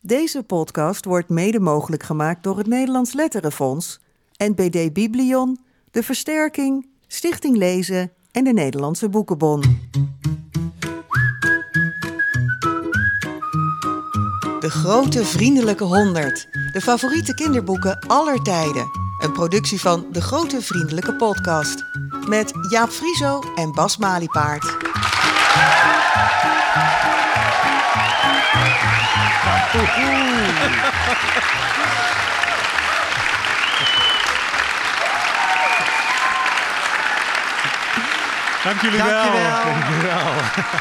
Deze podcast wordt mede mogelijk gemaakt door het Nederlands Letterenfonds, NPD Biblion, De Versterking, Stichting Lezen en de Nederlandse Boekenbon. De Grote Vriendelijke 100. De favoriete kinderboeken aller tijden. Een productie van De Grote Vriendelijke Podcast. Met Jaap Frieso en Bas Maliepaard. Dank jullie wel.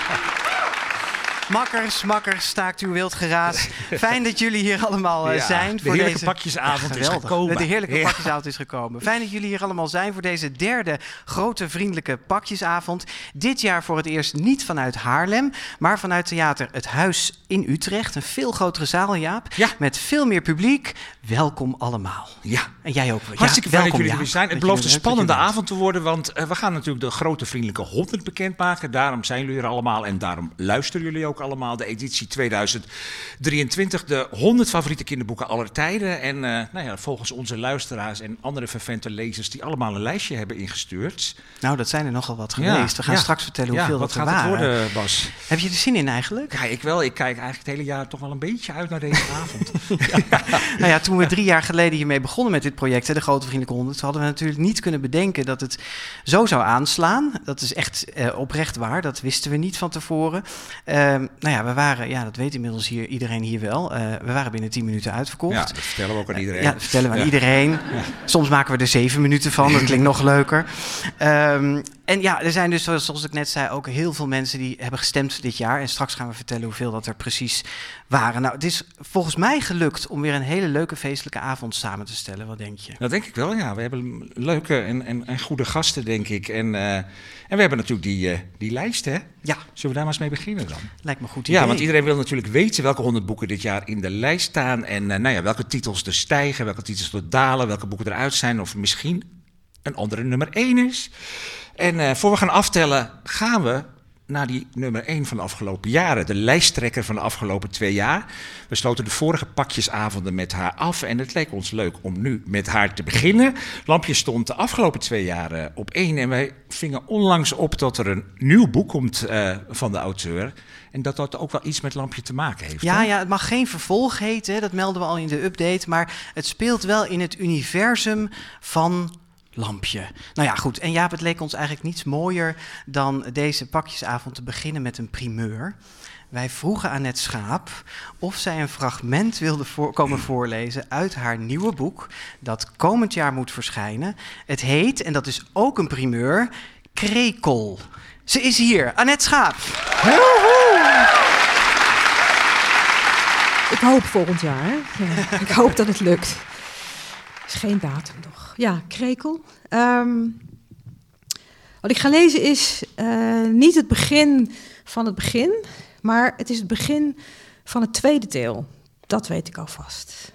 Makkers, staakt uw wild geraas. Fijn dat jullie hier allemaal zijn. De heerlijke pakjesavond is gekomen. De heerlijke pakjesavond is gekomen. Fijn dat jullie hier allemaal zijn voor deze derde grote vriendelijke pakjesavond. Dit jaar voor het eerst niet vanuit Haarlem, maar vanuit theater Het Huis in Utrecht. Een veel grotere zaal, Jaap. Ja. Met veel meer publiek. Welkom allemaal. Ja. En jij ook. Hartstikke fijn dat jullie er zijn. Het belooft een spannende avond te worden, want we gaan natuurlijk de Grote Vriendelijke 100 bekendmaken. Daarom zijn jullie er allemaal en daarom luisteren jullie ook allemaal. De editie 2023, de 100 favoriete kinderboeken aller tijden. En volgens onze luisteraars en andere fervente lezers die allemaal een lijstje hebben ingestuurd. Nou, dat zijn er nogal wat geweest. We gaan straks vertellen hoeveel dat er waren. Wat gaat het worden, Bas? Heb je er zin in eigenlijk? Ja, ik wel. Ik kijk eigenlijk het hele jaar toch wel een beetje uit naar deze avond. Nou ja, toen we 3 jaar geleden hiermee begonnen met dit project, de Grote Vriendelijke 100, hadden we natuurlijk niet kunnen bedenken dat het zo zou aanslaan. Dat is echt oprecht waar. Dat wisten we niet van tevoren. We waren, dat weet inmiddels iedereen hier wel, we waren binnen 10 minuten uitverkocht. Ja, dat vertellen we ook aan iedereen. Ja, dat vertellen we aan iedereen. Ja. Soms maken we er 7 minuten van, dat klinkt nog leuker. En er zijn dus, zoals ik net zei, ook heel veel mensen die hebben gestemd dit jaar. En straks gaan we vertellen hoeveel dat er precies waren. Nou, het is volgens mij gelukt om weer een hele leuke feestelijke avond samen te stellen. Wat denk je? Dat denk ik wel, ja. We hebben leuke en goede gasten, denk ik. En we hebben natuurlijk die lijst, hè? Ja. Zullen we daar maar eens mee beginnen dan? Lijkt me een goed idee. Ja, want iedereen wil natuurlijk weten welke 100 boeken dit jaar in de lijst staan. En welke titels er stijgen, welke titels er dalen, welke boeken eruit zijn. Of misschien een andere nummer 1 is. En voor we gaan aftellen, gaan we naar die nummer 1 van de afgelopen jaren. De lijsttrekker van de afgelopen 2 jaar. We sloten de vorige pakjesavonden met haar af. En het leek ons leuk om nu met haar te beginnen. Lampje stond de afgelopen 2 jaar op 1. En wij vingen onlangs op dat er een nieuw boek komt van de auteur. En dat ook wel iets met Lampje te maken heeft. Ja, het mag geen vervolg heten. Dat melden we al in de update. Maar het speelt wel in het universum van Lampje. Nou ja, goed. En Jaap, het leek ons eigenlijk niets mooier dan deze pakjesavond te beginnen met een primeur. Wij vroegen Annette Schaap of zij een fragment wilde komen voorlezen uit haar nieuwe boek, dat komend jaar moet verschijnen. Het heet, en dat is ook een primeur, Krekel. Ze is hier, Annette Schaap. Ik hoop volgend jaar, hè? Ja, ik hoop dat het lukt. Is geen datum nog. Ja, Krekel. Wat ik ga lezen is niet het begin van het begin, maar het is het begin van het tweede deel. Dat weet ik alvast.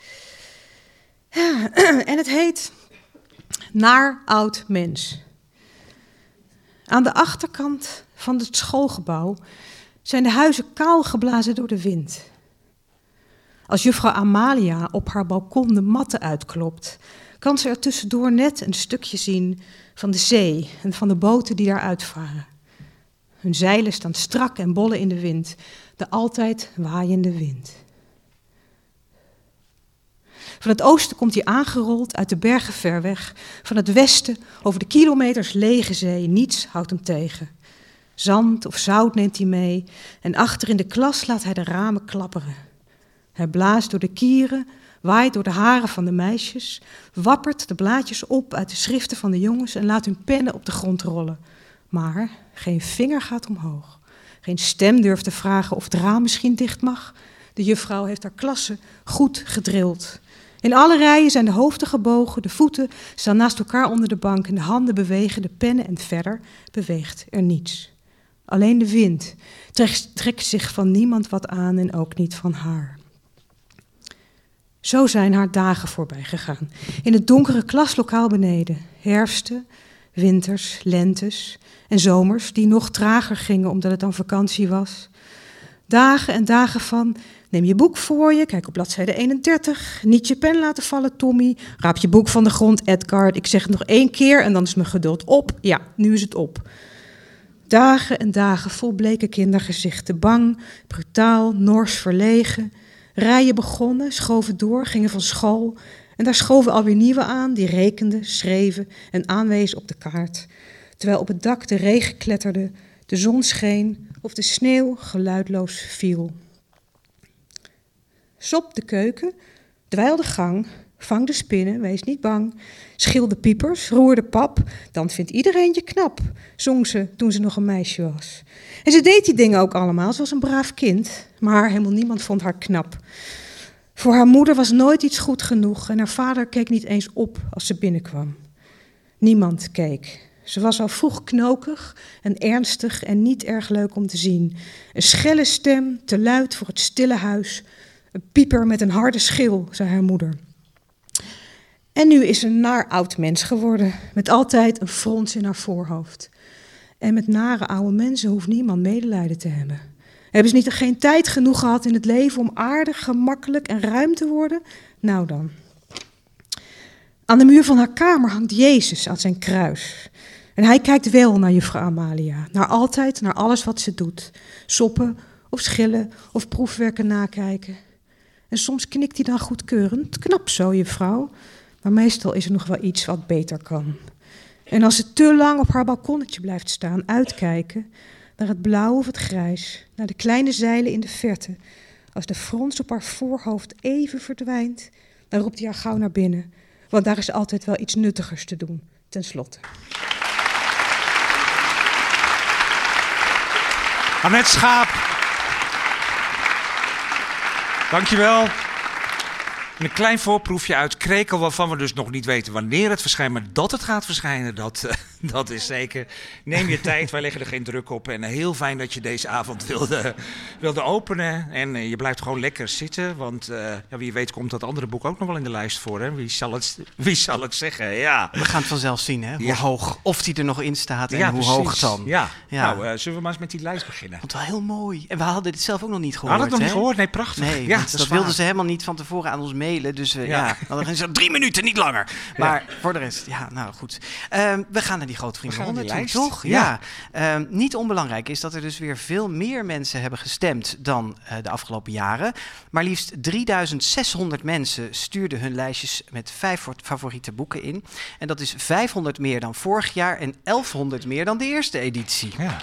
Ja, en het heet Naar oud mens. Aan de achterkant van het schoolgebouw zijn de huizen kaal geblazen door de wind. Als juffrouw Amalia op haar balkon de matten uitklopt, kan ze er tussendoor net een stukje zien van de zee en van de boten die daar uitvaren. Hun zeilen staan strak en bollen in de wind, de altijd waaiende wind. Van het oosten komt hij aangerold uit de bergen ver weg, van het westen over de kilometers lege zee, niets houdt hem tegen. Zand of zout neemt hij mee en achter in de klas laat hij de ramen klapperen. Hij blaast door de kieren, waait door de haren van de meisjes, wappert de blaadjes op uit de schriften van de jongens en laat hun pennen op de grond rollen. Maar geen vinger gaat omhoog. Geen stem durft te vragen of het raam misschien dicht mag. De juffrouw heeft haar klasse goed gedrild. In alle rijen zijn de hoofden gebogen, de voeten staan naast elkaar onder de bank en de handen bewegen de pennen en verder beweegt er niets. Alleen de wind trekt zich van niemand wat aan en ook niet van haar. Zo zijn haar dagen voorbij gegaan. In het donkere klaslokaal beneden. Herfsten, winters, lentes en zomers die nog trager gingen omdat het dan vakantie was. Dagen en dagen van, neem je boek voor je, kijk op bladzijde 31, niet je pen laten vallen, Tommy, raap je boek van de grond, Edgar, ik zeg het nog 1 keer en dan is mijn geduld op. Ja, nu is het op. Dagen en dagen vol bleke kindergezichten, bang, brutaal, nors, verlegen. Rijen begonnen, schoven door, gingen van school en daar schoven alweer nieuwe aan, die rekenden, schreven en aanwezen op de kaart. Terwijl op het dak de regen kletterde, de zon scheen of de sneeuw geluidloos viel. Sop de keuken, dweil de gang, vang de spinnen, wees niet bang. Schil de piepers, roer de pap, dan vindt iedereen je knap, zong ze toen ze nog een meisje was. En ze deed die dingen ook allemaal, ze was een braaf kind, maar helemaal niemand vond haar knap. Voor haar moeder was nooit iets goed genoeg en haar vader keek niet eens op als ze binnenkwam. Niemand keek. Ze was al vroeg knokig en ernstig en niet erg leuk om te zien. Een schelle stem, te luid voor het stille huis. Een pieper met een harde schil, zei haar moeder. En nu is ze een naar oud mens geworden, met altijd een frons in haar voorhoofd. En met nare oude mensen hoeft niemand medelijden te hebben. Hebben ze niet geen tijd genoeg gehad in het leven om aardig, gemakkelijk en ruim te worden? Nou dan. Aan de muur van haar kamer hangt Jezus aan zijn kruis. En hij kijkt wel naar juffrouw Amalia, naar alles wat ze doet. Soppen of schillen of proefwerken nakijken. En soms knikt hij dan goedkeurend, knap zo juffrouw. Maar meestal is er nog wel iets wat beter kan. En als ze te lang op haar balkonnetje blijft staan, uitkijken naar het blauw of het grijs, naar de kleine zeilen in de verte. Als de frons op haar voorhoofd even verdwijnt, dan roept hij haar gauw naar binnen. Want daar is altijd wel iets nuttigers te doen, ten slotte. Annette Schaap. Dankjewel. Een klein voorproefje uit Krekel, waarvan we dus nog niet weten wanneer het verschijnt, maar dat het gaat verschijnen, dat is zeker. Neem je tijd, wij leggen er geen druk op. En heel fijn dat je deze avond wilde openen. En je blijft gewoon lekker zitten, want wie weet komt dat andere boek ook nog wel in de lijst voor. Hè? Wie zal het zeggen, ja. We gaan het vanzelf zien, hè? Hoe hoog, of die er nog in staat en ja, hoe precies. hoog dan. Ja. Ja. Nou, zullen we maar eens met die lijst beginnen? Want wel heel mooi. En we hadden dit zelf ook nog niet gehoord. Hadden het nog hè? niet gehoord? Nee, prachtig. Nee, ja, dat wilden ze helemaal niet van tevoren aan ons mailen. Dus we hadden zo 3 minuten, niet langer. Maar voor de rest, ja, nou goed. We gaan naar die grote vrienden 100 toe, toch? Ja. Niet onbelangrijk is dat er dus weer veel meer mensen hebben gestemd dan de afgelopen jaren. Maar liefst 3600 mensen stuurden hun lijstjes met 5 favoriete boeken in. En dat is 500 meer dan vorig jaar en 1100 meer dan de eerste editie. Ja.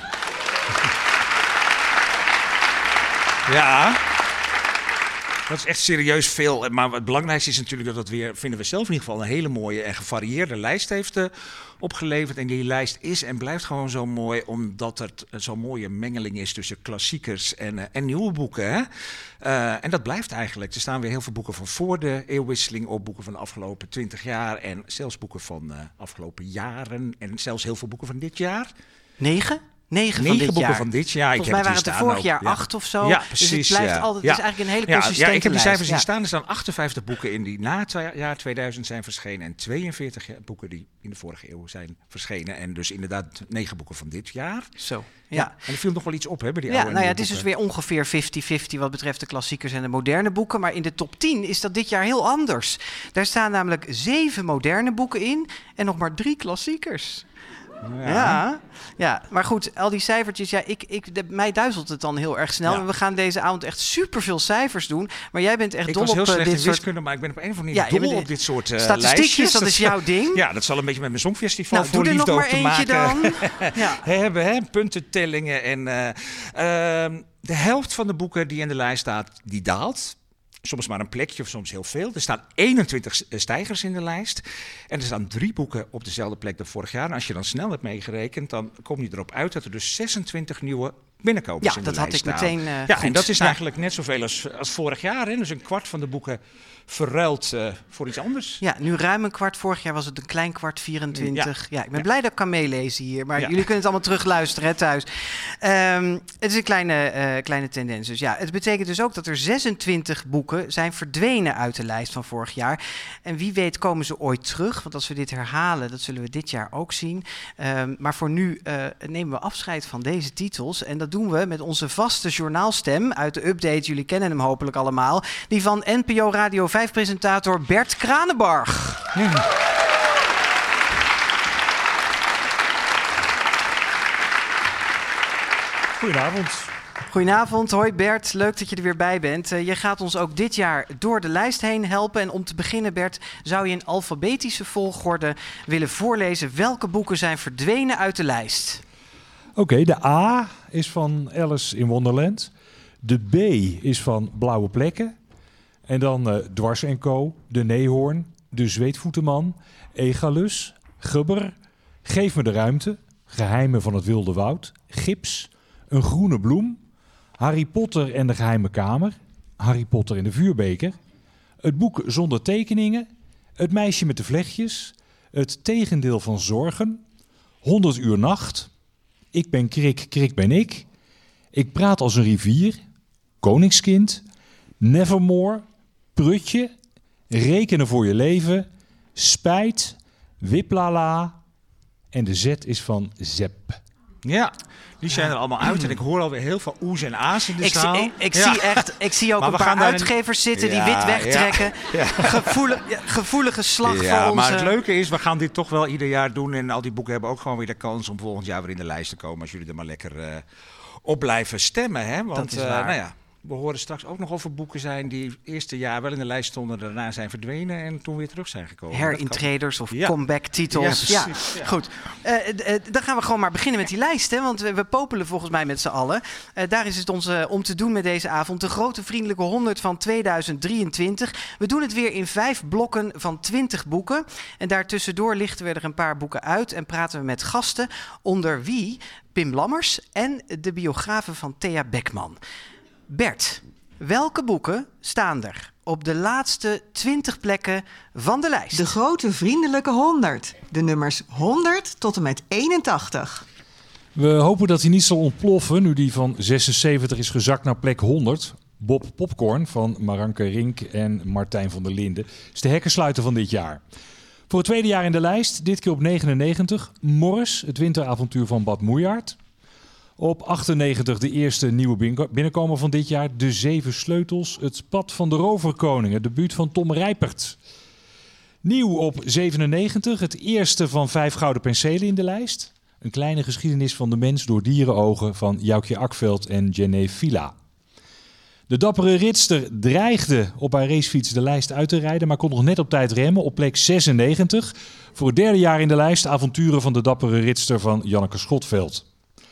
Ja. Dat is echt serieus veel. Maar het belangrijkste is natuurlijk dat het weer, vinden we zelf in ieder geval, een hele mooie en gevarieerde lijst heeft opgeleverd. En die lijst is en blijft gewoon zo mooi, omdat het zo'n mooie mengeling is tussen klassiekers en nieuwe boeken. Hè? En dat blijft eigenlijk. Er staan weer heel veel boeken van voor de eeuwwisseling op, boeken van de afgelopen 20 jaar en zelfs boeken van afgelopen jaren en zelfs heel veel boeken van dit jaar. 9 9 van dit boeken jaar. van dit jaar. Volgens mij waren het er vorig jaar 8 of zo. Ja, precies. Dus het blijft altijd, het is eigenlijk een hele consistente ik heb die cijfers lijst. zien staan. Er staan 58 boeken in die na het jaar 2000 zijn verschenen. En 42 boeken die in de vorige eeuw zijn verschenen. En dus inderdaad 9 boeken van dit jaar. Zo. Ja. En er viel nog wel iets op, hè, bij die ja, oude nou ja, boeken. het is dus weer ongeveer 50-50 wat betreft de klassiekers en de moderne boeken. Maar in de top 10 is dat dit jaar heel anders. Daar staan namelijk 7 moderne boeken in en nog maar 3 klassiekers. Ja, maar goed, al die cijfertjes, mij duizelt het dan heel erg snel. Ja. En we gaan deze avond echt superveel cijfers doen. Maar jij bent echt ik dol was heel op slecht dit in soort... wiskunde, maar ik ben op een of andere manier dol op dit soort statistiekjes, lijstjes. dat is jouw ding. Ja, dat zal een beetje met mijn Songfestival Nou, voor doe er liefde nog ook maar te eentje maken dan. Ja. hebben. Hè? Puntentellingen. En de helft van de boeken die in de lijst staat, die daalt. Soms maar een plekje of soms heel veel. Er staan 21 stijgers in de lijst. En er staan 3 boeken op dezelfde plek dan vorig jaar. En als je dan snel hebt meegerekend, dan kom je erop uit dat er dus 26 nieuwe binnenkomers in de lijst staan. Ja, dat had ik meteen ja, goed. en dat is eigenlijk net zoveel als vorig jaar. Hè? Dus een kwart van de boeken verruild voor iets anders. Ja, nu ruim een kwart. Vorig jaar was het een klein kwart, 24. Ja, ik ben blij dat ik kan meelezen hier. Maar jullie kunnen het allemaal terugluisteren, hè, thuis. Het is een kleine tendens. Dus ja, het betekent dus ook dat er 26 boeken zijn verdwenen uit de lijst van vorig jaar. En wie weet komen ze ooit terug. Want als we dit herhalen, dat zullen we dit jaar ook zien. Maar voor nu nemen we afscheid van deze titels. En dat doen we met onze vaste journaalstem uit de update. Jullie kennen hem hopelijk allemaal. Die van NPO Radio 5-presentator Bert Kranenbarg. Goedenavond. Goedenavond, hoi Bert. Leuk dat je er weer bij bent. Je gaat ons ook dit jaar door de lijst heen helpen. En om te beginnen, Bert, zou je in alfabetische volgorde willen voorlezen welke boeken zijn verdwenen uit de lijst? Oké, de A is van Alice in Wonderland. De B is van Blauwe Plekken. En dan Dwars & Co, De Neehoorn, De Zweetvoetenman, Egalus, Gubber, Geef me de ruimte, Geheimen van het Wilde Woud, Gips, Een groene bloem, Harry Potter en de Geheime Kamer, Harry Potter en de Vuurbeker, Het boek zonder tekeningen, Het meisje met de vlechtjes, Het tegendeel van zorgen, 100 uur nacht, Ik ben Krik, Krik ben ik, Ik praat als een rivier, Koningskind, Nevermore, Prutje, Rekenen voor je leven, Spijt, Wiplala en de Z is van Zep. Ja, die zijn er allemaal uit. En ik hoor alweer heel veel oe's en a's in de zaal. Ik zie ook Maar een we gaan paar daar uitgevers zitten die wit wegtrekken. Gevoelige slag voor onze... Maar het leuke is, we gaan dit toch wel ieder jaar doen. En al die boeken hebben ook gewoon weer de kans om volgend jaar weer in de lijst te komen. Als jullie er maar lekker op blijven stemmen. Hè? Want dat is waar. we horen straks ook nog of er boeken zijn die het eerste jaar wel in de lijst stonden. Daarna zijn verdwenen en toen weer terug zijn gekomen. Herintreders of comeback-titels. Ja, precies. Ja, goed. Dan gaan we gewoon maar beginnen met die lijst. Hè, want we popelen volgens mij met z'n allen. Daar is het ons om te doen met deze avond. De grote vriendelijke 100 van 2023. We doen het weer in 5 blokken van 20 boeken. En daartussendoor lichten we er een paar boeken uit. En praten we met gasten. Onder wie Pim Lammers en de biografe van Thea Beckman. Bert, welke boeken staan er op de laatste 20 plekken van de lijst? De grote vriendelijke 100. De nummers 100 tot en met 81. We hopen dat hij niet zal ontploffen nu die van 76 is gezakt naar plek 100. Bob Popcorn van Maranke Rink en Martijn van der Linden is de hekkensluiter van dit jaar. Voor het tweede jaar in de lijst, dit keer op 99, Morris, het winteravontuur van Bad Moejaard. Op 98 de eerste nieuwe binnenkomer van dit jaar, De 7 Sleutels, Het Pad van de Roverkoning, het debuut van Tom Rijpert. Nieuw op 97, het eerste van 5 gouden penselen in de lijst. Een kleine geschiedenis van de mens door dierenogen van Joukje Akveld en Jenné Villa. De dappere ritster dreigde op haar racefiets de lijst uit te rijden, maar kon nog net op tijd remmen op plek 96. Voor het derde jaar in de lijst avonturen van de dappere ritster van Janneke Schotveld.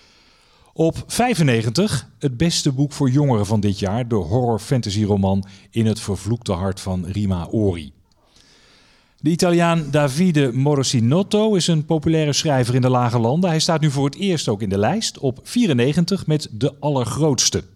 Op 95 het beste boek voor jongeren van dit jaar, de horror-fantasy-roman In het vervloekte hart van Rima Ori. De Italiaan Davide Morosinotto is een populaire schrijver in de Lage Landen. Hij staat nu voor het eerst ook in de lijst op 94 met De Allergrootste.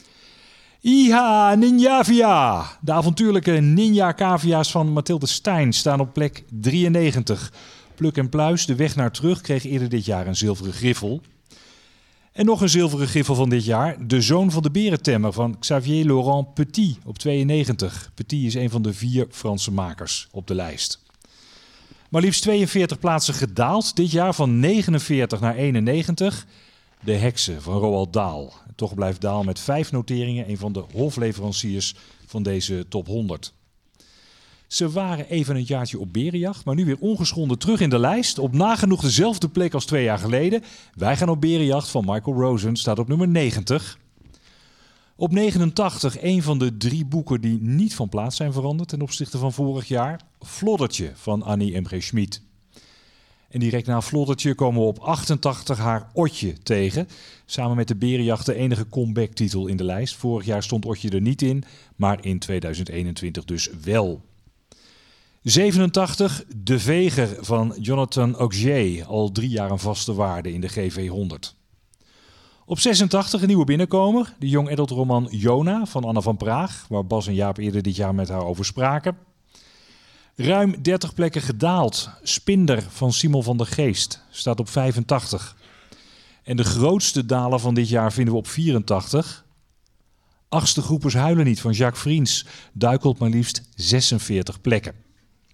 Iha Ninjavia! De avontuurlijke ninja-cavia's van Mathilde Stein staan op plek 93. Pluk en Pluis, De Weg naar Terug, kreeg eerder dit jaar een zilveren griffel. En nog een zilveren griffel van dit jaar, De Zoon van de Berentemmer van Xavier Laurent Petit op 92. Petit is een van de 4 Franse makers op de lijst. Maar liefst 42 plaatsen gedaald, dit jaar van 49 naar 91. De Heksen van Roald Dahl. Toch blijft Dahl met 5 noteringen een van de hofleveranciers van deze top 100. Ze waren even een jaartje op berenjacht, maar nu weer ongeschonden terug in de lijst. Op nagenoeg dezelfde plek als 2 jaar geleden. Wij gaan op berenjacht van Michael Rosen, staat op nummer 90. Op 89 een van de 3 boeken die niet van plaats zijn veranderd ten opzichte van vorig jaar. Floddertje van Annie M.G. Schmid. En direct na Floddertje komen we op 88 haar Otje tegen. Samen met de Berenjacht de enige comeback-titel in de lijst. Vorig jaar stond Otje er niet in, maar in 2021 dus wel. 87 De Veger van Jonathan Augier, al 3 jaar een vaste waarde in de GV 100. Op 86 een nieuwe binnenkomer, de young adult roman Jona van Anna van Praag, waar Bas en Jaap eerder dit jaar met haar over spraken. Ruim 30 plekken gedaald, Spinder van Simon van der Geest, staat op 85. En de grootste daler van dit jaar vinden we op 84. Achtste Groepers Huilen Niet van Jacques Vriends duikelt maar liefst 46 plekken.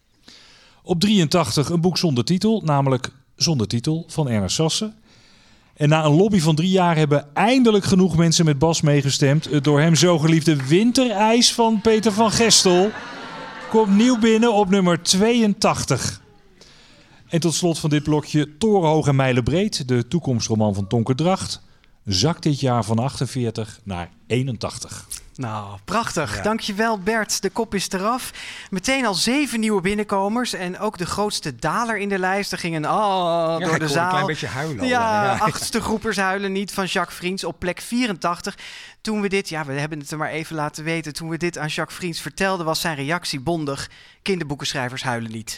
Op 83 een boek zonder titel, namelijk Zonder Titel van Ernest Sassen. En na een lobby van 3 jaar hebben eindelijk genoeg mensen met Bas meegestemd. Het door hem zo geliefde Winterijs van Peter van Gestel komt nieuw binnen op nummer 82. En tot slot van dit blokje Torenhoog en Mijlenbreed, de toekomstroman van Tonke Dracht, zakt dit jaar van 48 naar 81. Nou, prachtig. Ja. Dankjewel Bert. De kop is eraf. Meteen al 7 nieuwe binnenkomers. En ook de grootste daler in de lijst. Er ging een door de zaal. Een klein beetje huilen. Ja, achtste groepers huilen niet van Jacques Vriends op plek 84. Toen we dit, we hebben het er maar even laten weten. Toen we dit aan Jacques Vriends vertelden, was zijn reactie bondig. Kinderboekenschrijvers huilen niet.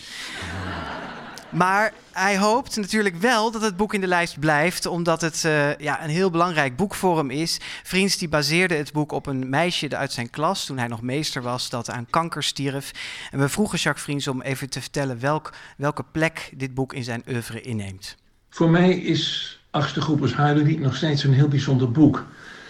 Maar hij hoopt natuurlijk wel dat het boek in de lijst blijft, omdat het een heel belangrijk boek voor hem is. Vriends die baseerde het boek op een meisje uit zijn klas, toen hij nog meester was, dat aan kanker stierf. En we vroegen Jacques Vriends om even te vertellen welke plek dit boek in zijn oeuvre inneemt. Voor mij is Achtste Groepers huilen niet nog steeds een heel bijzonder boek.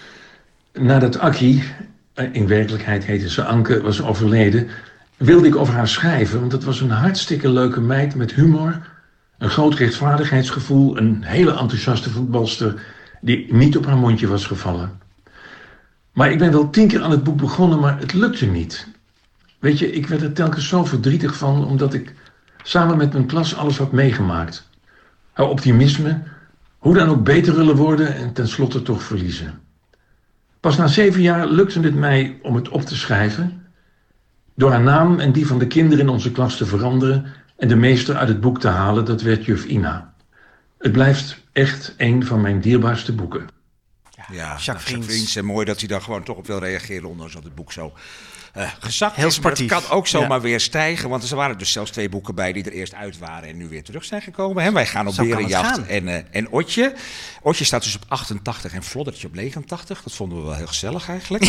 Nadat Akkie, in werkelijkheid heette ze Anke, was overleden, wilde ik over haar schrijven, want het was een hartstikke leuke meid met humor, een groot rechtvaardigheidsgevoel, een hele enthousiaste voetbalster die niet op haar mondje was gevallen. Maar ik ben wel 10 keer aan het boek begonnen, maar het lukte niet. Weet je, ik werd er telkens zo verdrietig van, omdat ik samen met mijn klas alles had meegemaakt. Haar optimisme, hoe dan ook beter willen worden en tenslotte toch verliezen. Pas na 7 jaar lukte het mij om het op te schrijven, door haar naam en die van de kinderen in onze klas te veranderen en de meester uit het boek te halen, dat werd juf Ina. Het blijft echt een van mijn dierbaarste boeken. Ja, Jacques Vriends. En mooi dat hij daar gewoon toch op wil reageren, ondanks dat het boek zo gezakt heel is. Maar het sportief. kan ook zomaar weer stijgen, want er waren dus zelfs 2 boeken bij die er eerst uit waren en nu weer terug zijn gekomen. Hè? Wij gaan op Zo kan het Berenjacht gaan. en Otje. Otje staat dus op 88 en Floddertje op 89. Dat vonden we wel heel gezellig eigenlijk.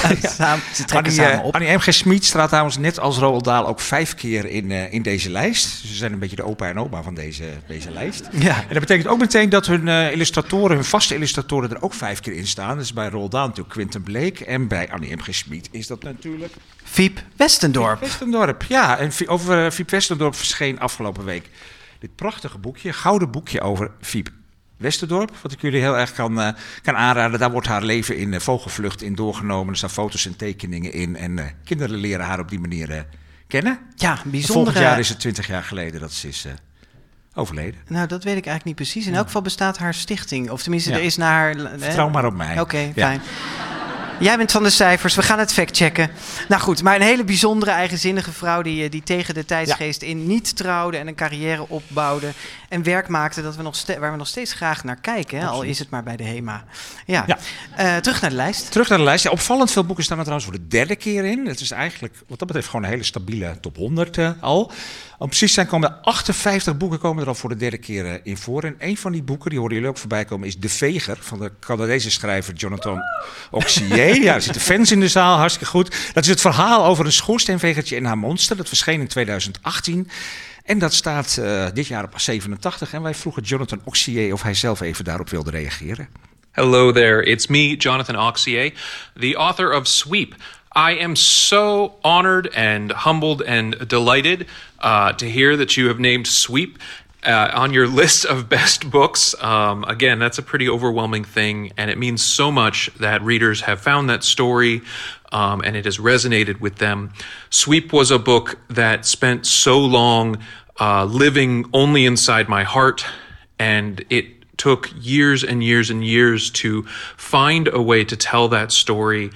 Ze trekken samen op. Annie M. G. Schmid staat trouwens net als Roald Dahl ook 5 keer in deze lijst. Dus ze zijn een beetje de opa en oma van deze lijst. Ja. En dat betekent ook meteen dat hun illustratoren, hun vaste illustratoren er ook 5 keer in staan. Dus bij Roald Dahl natuurlijk Quentin Blake en bij Annie M. G. Schmid is dat natuurlijk Fiep Westendorp. Westendorp. Ja, en over Fiep Westendorp verscheen afgelopen week dit prachtige boekje, gouden boekje over Fiep Westendorp, wat ik jullie heel erg kan aanraden. Daar wordt haar leven in vogelvlucht in doorgenomen. Er staan foto's en tekeningen in en kinderen leren haar op die manier kennen. Ja, En bijzondere. volgend jaar is het 20 jaar geleden dat ze is overleden. Nou, dat weet ik eigenlijk niet precies. In elk geval bestaat haar stichting. Of tenminste, Ja. er is naar haar... Vertrouw maar op mij. Oké, Ja. fijn. Jij bent van de cijfers, we gaan het factchecken. Nou goed, maar een hele bijzondere, eigenzinnige vrouw die tegen de tijdsgeest in niet trouwde en een carrière opbouwde en werk maakte dat waar we nog steeds graag naar kijken, hè? Al is het maar bij de HEMA. Ja. Terug naar de lijst. Terug naar de lijst. Ja, opvallend veel boeken staan er trouwens voor de 3e keer in. Het is eigenlijk, wat dat betreft, gewoon een hele stabiele top 100 al. Om precies te zijn komen er 58 boeken komen er al voor de 3e keer in voor. En een van die boeken, die hoorden jullie ook voorbij komen, is De Veger van de Canadese schrijver Jonathan Auxier. Ja, er zitten fans in de zaal, hartstikke goed. Dat is het verhaal over een schoorsteenvegertje en haar monster. Dat verscheen in 2018. En dat staat dit jaar op 87. En wij vroegen Jonathan Auxier of hij zelf even daarop wilde reageren. Hello there, it's me, Jonathan Auxier, the author of Sweep. I am so honored and humbled and delighted to hear that you have named Sweep on your list of best books. Again, that's a pretty overwhelming thing, and it means so much that readers have found that story and it has resonated with them. Sweep was a book that spent so long living only inside my heart, and it took years and years and years to find a way to tell that story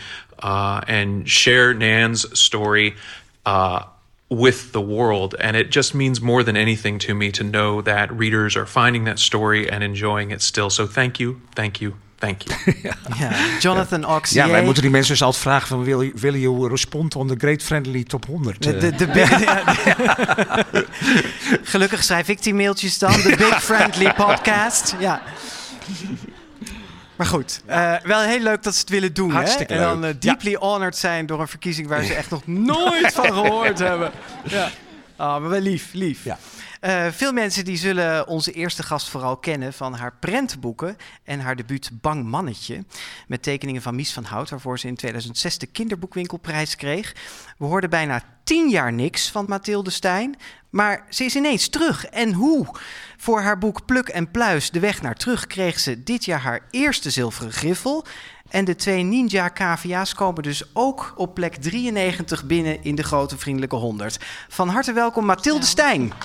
and share Nan's story with the world. And it just means more than anything to me to know that readers are finding that story and enjoying it still. So thank you, thank you, thank you. Ja, Jonathan Auxier. Ja, wij moeten die mensen dus altijd vragen van will you respond on the Great Friendly Top 100? Gelukkig schrijf ik die mailtjes dan. De Big Friendly Podcast. Ja. Maar goed, wel heel leuk dat ze het willen doen. Hartstikke hè? En dan leuk. deeply honored zijn door een verkiezing waar ze echt nog nooit van gehoord hebben. Ja. Maar wel lief. Ja. Veel mensen die zullen onze eerste gast vooral kennen van haar prentenboeken en haar debuut Bang Mannetje, met tekeningen van Mies van Hout, waarvoor ze in 2006 de Kinderboekwinkelprijs kreeg. We hoorden bijna 10 jaar niks van Mathilde Stein, maar ze is ineens terug. En hoe? Voor haar boek Pluk en Pluis, De Weg naar Terug, kreeg ze dit jaar haar eerste zilveren griffel. En de 2 Ninja cavia's komen dus ook op plek 93 binnen in de Grote Vriendelijke 100. Van harte welkom Mathilde Stein.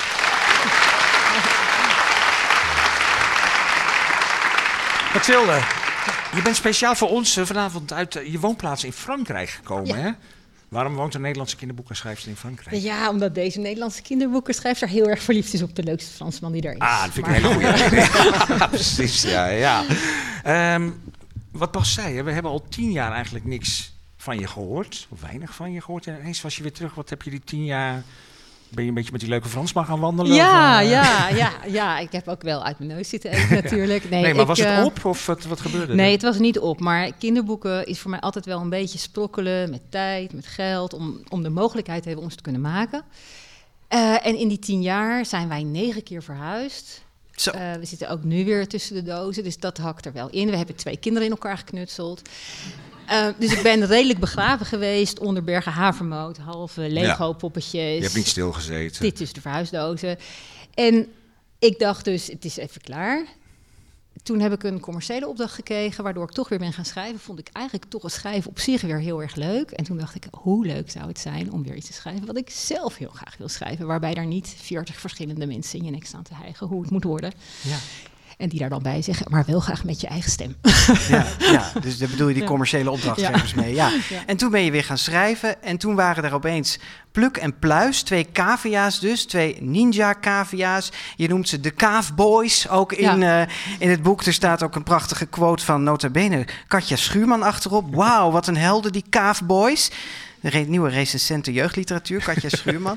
Mathilde, je bent speciaal voor ons vanavond uit je woonplaats in Frankrijk gekomen, hè? Waarom woont een Nederlandse kinderboekenschrijfster in Frankrijk? Ja, omdat deze Nederlandse kinderboekenschrijfster heel erg verliefd is op de leukste Fransman die er is. Ah, dat vind ik een hele goede idee. Ja, precies, ja. Wat Bas zei, we hebben al 10 jaar eigenlijk niks van je gehoord. Of weinig van je gehoord. En ineens was je weer terug. Wat heb je die 10 jaar... Ben je een beetje met die leuke Fransman gaan wandelen? Ja. Ik heb ook wel uit mijn neus zitten eten natuurlijk. Nee, maar was het op of wat gebeurde er? Nee, het was niet op. Maar kinderboeken is voor mij altijd wel een beetje sprokkelen met tijd, met geld, om de mogelijkheid te hebben om ze te kunnen maken. En in die 10 jaar zijn wij 9 keer verhuisd. We zitten ook nu weer tussen de dozen, dus dat hakt er wel in. We hebben 2 kinderen in elkaar geknutseld. Dus ik ben redelijk begraven geweest onder bergen havermout, halve Lego-poppetjes. Je hebt niet stilgezeten. Dit tussen de verhuisdozen. En ik dacht dus, het is even klaar. Toen heb ik een commerciële opdracht gekregen, waardoor ik toch weer ben gaan schrijven. Vond ik eigenlijk toch het schrijven op zich weer heel erg leuk. En toen dacht ik, hoe leuk zou het zijn om weer iets te schrijven wat ik zelf heel graag wil schrijven. Waarbij daar niet 40 verschillende mensen in je nek staan te hijgen hoe het moet worden. Ja. En die daar dan bij zeggen, maar wel graag met je eigen stem. Ja, dus daar bedoel je die commerciële opdrachtgevers mee. Ja. En toen ben je weer gaan schrijven. En toen waren er opeens Pluk en Pluis, 2 cavia's dus, 2 ninja cavia's. Je noemt ze de Kaafboys, ook in het boek. Er staat ook een prachtige quote van nota bene Katja Schuurman achterop. Wauw, wat een helden, die Kaafboys. De nieuwe recensente jeugdliteratuur, Katja Schuurman.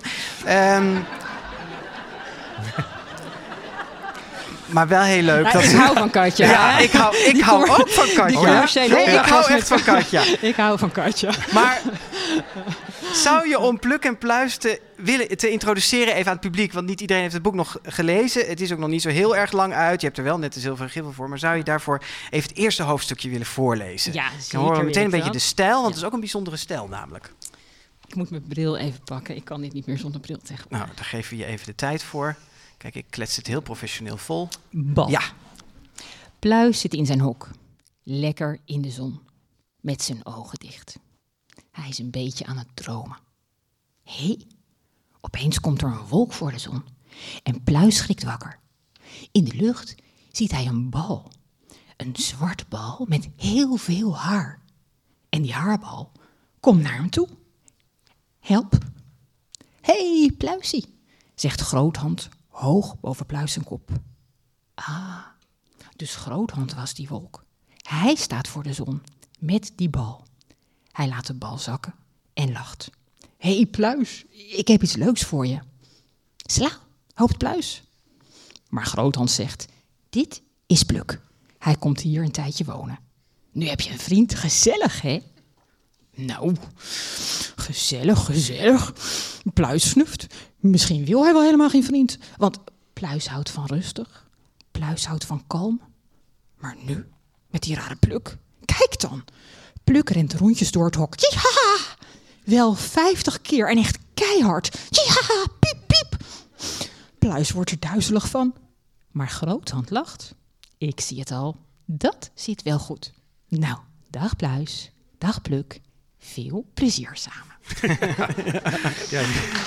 Maar wel heel leuk. Ik hou van Katja. Ja, ik hou ook van Katja. Ik hou echt van Katja. Ik hou van Katja. Maar zou je om Pluk en Pluis te introduceren even aan het publiek, want niet iedereen heeft het boek nog gelezen. Het is ook nog niet zo heel erg lang uit. Je hebt er wel net de zilveren griffel voor. Maar zou je daarvoor even het eerste hoofdstukje willen voorlezen? Ja, zeker. Dan horen we meteen een beetje de stijl, want het is ook een bijzondere stijl namelijk. Ik moet mijn bril even pakken. Ik kan dit niet meer zonder bril tegenwoordig. Nou, daar geven we je even de tijd voor. Kijk, ik klets het heel professioneel vol. Bal. Ja. Pluis zit in zijn hok. Lekker in de zon. Met zijn ogen dicht. Hij is een beetje aan het dromen. Hé, opeens komt er een wolk voor de zon. En Pluis schrikt wakker. In de lucht ziet hij een bal. Een zwart bal met heel veel haar. En die haarbal komt naar hem toe. Help. Hé, Pluisie, zegt Groothand hoog boven Pluis zijn kop. Ah, dus Groothand was die wolk. Hij staat voor de zon, met die bal. Hij laat de bal zakken en lacht. Hé, Pluis, ik heb iets leuks voor je. Sla, hoopt Pluis. Maar Groothand zegt, dit is Pluk. Hij komt hier een tijdje wonen. Nu heb je een vriend, gezellig, hè? Nou, gezellig. Pluis snuft. Misschien wil hij wel helemaal geen vriend. Want Pluis houdt van rustig. Pluis houdt van kalm. Maar nu, met die rare Pluk. Kijk dan. Pluk rent rondjes door het hok. Jiha! Wel 50 keer en echt keihard. Jiha! Piep, piep. Pluis wordt er duizelig van. Maar Groothand lacht. Ik zie het al. Dat zit wel goed. Nou, dag Pluis. Dag Pluk. Veel plezier samen. Ja.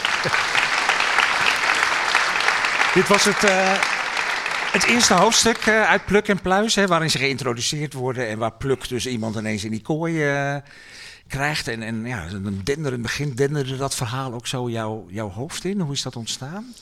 Dit was het eerste hoofdstuk uit Pluk en Pluis, waarin ze geïntroduceerd worden en waar Pluk dus iemand ineens in die kooi krijgt. En ja, een denderend begin, denderde dat verhaal ook zo jouw hoofd in? Hoe is dat ontstaan?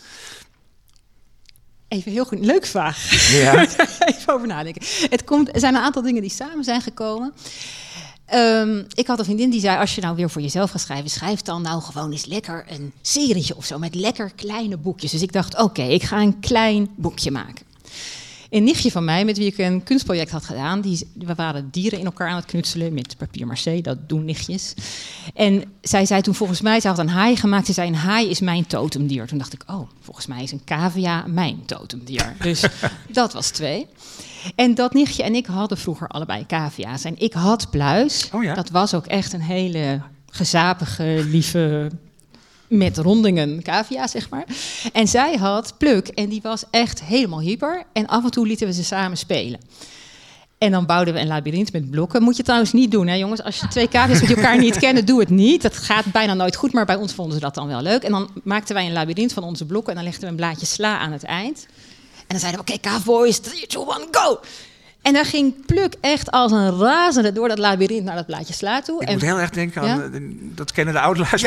Even heel goed, leuk vraag. Ja. Even over nadenken. Er zijn een aantal dingen die samen zijn gekomen. Ik had een vriendin die zei, als je nou weer voor jezelf gaat schrijven, schrijf dan nou gewoon eens lekker een serietje of zo, met lekker kleine boekjes. Dus ik dacht, oké, ik ga een klein boekje maken. Een nichtje van mij, met wie ik een kunstproject had gedaan, we waren dieren in elkaar aan het knutselen met papier maché, dat doen nichtjes. En zij zei toen volgens mij, ze had een haai gemaakt, ze zei een haai is mijn totemdier. Toen dacht ik, volgens mij is een cavia mijn totemdier. Dus dat was 2. En dat nichtje en ik hadden vroeger allebei cavia's. En ik had Pluis. Oh ja? Dat was ook echt een hele gezapige, lieve, met rondingen cavia, zeg maar. En zij had Pluk en die was echt helemaal hyper. En af en toe lieten we ze samen spelen. En dan bouwden we een labyrint met blokken. Moet je trouwens niet doen, hè jongens. Als je 2 cavia's met elkaar niet kennen, doe het niet. Dat gaat bijna nooit goed, maar bij ons vonden ze dat dan wel leuk. En dan maakten wij een labyrint van onze blokken en dan legden we een blaadje sla aan het eind. En dan zeiden we, oké, cowboys, 3, 2, 1, go! En daar ging Pluk echt als een razende door dat labyrint naar dat blaadje sla toe. Ik moet heel erg denken aan, dat kennen de oudluis,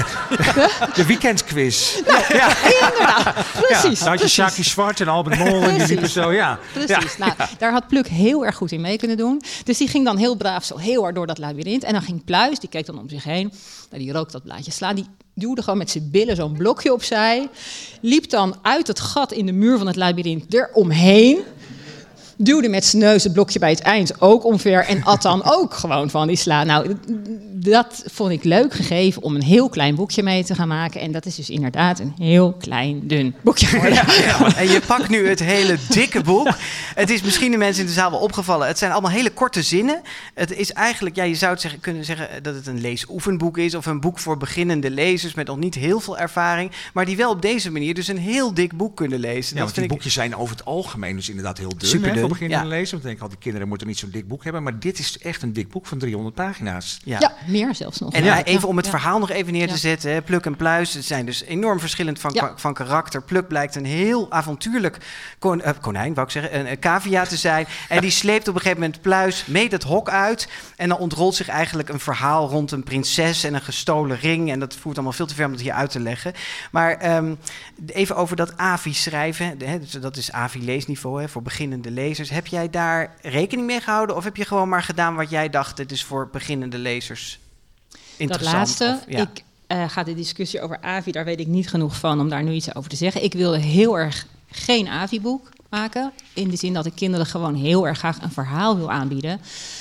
de weekendquiz. Ja, inderdaad, precies. Dan had je Sjaki Zwart en Albert Mol en die liepen zo, Precies, nou, daar had Pluk heel erg goed in mee kunnen doen. Dus die ging dan heel braaf zo heel hard door dat labyrint. En dan ging Pluis, die keek dan om zich heen, die rook dat blaadje sla, die duwde gewoon met zijn billen zo'n blokje opzij, liep dan uit het gat in de muur van het labyrint eromheen, duwde met zijn neus het blokje bij het eind ook omver en at dan ook gewoon van die sla. Nou, dat vond ik leuk gegeven om een heel klein boekje mee te gaan maken. En dat is dus inderdaad een heel klein, dun boekje geworden. Ja, en je pakt nu het hele dikke boek. Het is misschien de mensen in de zaal wel opgevallen. Het zijn allemaal hele korte zinnen. Het is eigenlijk, je zou het kunnen zeggen dat het een leesoefenboek is, of een boek voor beginnende lezers met nog niet heel veel ervaring, maar die wel op deze manier dus een heel dik boek kunnen lezen. Ja, want die boekjes zijn over het algemeen dus inderdaad heel dun. Super dun. Voor beginnende lezers. Want ik denk altijd, kinderen moeten niet zo'n dik boek hebben. Maar dit is echt een dik boek van 300 pagina's. Ja, meer zelfs nog. En even om het verhaal nog even neer te zetten. Hè. Pluk en Pluis, het zijn dus enorm verschillend van karakter. Pluk blijkt een heel avontuurlijk konijn, wou ik zeggen, een cavia te zijn. En die sleept op een gegeven moment Pluis mee dat hok uit. En dan ontrolt zich eigenlijk een verhaal rond een prinses en een gestolen ring. En dat voert allemaal veel te ver om het hier uit te leggen. Maar even over dat AVI schrijven. Hè, dus dat is AVI leesniveau, hè, voor beginnende lezers. Heb jij daar rekening mee gehouden? Of heb je gewoon maar gedaan wat jij dacht, het is voor beginnende lezers interessant? Dat laatste, ik ga de discussie over AVI, daar weet ik niet genoeg van om daar nu iets over te zeggen. Ik wilde heel erg geen AVI-boek maken. In de zin dat ik kinderen gewoon heel erg graag een verhaal wil aanbieden.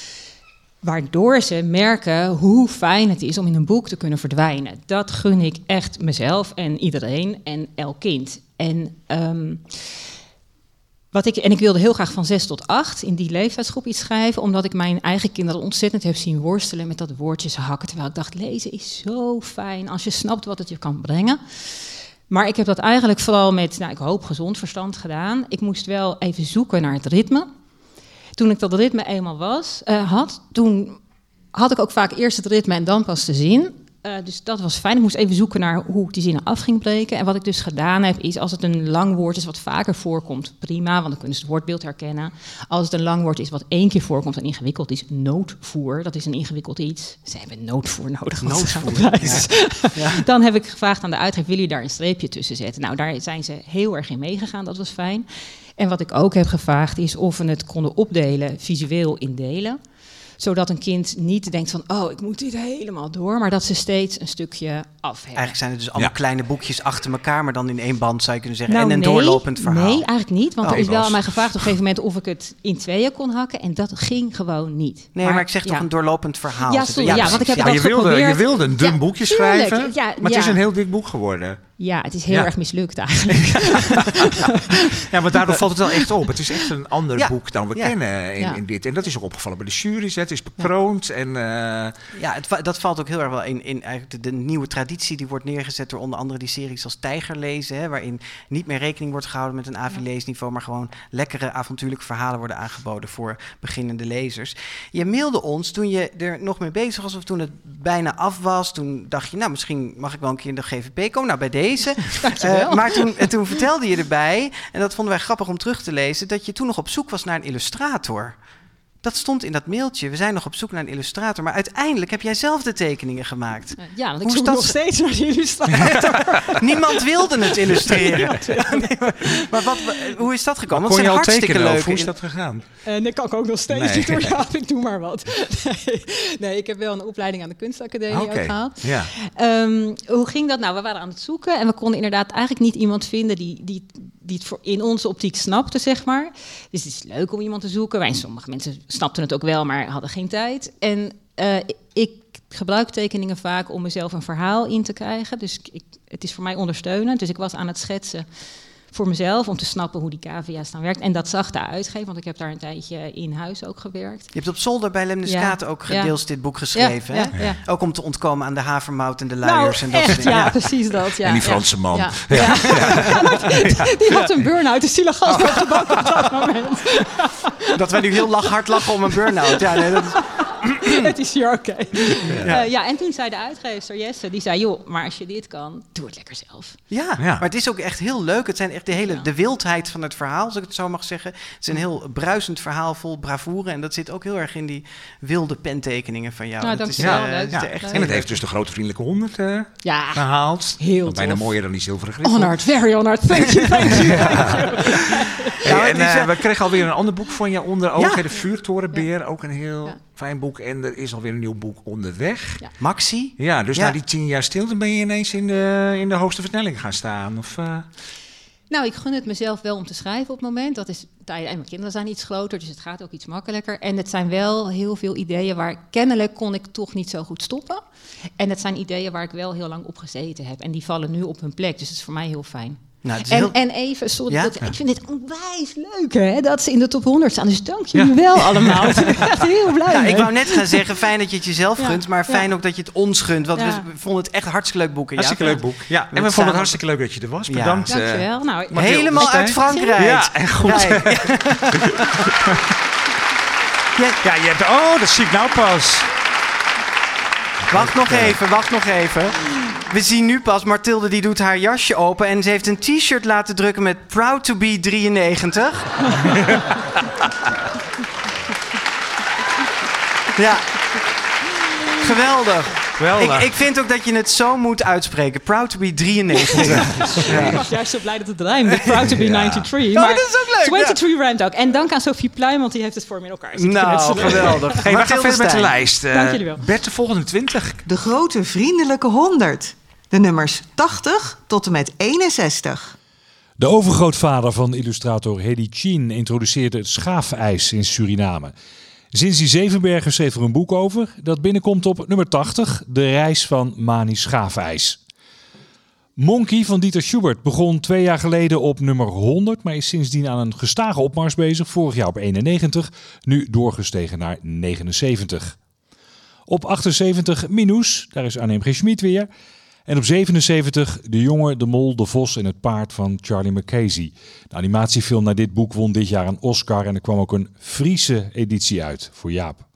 Waardoor ze merken hoe fijn het is om in een boek te kunnen verdwijnen. Dat gun ik echt mezelf en iedereen en elk kind. En ik wilde heel graag van 6 tot 8 in die leeftijdsgroep iets schrijven, omdat ik mijn eigen kinderen ontzettend heb zien worstelen met dat woordjes hakken. Terwijl ik dacht, lezen is zo fijn als je snapt wat het je kan brengen. Maar ik heb dat eigenlijk vooral met, ik hoop gezond verstand gedaan. Ik moest wel even zoeken naar het ritme. Toen ik dat ritme eenmaal had, toen had ik ook vaak eerst het ritme en dan pas de zin. Dus dat was fijn. Ik moest even zoeken naar hoe ik die zinnen af ging breken. En wat ik dus gedaan heb, is als het een lang woord is wat vaker voorkomt, prima, want dan kunnen ze het woordbeeld herkennen. Als het een lang woord is wat 1 keer voorkomt en ingewikkeld is, noodvoer, dat is een ingewikkeld iets. Ze hebben noodvoer nodig. Dan heb ik gevraagd aan de uitgever, wil je daar een streepje tussen zetten? Nou, daar zijn ze heel erg in meegegaan, dat was fijn. En wat ik ook heb gevraagd is of we het konden opdelen, visueel in delen. Zodat een kind niet denkt van, ik moet dit helemaal door. Maar dat ze steeds een stukje af hebben. Eigenlijk zijn het dus allemaal kleine boekjes achter elkaar, maar dan in 1 band zou je kunnen zeggen. En een doorlopend verhaal. Nee, eigenlijk niet. Want er is wel aan mij gevraagd op een gegeven moment of ik het in 2 kon hakken. En dat ging gewoon niet. Nee, maar ik zeg toch een doorlopend verhaal. Ja, sorry, want ik heb dat geprobeerd. Je wilde een dun boekje schrijven, maar het is een heel dik boek geworden. Ja, het is heel erg mislukt eigenlijk. Ja, maar daardoor valt het wel echt op. Het is echt een ander boek dan we kennen in dit. En dat is ook opgevallen bij de jury's. Het is bekroond. En, dat valt ook heel erg wel in eigenlijk de nieuwe traditie die wordt neergezet door onder andere die series als Tijgerlezen, hè, waarin niet meer rekening wordt gehouden met een AVI-leesniveau, maar gewoon lekkere avontuurlijke verhalen worden aangeboden voor beginnende lezers. Je mailde ons toen je er nog mee bezig was, of toen het bijna af was. Toen dacht je, misschien mag ik wel een keer in de GVP komen. Nou, bij deze. Maar toen vertelde je erbij, en dat vonden wij grappig om terug te lezen, dat je toen nog op zoek was naar een illustrator. Dat stond in dat mailtje. We zijn nog op zoek naar een illustrator. Maar uiteindelijk heb jij zelf de tekeningen gemaakt. Ja, want ik zoek nog steeds naar die illustrator. Niemand wilde het illustreren. Maar hoe is dat gekomen? Want het zijn hartstikke leuk. Hoe is dat gegaan? Dat kan ik ook nog steeds niet. Ja, ik doe maar wat. Nee, ik heb wel een opleiding aan de kunstacademie ook gehaald. Ja. Hoe ging dat nou? We waren aan het zoeken en we konden inderdaad eigenlijk niet iemand vinden die die het in onze optiek snapte, zeg maar. Dus het is leuk om iemand te zoeken. Sommige mensen snapten het ook wel, maar hadden geen tijd. En ik gebruik tekeningen vaak om mezelf een verhaal in te krijgen. Dus het is voor mij ondersteunend. Dus ik was aan het schetsen voor mezelf om te snappen hoe die cavia's dan werkt. En dat zag de uitgever, want ik heb daar een tijdje in huis ook gewerkt. Je hebt op zolder bij Lemniskaat ook gedeels dit boek geschreven. Ja, hè? ja. Ook om te ontkomen aan de havermout en de luiers en dat echt, soort dingen. ja, precies dat. Ja, En die Franse man. Ja. Die had een burn-out, dus die lag op de bank op dat moment. Dat wij nu heel hard lachen om een burn-out. Ja, nee, dat is... Het is hier oké. En toen zei de uitgever, Jesse, die zei, joh, maar als je dit kan, doe het lekker zelf. Ja, maar het is ook echt heel leuk. Het zijn echt de wildheid van het verhaal, als ik het zo mag zeggen. Het is een heel bruisend verhaal vol bravoure. En dat zit ook heel erg in die wilde pentekeningen van jou. Nou, dat is, dankjewel. echt En het heeft dus de grote vriendelijke 100 gehaald. Heel bijna tof. mooier dan die zilveren griffel. Honored, very honored. Thank you. We kregen alweer een ander boek van jou onder. Ook Ja. De Vuurtorenbeer, ook een heel fijn boek. En er is alweer een nieuw boek onderweg. Ja. Maxi? Ja, dus na die 10 jaar stilte ben je ineens in de hoogste versnelling gaan staan. Of, Nou, ik gun het mezelf wel om te schrijven op het moment. En mijn kinderen zijn iets groter, dus het gaat ook iets makkelijker. En het zijn wel heel veel ideeën waar kennelijk kon ik toch niet zo goed stoppen. En het zijn ideeën waar ik wel heel lang op gezeten heb. En die vallen nu op hun plek, dus het is voor mij heel fijn. Nou, het is En even, sorry, Ja? ik vind dit onwijs leuk hè, dat ze in de top 100 staan. Dus dank jullie wel allemaal. Ik ben er echt heel blij mee. Ik wou net gaan zeggen, fijn dat je het jezelf Ja. gunt, maar fijn Ja. ook dat je het ons gunt. Want Ja. we vonden het echt een hartstikke leuk boek. hartstikke leuk boek. Ja, en we vonden samen- het hartstikke leuk dat je er was. Ja. Bedankt. Dankjewel. Nou, Mathilde. Helemaal uit Stijn. Frankrijk. Ja, en goed. Kijk. Ja, je hebt... Oh, dat zie ik nou pas. Wacht nog even. We zien nu pas, Mathilde die doet haar jasje open en ze heeft een t-shirt laten drukken met Proud to be 93. Ja. Geweldig. Ik vind ook dat je het zo moet uitspreken. Proud to be 93. Ik was juist zo blij dat het rijmde. Proud to be 93. Ja, Maar dat is ook leuk, 23 rijmt ook. En dank aan Sophie Pluim, want die heeft het voor me in elkaar zitten Nou, knutselen. geweldig. Hey, we gaan Mathilde verder met de Stijn. lijst. Dank jullie wel. Bert, de volgende 20. De grote vriendelijke 100. De nummers 80 tot en met 61. De overgrootvader van illustrator Hedy Chien introduceerde het schaafijs in Suriname. Cindy Zevenbergen schreef er een boek over dat binnenkomt op nummer 80, De reis van Mani Schaafijs. Monkey van Dieter Schubert begon 2 jaar geleden op nummer 100, maar is sindsdien aan een gestage opmars bezig. Vorig jaar op 91, nu doorgestegen naar 79. Op 78 Minus, daar is Arneem G. Schmid weer. En op 77 De Jongen, de Mol, de Vos en het Paard van Charlie Mackesy. De animatiefilm naar dit boek won dit jaar een Oscar en er kwam ook een Friese editie uit voor Jaap.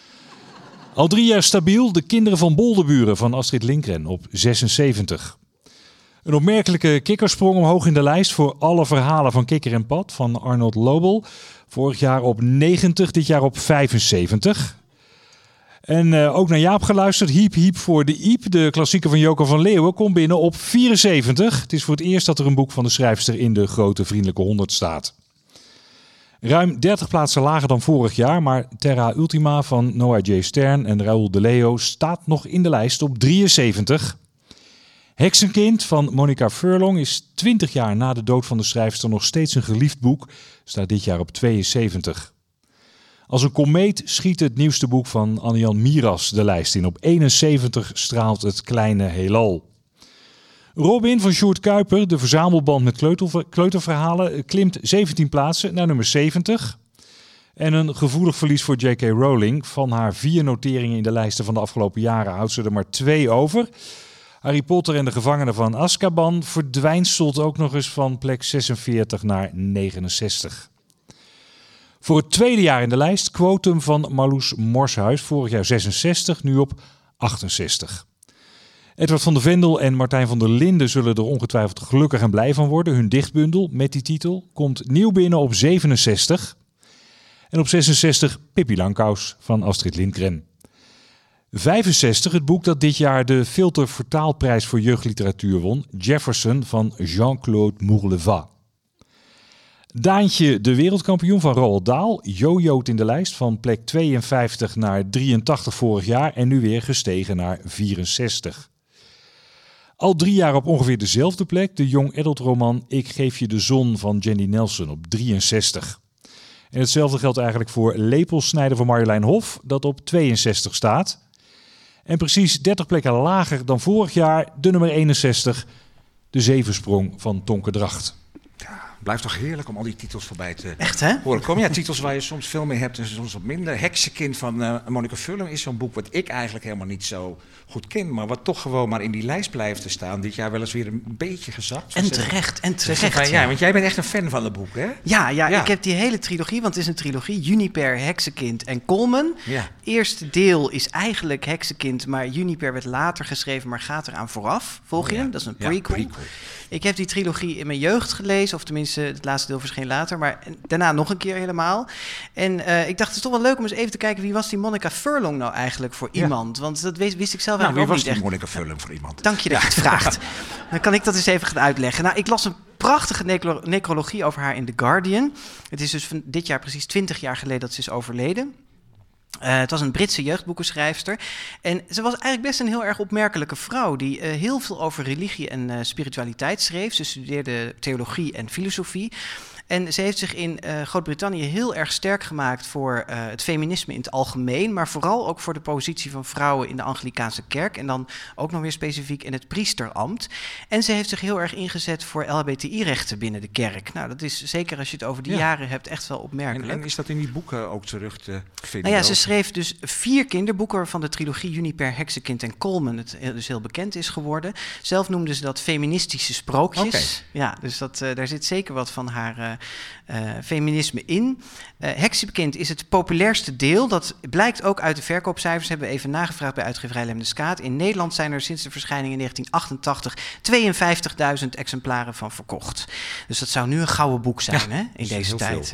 Al 3 jaar stabiel De Kinderen van Boldeburen van Astrid Lindgren op 76. Een opmerkelijke kikkersprong omhoog in de lijst voor alle verhalen van Kikker en Pad van Arnold Lobel. Vorig jaar op 90, dit jaar op 75. En ook naar Jaap geluisterd. Hiep hiep voor de Iep. De klassieker van Joke van Leeuwen komt binnen op 74. Het is voor het eerst dat er een boek van de schrijfster in de grote vriendelijke 100 staat. Ruim 30 plaatsen lager dan vorig jaar, maar Terra Ultima van Noah J. Stern en Raoul de Leo staat nog in de lijst op 73. Heksenkind van Monica Furlong is 20 jaar na de dood van de schrijfster nog steeds een geliefd boek. Staat dit jaar op 72. Als een komeet schiet het nieuwste boek van Anne-Jan Miras de lijst in. Op 71 straalt Het kleine heelal. Robin van Sjoerd Kuiper, de verzamelband met kleuterverhalen, klimt 17 plaatsen naar nummer 70. En een gevoelig verlies voor J.K. Rowling. Van haar 4 noteringen in de lijsten van de afgelopen jaren houdt ze er maar 2 over. Harry Potter en de gevangenen van Azkaban verdwijnselt ook nog eens van plek 46 naar 69. Voor het tweede jaar in de lijst, quotum van Marloes Morshuis, vorig jaar 66, nu op 68. Edward van der Vendel en Martijn van der Linden zullen er ongetwijfeld gelukkig en blij van worden. Hun dichtbundel met die titel komt nieuw binnen op 67. En op 66 Pippi Langkous van Astrid Lindgren. 65, het boek dat dit jaar de Filter Vertaalprijs voor jeugdliteratuur won, Jefferson van Jean-Claude Mourleva. Daantje, de wereldkampioen van Roald Dahl, jojoot in de lijst van plek 52 naar 83 vorig jaar en nu weer gestegen naar 64. Al 3 jaar op ongeveer dezelfde plek. De young adult roman Ik geef je de zon van Jenny Nelson op 63. En hetzelfde geldt eigenlijk voor Lepelsnijden van Marjolein Hof, dat op 62 staat. En precies 30 plekken lager dan vorig jaar de nummer 61, De Zevensprong van Tonke Dracht. Blijft toch heerlijk om al die titels voorbij te Echt, hè? horen komen. Ja, titels waar je soms veel mee hebt en soms wat minder. Heksenkind van Monica Furlong is zo'n boek wat ik eigenlijk helemaal niet zo goed ken, maar wat toch gewoon maar in die lijst blijft te staan. Dit jaar wel eens weer een beetje gezakt. En terecht. Ja, want jij bent echt een fan van het boek, hè? Ja, ik heb die hele trilogie, want het is een trilogie. Juniper, Heksenkind en Colman. Ja. Eerste deel is eigenlijk Heksenkind, maar Juniper werd later geschreven, maar gaat eraan vooraf. Volg je hem? Dat is een prequel. Ik heb die trilogie in mijn jeugd gelezen, of tenminste het laatste deel verscheen later, maar daarna nog een keer helemaal. En ik dacht, het is toch wel leuk om eens even te kijken, wie was die Monica Furlong nou eigenlijk voor iemand? Want dat wist ik zelf eigenlijk wie ook was niet die echt. Monica Furlong voor iemand? Dank je dat je het vraagt. Dan kan ik dat eens even gaan uitleggen. Nou, ik las een prachtige necrologie over haar in The Guardian. Het is dus van dit jaar precies 20 jaar geleden dat ze is overleden. Het was een Britse jeugdboekenschrijfster. En ze was eigenlijk best een heel erg opmerkelijke vrouw die heel veel over religie en spiritualiteit schreef. Ze studeerde theologie en filosofie. En ze heeft zich in Groot-Brittannië heel erg sterk gemaakt voor het feminisme in het algemeen, maar vooral ook voor de positie van vrouwen in de Anglikaanse kerk en dan ook nog weer specifiek in het priesterambt. En ze heeft zich heel erg ingezet voor LHBTI-rechten binnen de kerk. Nou, dat is zeker als je het over die jaren hebt echt wel opmerkelijk. En is dat in die boeken ook terug te vinden? Nou ja, ze schreef dus 4 kinderboeken van de trilogie Juniper, Heksenkind en Colman, het dus heel bekend is geworden. Zelf noemde ze dat feministische sprookjes. Okay. Ja, dus daar zit zeker wat van haar feminisme in. Heksenkind is het populairste deel. Dat blijkt ook uit de verkoopcijfers. Hebben we even nagevraagd bij uitgeverij Lemneskaat. In Nederland zijn er sinds de verschijning in 1988 52.000 exemplaren van verkocht. Dus dat zou nu een gouden boek zijn, hè, in deze tijd.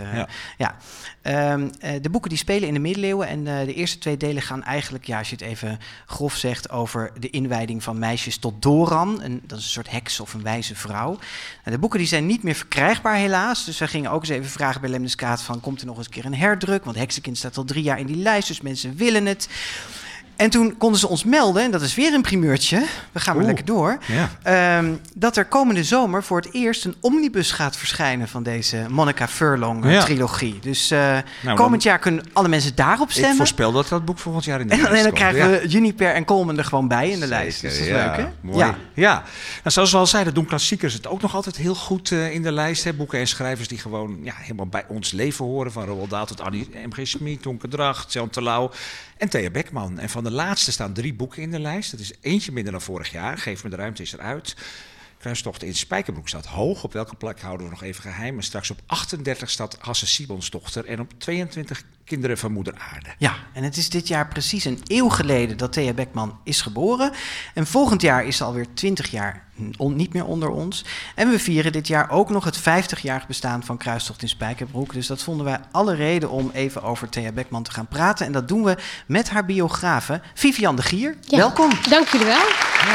De boeken die spelen in de middeleeuwen en de eerste 2 delen gaan eigenlijk, ja, als je het even grof zegt, over de inwijding van meisjes tot Doran. En dat is een soort heks of een wijze vrouw. De boeken die zijn niet meer verkrijgbaar helaas. Dus we gingen ook eens even vragen bij Lemneskaat van, komt er nog eens een keer een herdruk? Want Heksenkind staat al 3 jaar in die lijst, dus mensen willen het. En toen konden ze ons melden, en dat is weer een primeurtje, we gaan maar lekker door, dat er komende zomer voor het eerst een omnibus gaat verschijnen van deze Monica Furlong trilogie. Dus komend jaar kunnen alle mensen daarop stemmen. Ik voorspel dat dat boek volgend jaar in de lijst komt. En dan komt. krijgen we Juniper en Colman er gewoon bij in de lijst. Dus dat is leuk, hè? Mooi. Ja. Nou, zoals we al zeiden, doen klassiekers het ook nog altijd heel goed in de lijst. Hè? Boeken en schrijvers die gewoon helemaal bij ons leven horen. Van Roald Dahl tot Annie M.G. Schmid, Tonke Dracht, Jan Terlouw en Thea Beckman. En van de laatste staan 3 boeken in de lijst. Dat is eentje minder dan vorig jaar. Geef me de ruimte is eruit. Kruistocht in Spijkerbroek staat hoog. Op welke plek houden we nog even geheim. Maar straks op 38 staat Hasse Simonsdochter. En op 22 Kinderen van Moeder Aarde. Ja, en het is dit jaar precies een eeuw geleden dat Thea Beckman is geboren. En volgend jaar is ze alweer 20 jaar niet meer onder ons. En we vieren dit jaar ook nog het 50-jarig bestaan van Kruistocht in Spijkerbroek. Dus dat vonden wij alle reden om even over Thea Beckman te gaan praten. En dat doen we met haar biografe Vivian de Gier. Ja, welkom. Dank jullie wel.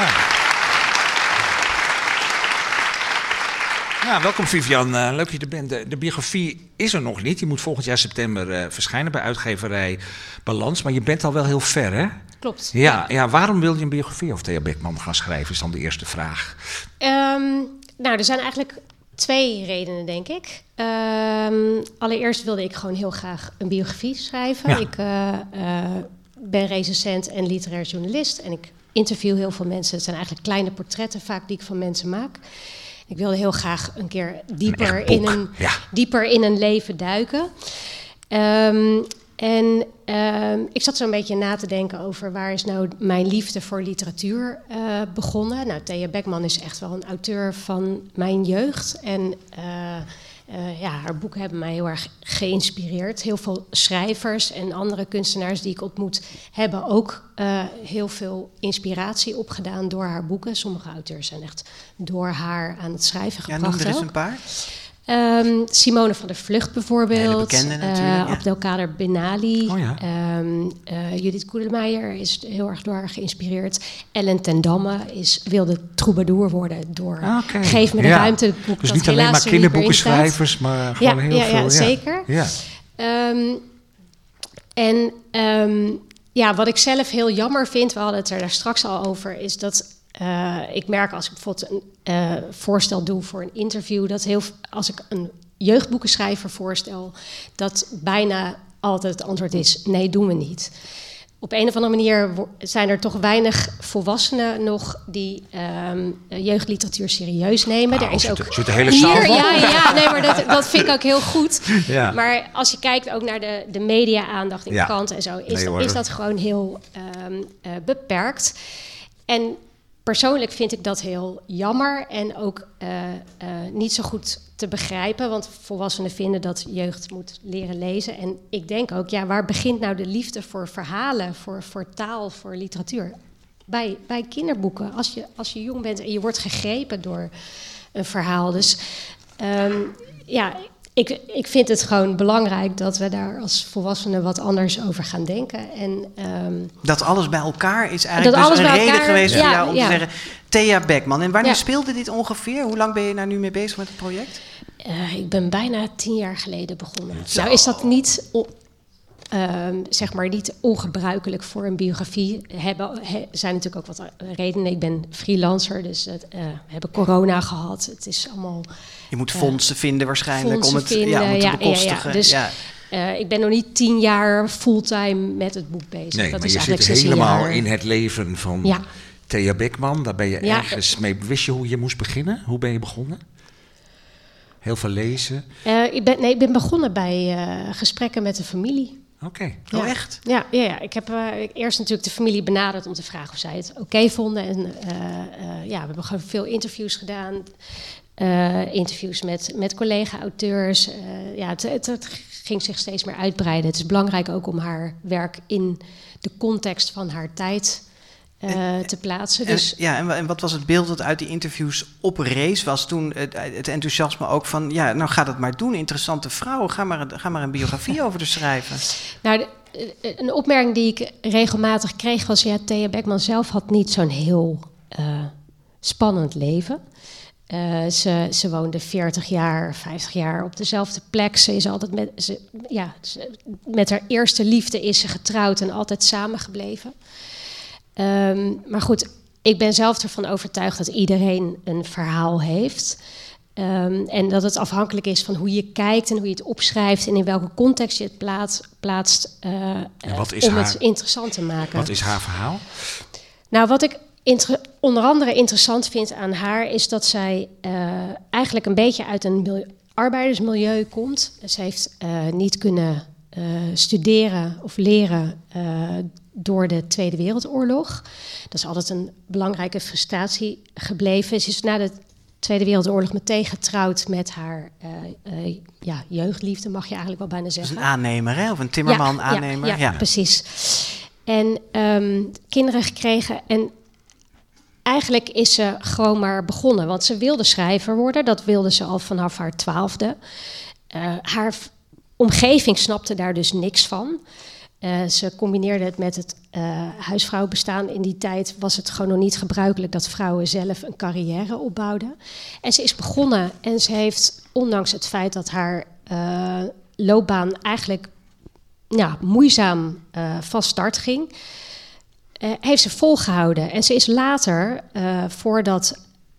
Ja, welkom Vivian. Leuk dat je er bent. De biografie is er nog niet. Die moet volgend jaar september verschijnen bij uitgeverij Balans. Maar je bent al wel heel ver, hè? Klopt. Ja, waarom wil je een biografie over Thea Beckman gaan schrijven, is dan de eerste vraag. Nou, er zijn eigenlijk 2 redenen, denk ik. Allereerst wilde ik gewoon heel graag een biografie schrijven. Ja. Ik ben recensent en literair journalist. En ik interview heel veel mensen. Het zijn eigenlijk kleine portretten vaak die ik van mensen maak. Ik wilde heel graag een keer dieper in een leven duiken. Ik zat zo'n beetje na te denken over waar is nou mijn liefde voor literatuur begonnen. Nou, Thea Beckman is echt wel een auteur van mijn jeugd. En haar boeken hebben mij heel erg geïnspireerd. Heel veel schrijvers en andere kunstenaars die ik ontmoet hebben ook heel veel inspiratie opgedaan door haar boeken. Sommige auteurs zijn echt door haar aan het schrijven gebracht. Ja, noem er eens een paar. Simone van der Vlucht bijvoorbeeld. Bekende natuurlijk. Abdelkader Benali. Oh, ja. Judith Koelemeijer is heel erg door haar geïnspireerd. Ellen ten Damme wilde troubadour worden door Geef me de ruimte. Boek dus dat niet alleen maar kinderboekenschrijvers, maar gewoon heel veel. Ja, zeker. Ja. Wat ik zelf heel jammer vind, we hadden het er daar straks al over, is dat ik merk als ik bijvoorbeeld een voorstel doe voor een interview, dat als ik een jeugdboekenschrijver voorstel, dat bijna altijd het antwoord is: nee, doen we niet. Op een of andere manier zijn er toch weinig volwassenen nog die jeugdliteratuur serieus nemen. Er is ook zit de hele zaal van. Nee, maar dat vind ik ook heel goed. Ja. Maar als je kijkt ook naar de media-aandacht in kranten en zo, is dat gewoon heel beperkt. En persoonlijk vind ik dat heel jammer en ook niet zo goed te begrijpen. Want volwassenen vinden dat jeugd moet leren lezen. En ik denk ook, waar begint nou de liefde voor verhalen, voor taal, voor literatuur? Bij kinderboeken. Als je jong bent en je wordt gegrepen door een verhaal. Dus ik vind het gewoon belangrijk dat we daar als volwassenen wat anders over gaan denken. En, dat alles bij elkaar is eigenlijk dus een reden geweest voor jou om te zeggen: Thea Beckman. En wanneer speelde dit ongeveer? Hoe lang ben je nu mee bezig met het project? Ik ben bijna 10 jaar geleden begonnen. Nou is dat niet, zeg maar niet ongebruikelijk voor een biografie. Zijn natuurlijk ook wat redenen. Ik ben freelancer, dus we hebben corona gehad. Het is allemaal... Je moet fondsen vinden waarschijnlijk om het te bekostigen. Ja. Dus ik ben nog niet 10 jaar fulltime met het boek bezig. Nee, dat maar is je zit eigenlijk helemaal in het leven van Thea Beckman. Daar ben je ergens mee... Wist je hoe je moest beginnen? Hoe ben je begonnen? Heel veel lezen? Ik ben begonnen bij gesprekken met de familie. Oké. Oh, echt? Ja. Ik heb eerst natuurlijk de familie benaderd om te vragen of zij het oké vonden. En we hebben gewoon veel interviews gedaan. Interviews met collega-auteurs. Het ging zich steeds meer uitbreiden. Het is belangrijk ook om haar werk in de context van haar tijd te plaatsen. Dus. En wat was het beeld dat uit die interviews oprees? Was toen het enthousiasme ook van... nou ga dat maar doen, interessante vrouw. Ga maar een biografie over te schrijven. Nou, een opmerking die ik regelmatig kreeg was... Thea Beckman zelf had niet zo'n heel spannend leven. Ze woonde 40 jaar, 50 jaar op dezelfde plek. Ze is altijd met haar eerste liefde is ze getrouwd en altijd samengebleven. Maar goed, ik ben zelf ervan overtuigd dat iedereen een verhaal heeft. En dat het afhankelijk is van hoe je kijkt en hoe je het opschrijft... en in welke context je het plaatst om het interessant te maken. Wat is haar verhaal? Nou, wat ik onder andere interessant vind aan haar... is dat zij eigenlijk een beetje uit een arbeidersmilieu komt. Ze heeft niet kunnen studeren of leren... door de Tweede Wereldoorlog. Dat is altijd een belangrijke frustratie gebleven. Ze is na de Tweede Wereldoorlog meteen getrouwd met haar jeugdliefde, mag je eigenlijk wel bijna zeggen. Dus een aannemer, hè? Of een timmerman-aannemer. Ja, precies. En kinderen gekregen. En eigenlijk is ze gewoon maar begonnen. Want ze wilde schrijver worden. Dat wilde ze al vanaf haar 12e. Haar omgeving snapte daar dus niks van. Ze combineerde het met het huisvrouwenbestaan. In die tijd was het gewoon nog niet gebruikelijk dat vrouwen zelf een carrière opbouwden. En ze is begonnen en ze heeft, ondanks het feit dat haar loopbaan eigenlijk moeizaam van start ging, heeft ze volgehouden. En ze is later, voordat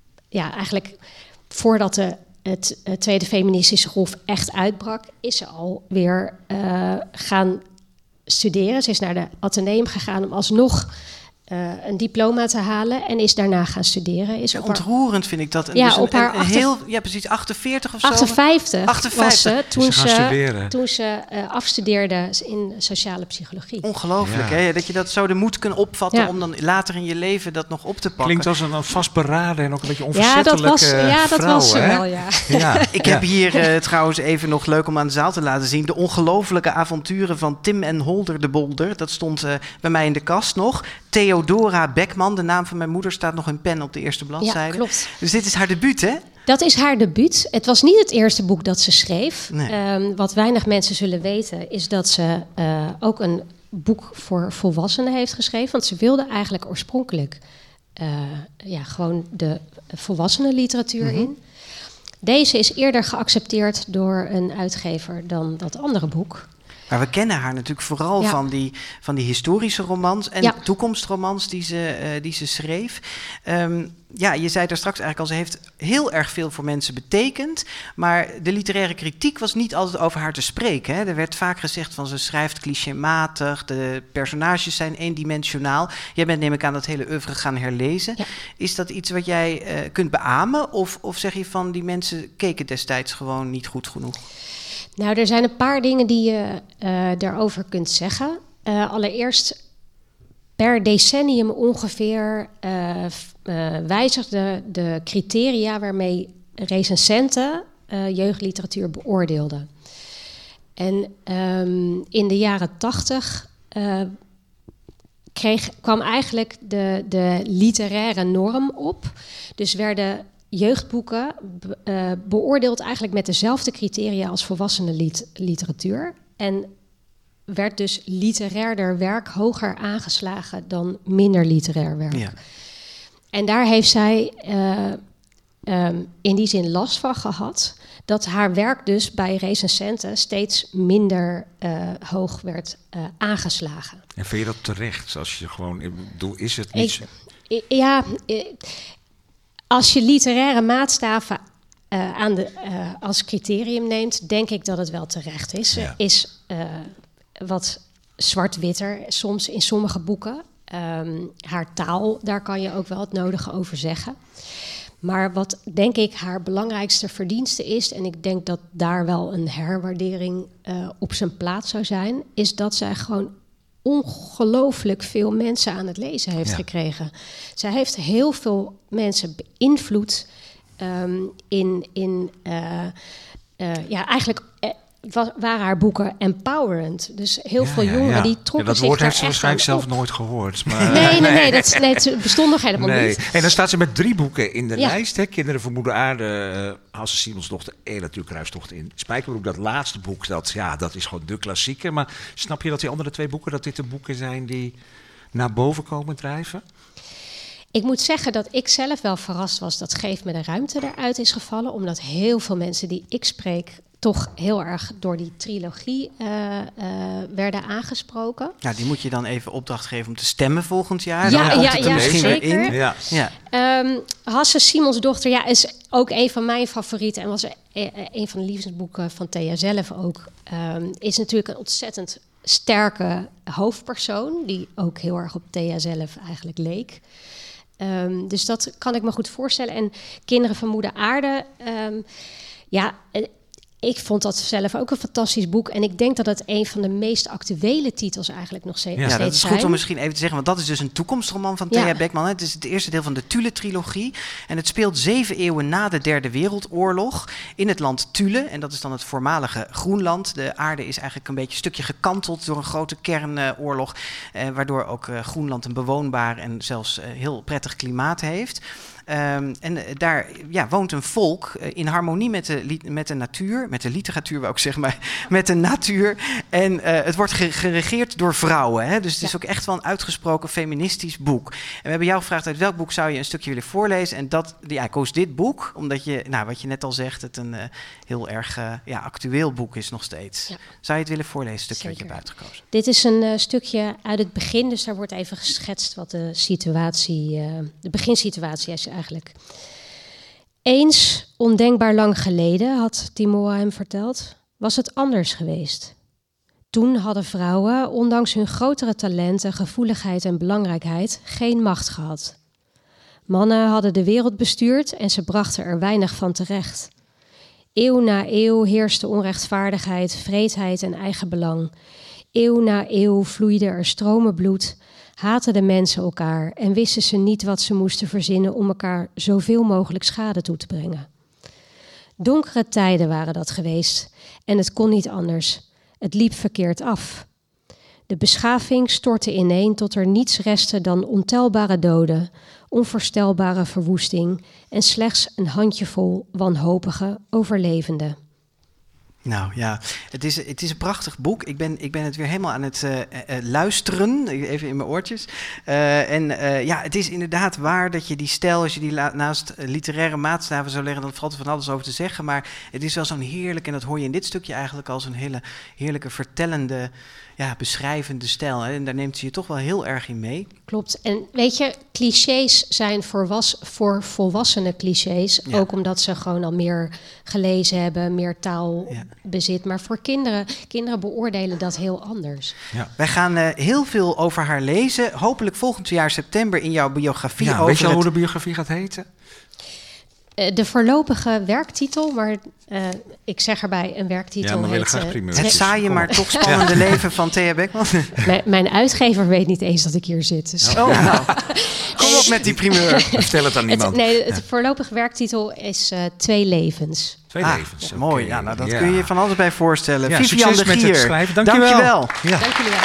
het tweede feministische golf echt uitbrak, is ze alweer gaan studeren. Ze is naar de Atheneum gegaan om alsnog een diploma te halen en is daarna gaan studeren. Ontroerend vind ik dat. Precies 48 of zo. 58 was ze toen ze afstudeerde in sociale psychologie. Ongelooflijk, hè? Dat je dat zo de moed kunt opvatten om dan later in je leven dat nog op te pakken. Klinkt als een vastberaden en ook een beetje onverzettelijke vrouw. Dat was ze wel, ja. Ik heb hier trouwens even nog leuk om aan de zaal te laten zien. De ongelooflijke avonturen van Tim en Holder de Bolder. Dat stond bij mij in de kast nog. Theodora Beckman, de naam van mijn moeder, staat nog in pen op de eerste bladzijde. Ja, klopt. Dus dit is haar debuut, hè? Dat is haar debuut. Het was niet het eerste boek dat ze schreef. Nee. Wat weinig mensen zullen weten, is dat ze ook een boek voor volwassenen heeft geschreven. Want ze wilde eigenlijk oorspronkelijk gewoon de volwassenenliteratuur in. Deze is eerder geaccepteerd door een uitgever dan dat andere boek. Maar we kennen haar natuurlijk vooral van die historische romans en toekomstromans die ze schreef. Je zei daar straks eigenlijk al, ze heeft heel erg veel voor mensen betekend. Maar de literaire kritiek was niet altijd over haar te spreken. Hè. Er werd vaak gezegd van ze schrijft clichématig, de personages zijn eendimensionaal. Jij bent, neem ik aan, dat hele oeuvre gaan herlezen. Ja. Is dat iets wat jij kunt beamen? Of zeg je van die mensen keken destijds gewoon niet goed genoeg? Nou, er zijn een paar dingen die je daarover kunt zeggen. Allereerst, per decennium ongeveer wijzigden de criteria waarmee recensenten jeugdliteratuur beoordeelden. En in de jaren 80 kwam eigenlijk de literaire norm op. Dus werden jeugdboeken beoordeeld eigenlijk met dezelfde criteria als volwassenen literatuur. En werd dus literairder werk hoger aangeslagen dan minder literair werk. Ja. En daar heeft zij in die zin last van gehad, dat haar werk dus bij recensenten steeds minder hoog werd aangeslagen. En vind je dat terecht? Als je gewoon, is het niet zo? Als je literaire maatstaven als criterium neemt, denk ik dat het wel terecht is. Ja. Is wat zwart-witter soms in sommige boeken. Haar taal, daar kan je ook wel het nodige over zeggen. Maar wat denk ik haar belangrijkste verdienste is, en ik denk dat daar wel een herwaardering op zijn plaats zou zijn, is dat zij gewoon ongelooflijk veel mensen aan het lezen heeft gekregen. Zij heeft heel veel mensen beïnvloed eigenlijk waren haar boeken empowerend. Dus heel veel jongeren die trokken zich dat woord heeft ze waarschijnlijk zelf nooit gehoord. Maar nee, dat bestond nog helemaal niet. En dan staat ze met 3 boeken in de lijst. Hè? Kinderen van Moeder Aarde, Hasse Simonsdochter en natuurlijk Kruistocht in Spijkerbroek. Dat laatste boek, dat is gewoon de klassieker. Maar snap je dat die andere 2 boeken, dat dit de boeken zijn die naar boven komen drijven? Ik moet zeggen dat ik zelf wel verrast was dat Geef me de ruimte eruit is gevallen. Omdat heel veel mensen die ik spreek toch heel erg door die trilogie werden aangesproken. Nou, die moet je dan even opdracht geven om te stemmen volgend jaar. Ja, zeker. Ja. Hasse Simonsdochter is ook een van mijn favorieten en was een van de liefdesboeken van Thea zelf ook. Is natuurlijk een ontzettend sterke hoofdpersoon die ook heel erg op Thea zelf eigenlijk leek. Dus dat kan ik me goed voorstellen. En Kinderen van Moeder Aarde, ik vond dat zelf ook een fantastisch boek. En ik denk dat het een van de meest actuele titels eigenlijk nog steeds zijn. Ja, dat is goed om misschien even te zeggen. Want dat is dus een toekomstroman van Thea Beckman. Het is het eerste deel van de Thule-trilogie. En het speelt 7 eeuwen na de Derde Wereldoorlog in het land Thule. En dat is dan het voormalige Groenland. De aarde is eigenlijk een beetje een stukje gekanteld door een grote kernoorlog. Waardoor ook Groenland een bewoonbaar en zelfs heel prettig klimaat heeft. En daar woont een volk in harmonie met de natuur, met de literatuur wou ik zeggen, maar met de natuur. En het wordt geregeerd door vrouwen. Hè? Dus het is ook echt wel een uitgesproken feministisch boek. En we hebben jou gevraagd uit welk boek zou je een stukje willen voorlezen. En ik koos dit boek, omdat je, wat je net al zegt, het een heel erg actueel boek is nog steeds. Ja. Zou je het willen voorlezen, een stukje wat je hebt uitgekozen? Dit is een stukje uit het begin, dus daar wordt even geschetst wat de beginsituatie is eigenlijk. Eens, ondenkbaar lang geleden, had Timoa hem verteld, was het anders geweest. Toen hadden vrouwen, ondanks hun grotere talenten, gevoeligheid en belangrijkheid, geen macht gehad. Mannen hadden de wereld bestuurd en ze brachten er weinig van terecht. Eeuw na eeuw heerste onrechtvaardigheid, wreedheid en eigenbelang. Eeuw na eeuw vloeide er stromen bloed, haatten de mensen elkaar en wisten ze niet wat ze moesten verzinnen om elkaar zoveel mogelijk schade toe te brengen. Donkere tijden waren dat geweest en het kon niet anders. Het liep verkeerd af. De beschaving stortte ineen tot er niets restte dan ontelbare doden, onvoorstelbare verwoesting en slechts een handjevol wanhopige overlevenden. Nou ja, het is een prachtig boek. Ik ben het weer helemaal aan het luisteren, even in mijn oortjes. Het is inderdaad waar dat je die stijl, als je die naast literaire maatstaven zou leggen, dan valt er van alles over te zeggen. Maar het is wel zo'n heerlijk, en dat hoor je in dit stukje eigenlijk al, zo'n hele heerlijke vertellende, beschrijvende stijl. Hè? En daar neemt ze je toch wel heel erg in mee. Klopt. En weet je, clichés zijn voor volwassenen clichés. Ja. Ook omdat ze gewoon al meer gelezen hebben, meer taal bezit. Maar voor kinderen beoordelen dat heel anders. Ja. Wij gaan heel veel over haar lezen. Hopelijk volgend jaar september in jouw biografie. Ja, weet je al hoe de biografie gaat heten? De voorlopige werktitel, maar ik zeg erbij een werktitel. Ja, maar we willen graag primeur. Het saaie, maar toch spannende leven van Thea Beckman. Mijn uitgever weet niet eens dat ik hier zit. Dus. Kom op met die primeur. Vertel het aan niemand. Het voorlopige werktitel is 2 levens. 2 levens. Okay. Mooi. Ja, nou, dat kun je je van alles bij voorstellen. Ja, Vivian de Gier. Met het schrijven. Dank je wel. Ja. Dank jullie wel.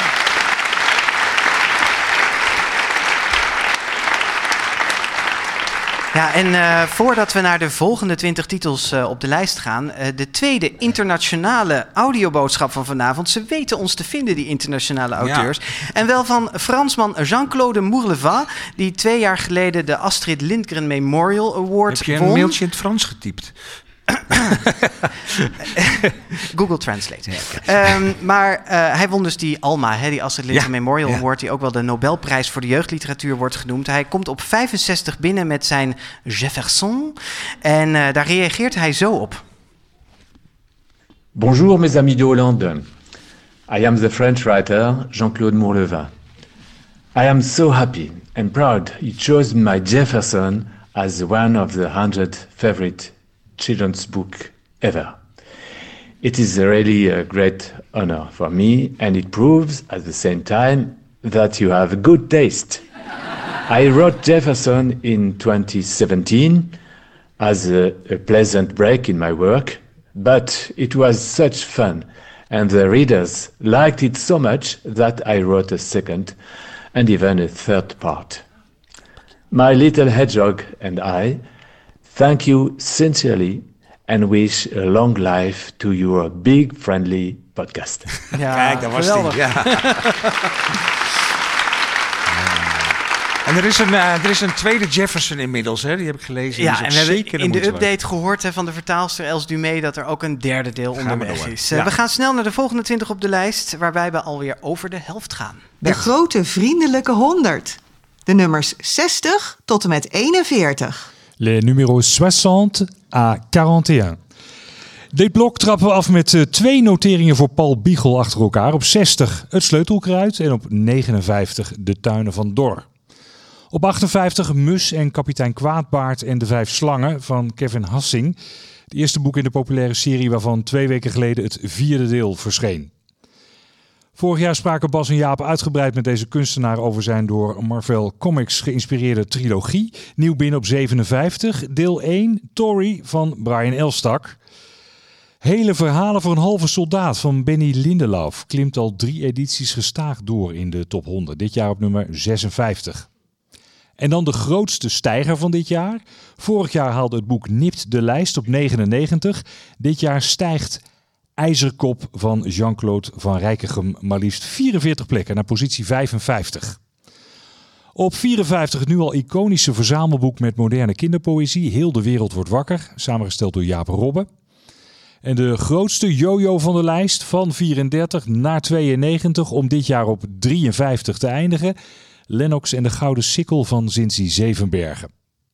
Ja, en voordat we naar de volgende 20 titels op de lijst gaan, de tweede internationale audioboodschap van vanavond. Ze weten ons te vinden, die internationale auteurs. Ja. En wel van Fransman Jean-Claude Mourleva, die 2 jaar geleden de Astrid Lindgren Memorial Award Heb je won. een mailtje in het Frans getypt? Google Translate. Maar hij won dus die ALMA, die Astrid Lindgren Memorial Award, die ook wel de Nobelprijs voor de jeugdliteratuur wordt genoemd. Hij komt op 65 binnen met zijn Jefferson. En daar reageert hij zo op. Bonjour mes amis de Hollande. I am the French writer Jean-Claude Mourleva. I am so happy and proud you chose my Jefferson as one of the 100 favorite children's book ever. It is really a great honor for me, and it proves at the same time that you have good taste. I wrote Jefferson in 2017 as a pleasant break in my work, but it was such fun, and the readers liked it so much that I wrote a second and even a third part. My little hedgehog and I thank you sincerely and wish a long life to your big friendly podcast. Ja, kijk, daar was hij. Ja. En er is een tweede Jefferson inmiddels, hè? Die heb ik gelezen. Ja, en we hebben in de update gehoord van de vertaalster Els Dumé dat er ook een derde deel onderweg is. We gaan snel naar de volgende 20 op de lijst, waarbij we alweer over de helft gaan. De grote vriendelijke 100. De nummers 60 tot en met 41. Les numéros 60 à 41. Dit blok trappen we af met 2 noteringen voor Paul Biegel achter elkaar. Op 60 Het Sleutelkruid en op 59 De Tuinen van Dor. Op 58 Mus en Kapitein Kwaadbaard en de 5 Slangen van Kevin Hassing. Het eerste boek in de populaire serie waarvan 2 weken geleden het 4e deel verscheen. Vorig jaar spraken Bas en Jaap uitgebreid met deze kunstenaar over zijn door Marvel Comics geïnspireerde trilogie. Nieuw binnen op 57, deel 1, Tory van Brian Elstak. Hele verhalen voor een halve soldaat van Benny Lindelöf klimt al 3 edities gestaag door in de top 100. Dit jaar op nummer 56. En dan de grootste stijger van dit jaar. Vorig jaar haalde het boek Nipt de lijst op 99. Dit jaar stijgt IJzerkop van Jean-Claude van Rijkegem maar liefst 44 plekken naar positie 55. Op 54 het nu al iconische verzamelboek met moderne kinderpoëzie Heel de wereld wordt wakker, samengesteld door Jaap Robbe. En de grootste jojo van de lijst van 34 naar 92 om dit jaar op 53 te eindigen. Lennox en de Gouden Sikkel van Zinzi Zevenbergen.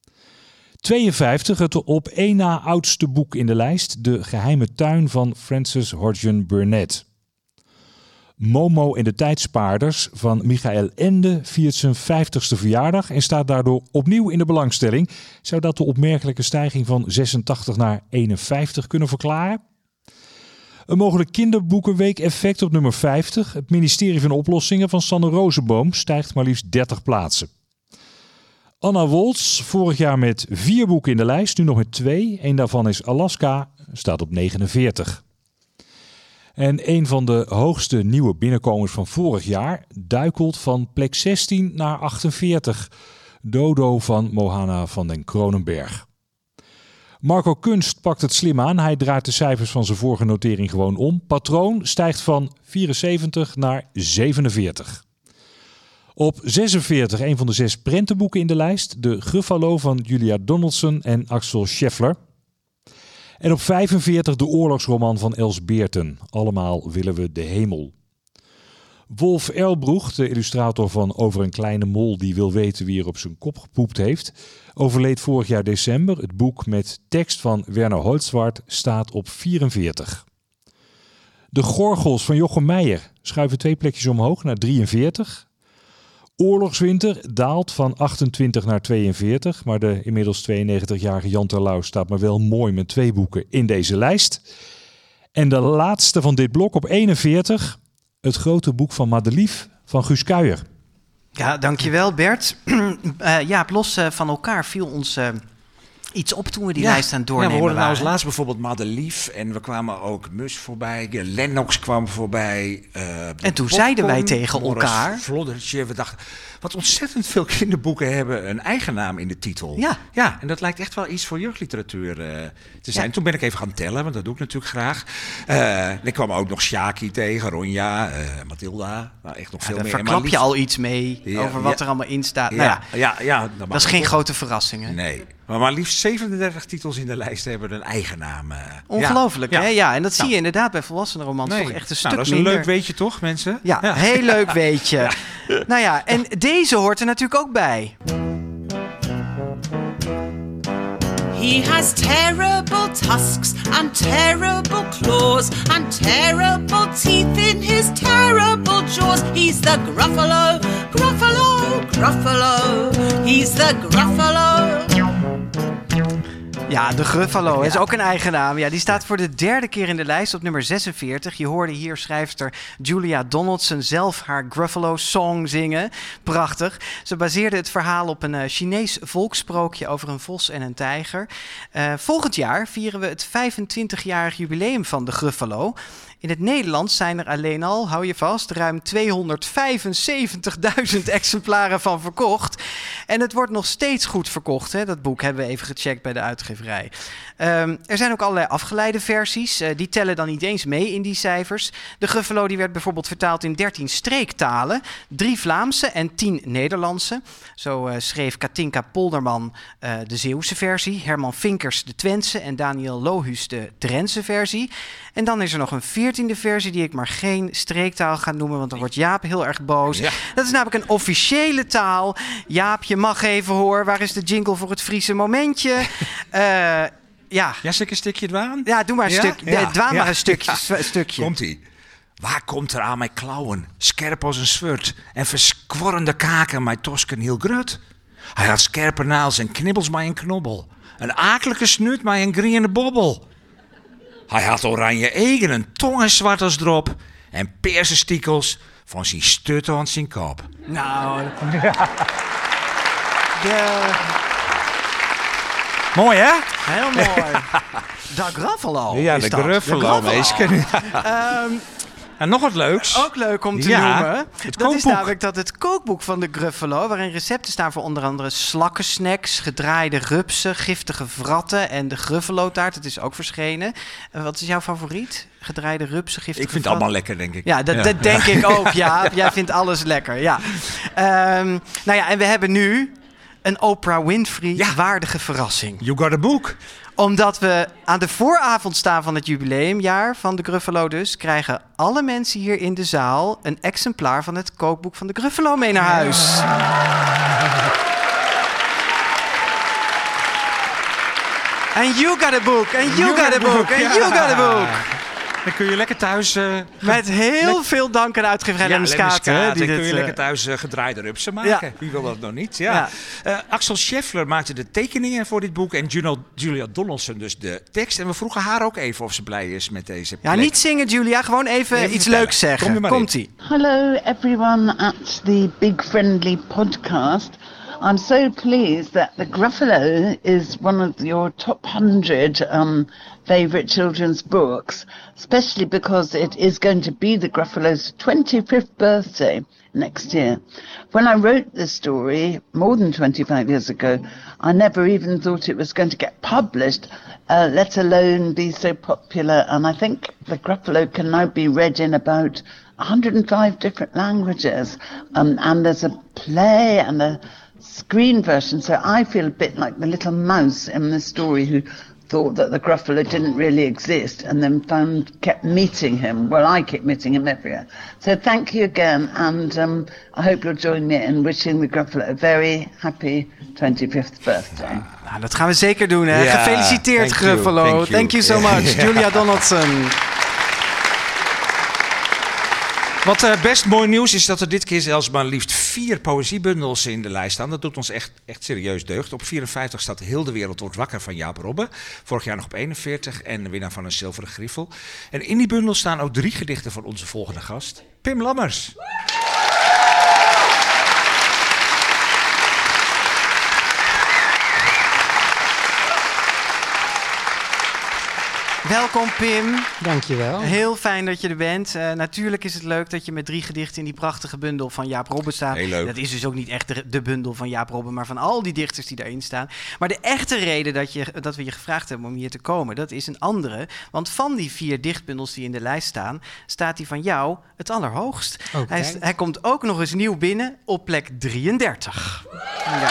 52 het op 1 na oudste boek in de lijst, De Geheime Tuin van Frances Hodgson Burnett. Momo en de Tijdspaarders van Michael Ende viert zijn 50ste verjaardag en staat daardoor opnieuw in de belangstelling. Zou dat de opmerkelijke stijging van 86 naar 51 kunnen verklaren? Een mogelijk kinderboekenweek-effect op nummer 50. Het ministerie van Oplossingen van Sanne Rozenboom stijgt maar liefst 30 plaatsen. Anna Woltz, vorig jaar met 4 boeken in de lijst, nu nog met 2. Eén daarvan is Alaska, staat op 49. En een van de hoogste nieuwe binnenkomers van vorig jaar duikelt van plek 16 naar 48. Dodo van Mohana van den Kronenberg. Marco Kunst pakt het slim aan. Hij draait de cijfers van zijn vorige notering gewoon om. Patroon stijgt van 74 naar 47. Op 46 een van de 6 prentenboeken in de lijst. De Gruffalo van Julia Donaldson en Axel Scheffler. En op 45 de oorlogsroman van Els Beerten. Allemaal willen we de hemel. Wolf Erlbroeg, de illustrator van Over een kleine mol die wil weten wie er op zijn kop gepoept heeft, overleed vorig jaar december. Het boek met tekst van Werner Holtzwart staat op 44. De Gorgels van Jochem Meijer schuiven 2 plekjes omhoog naar 43. Oorlogswinter daalt van 28 naar 42, maar de inmiddels 92-jarige Jan Terlouw staat maar wel mooi met 2 boeken in deze lijst. En de laatste van dit blok op 41, het grote boek van Madelief van Guus Kuijer. Ja, dankjewel Bert. Jaap, los van elkaar viel ons iets op toen we die lijst aan het doornemen we hoorden waren. nou als laatst bijvoorbeeld Madelief en we kwamen ook Mus voorbij, Lennox kwam voorbij. En toen zeiden wij tegen elkaar, Floddertje, we dachten, wat ontzettend veel kinderboeken hebben een eigen naam in de titel. Ja, en dat lijkt echt wel iets voor jeugdliteratuur te zijn. Ja. Toen ben ik even gaan tellen, want dat doe ik natuurlijk graag. Ik kwam ook nog Shaki tegen, Ronja, Mathilda. Nou, echt nog veel daar meer. Verklap je al iets mee over wat er allemaal in staat. Dat is geen grote verrassing. Hè? Nee. Maar liefst 37 titels in de lijst hebben een eigen naam. Ongelooflijk, hè? Ja, en dat zie je inderdaad bij volwassenenromans toch echt een stuk minder. Dat is een leuk weetje toch, mensen? Ja, heel leuk weetje. Nou ja, en deze hoort er natuurlijk ook bij. He has terrible tusks and terrible claws and terrible teeth in his terrible jaws. He's the Gruffalo, Gruffalo, Gruffalo. He's the Gruffalo. Ja, de Gruffalo is ook een eigen naam. Ja, die staat voor de 3e keer in de lijst op nummer 46. Je hoorde hier schrijfster Julia Donaldson zelf haar Gruffalo-song zingen. Prachtig. Ze baseerde het verhaal op een Chinees volkssprookje over een vos en een tijger. Volgend jaar vieren we het 25-jarig jubileum van de Gruffalo. In het Nederlands zijn er alleen al, hou je vast, ruim 275.000 exemplaren van verkocht. En het wordt nog steeds goed verkocht. Hè? Dat boek hebben we even gecheckt bij de uitgeverij. Er zijn ook allerlei afgeleide versies. Die tellen dan niet eens mee in die cijfers. De Gruffalo die werd bijvoorbeeld vertaald in 13 streektalen. 3 Vlaamse en 10 Nederlandse. Zo schreef Katinka Polderman de Zeeuwse versie. Herman Vinkers de Twentse en Daniel Lohuus de Drentse versie. En dan is er nog een 14e versie die ik maar geen streektaal ga noemen, want dan wordt Jaap heel erg boos. Ja. Dat is namelijk een officiële taal. Jaap, je mag even hoor. Waar is de jingle voor het Friese momentje? Ja, zeg een stukje dwaan? Ja, doe maar een stukje. Dwaan maar een stukje. Komt-ie. Waar komt er aan mijn klauwen, scherp als een zwart, en verskworrende kaken mijn tosken heel grut? Hij had scherpe naals en knibbels maar een knobbel, een akelige snuit maar een griene bobbel. Hij had oranje egen, een tong en zwart als drop, en persenstiekels van zijn stut aan zijn kop. Nou, mooi, hè? Heel mooi. De Gruffalo. Ja, de Gruffalo, meisje. En nog wat leuks. Ook leuk om te noemen. Dat is namelijk dat het kookboek van de Gruffalo, waarin recepten staan voor onder andere slakkensnacks, gedraaide rupsen, giftige vratten en de Gruffalo-taart. Dat is ook verschenen. Wat is jouw favoriet? Gedraaide rupsen, giftige vratten? Ik vind het allemaal lekker, denk ik. Ja, dat denk ik ook. Ja, jij vindt alles lekker. Ja. Nou ja, en we hebben nu een Oprah Winfrey waardige verrassing. You got a book. Omdat we aan de vooravond staan van het jubileumjaar van de Gruffalo dus, krijgen alle mensen hier in de zaal een exemplaar van het kookboek van de Gruffalo mee naar huis. And you got a book, and you got a book, and you got a book. Dan kun je lekker thuis... Met heel veel dank aan uitgeverij Lemniskaat. Dan kun je lekker thuis gedraaide rupsen maken. Ja. Wie wil dat nog niet? Ja. Axel Scheffler maakte de tekeningen voor dit boek en Julia Donaldson dus de tekst. En we vroegen haar ook even of ze blij is met deze plek. Ja, niet zingen Julia, gewoon even iets leuks zeggen. Komt-ie. Hello everyone at the Big Friendly podcast. I'm so pleased that The Gruffalo is one of your top 100 favourite children's books, especially because it is going to be the Gruffalo's 25th birthday next year. When I wrote this story more than 25 years ago, I never even thought it was going to get published, let alone be so popular. And I think The Gruffalo can now be read in about 105 different languages. And there's a play and a screen version. So I feel a bit like the little mouse in the story who thought that the Gruffalo didn't really exist and then kept meeting him. Well, I kept meeting him everywhere. So thank you again, and I hope you'll join me in wishing the Gruffalo a very happy 25th birthday. Nou, dat gaan we zeker doen, hè? Ja, gefeliciteerd, Gruffalo. Thank you so much. Julia Donaldson. Wat best mooi nieuws is dat er dit keer zelfs maar liefst 4 poëziebundels in de lijst staan. Dat doet ons echt serieus deugd. Op 54 staat Heel de wereld wordt wakker van Jaap Robbe. Vorig jaar nog op 41 en de winnaar van een zilveren griffel. En in die bundel staan ook 3 gedichten van onze volgende gast, Pim Lammers. Welkom, Pim. Dankjewel. Heel fijn dat je er bent. Natuurlijk is het leuk dat je met 3 gedichten in die prachtige bundel van Jaap Robbe staat. Heel leuk. Dat is dus ook niet echt de bundel van Jaap Robbe, maar van al die dichters die daarin staan. Maar de echte reden dat we je gevraagd hebben om hier te komen, dat is een andere. Want van die 4 dichtbundels die in de lijst staan, staat die van jou het allerhoogst. Hij komt ook nog eens nieuw binnen op plek 33. Ja.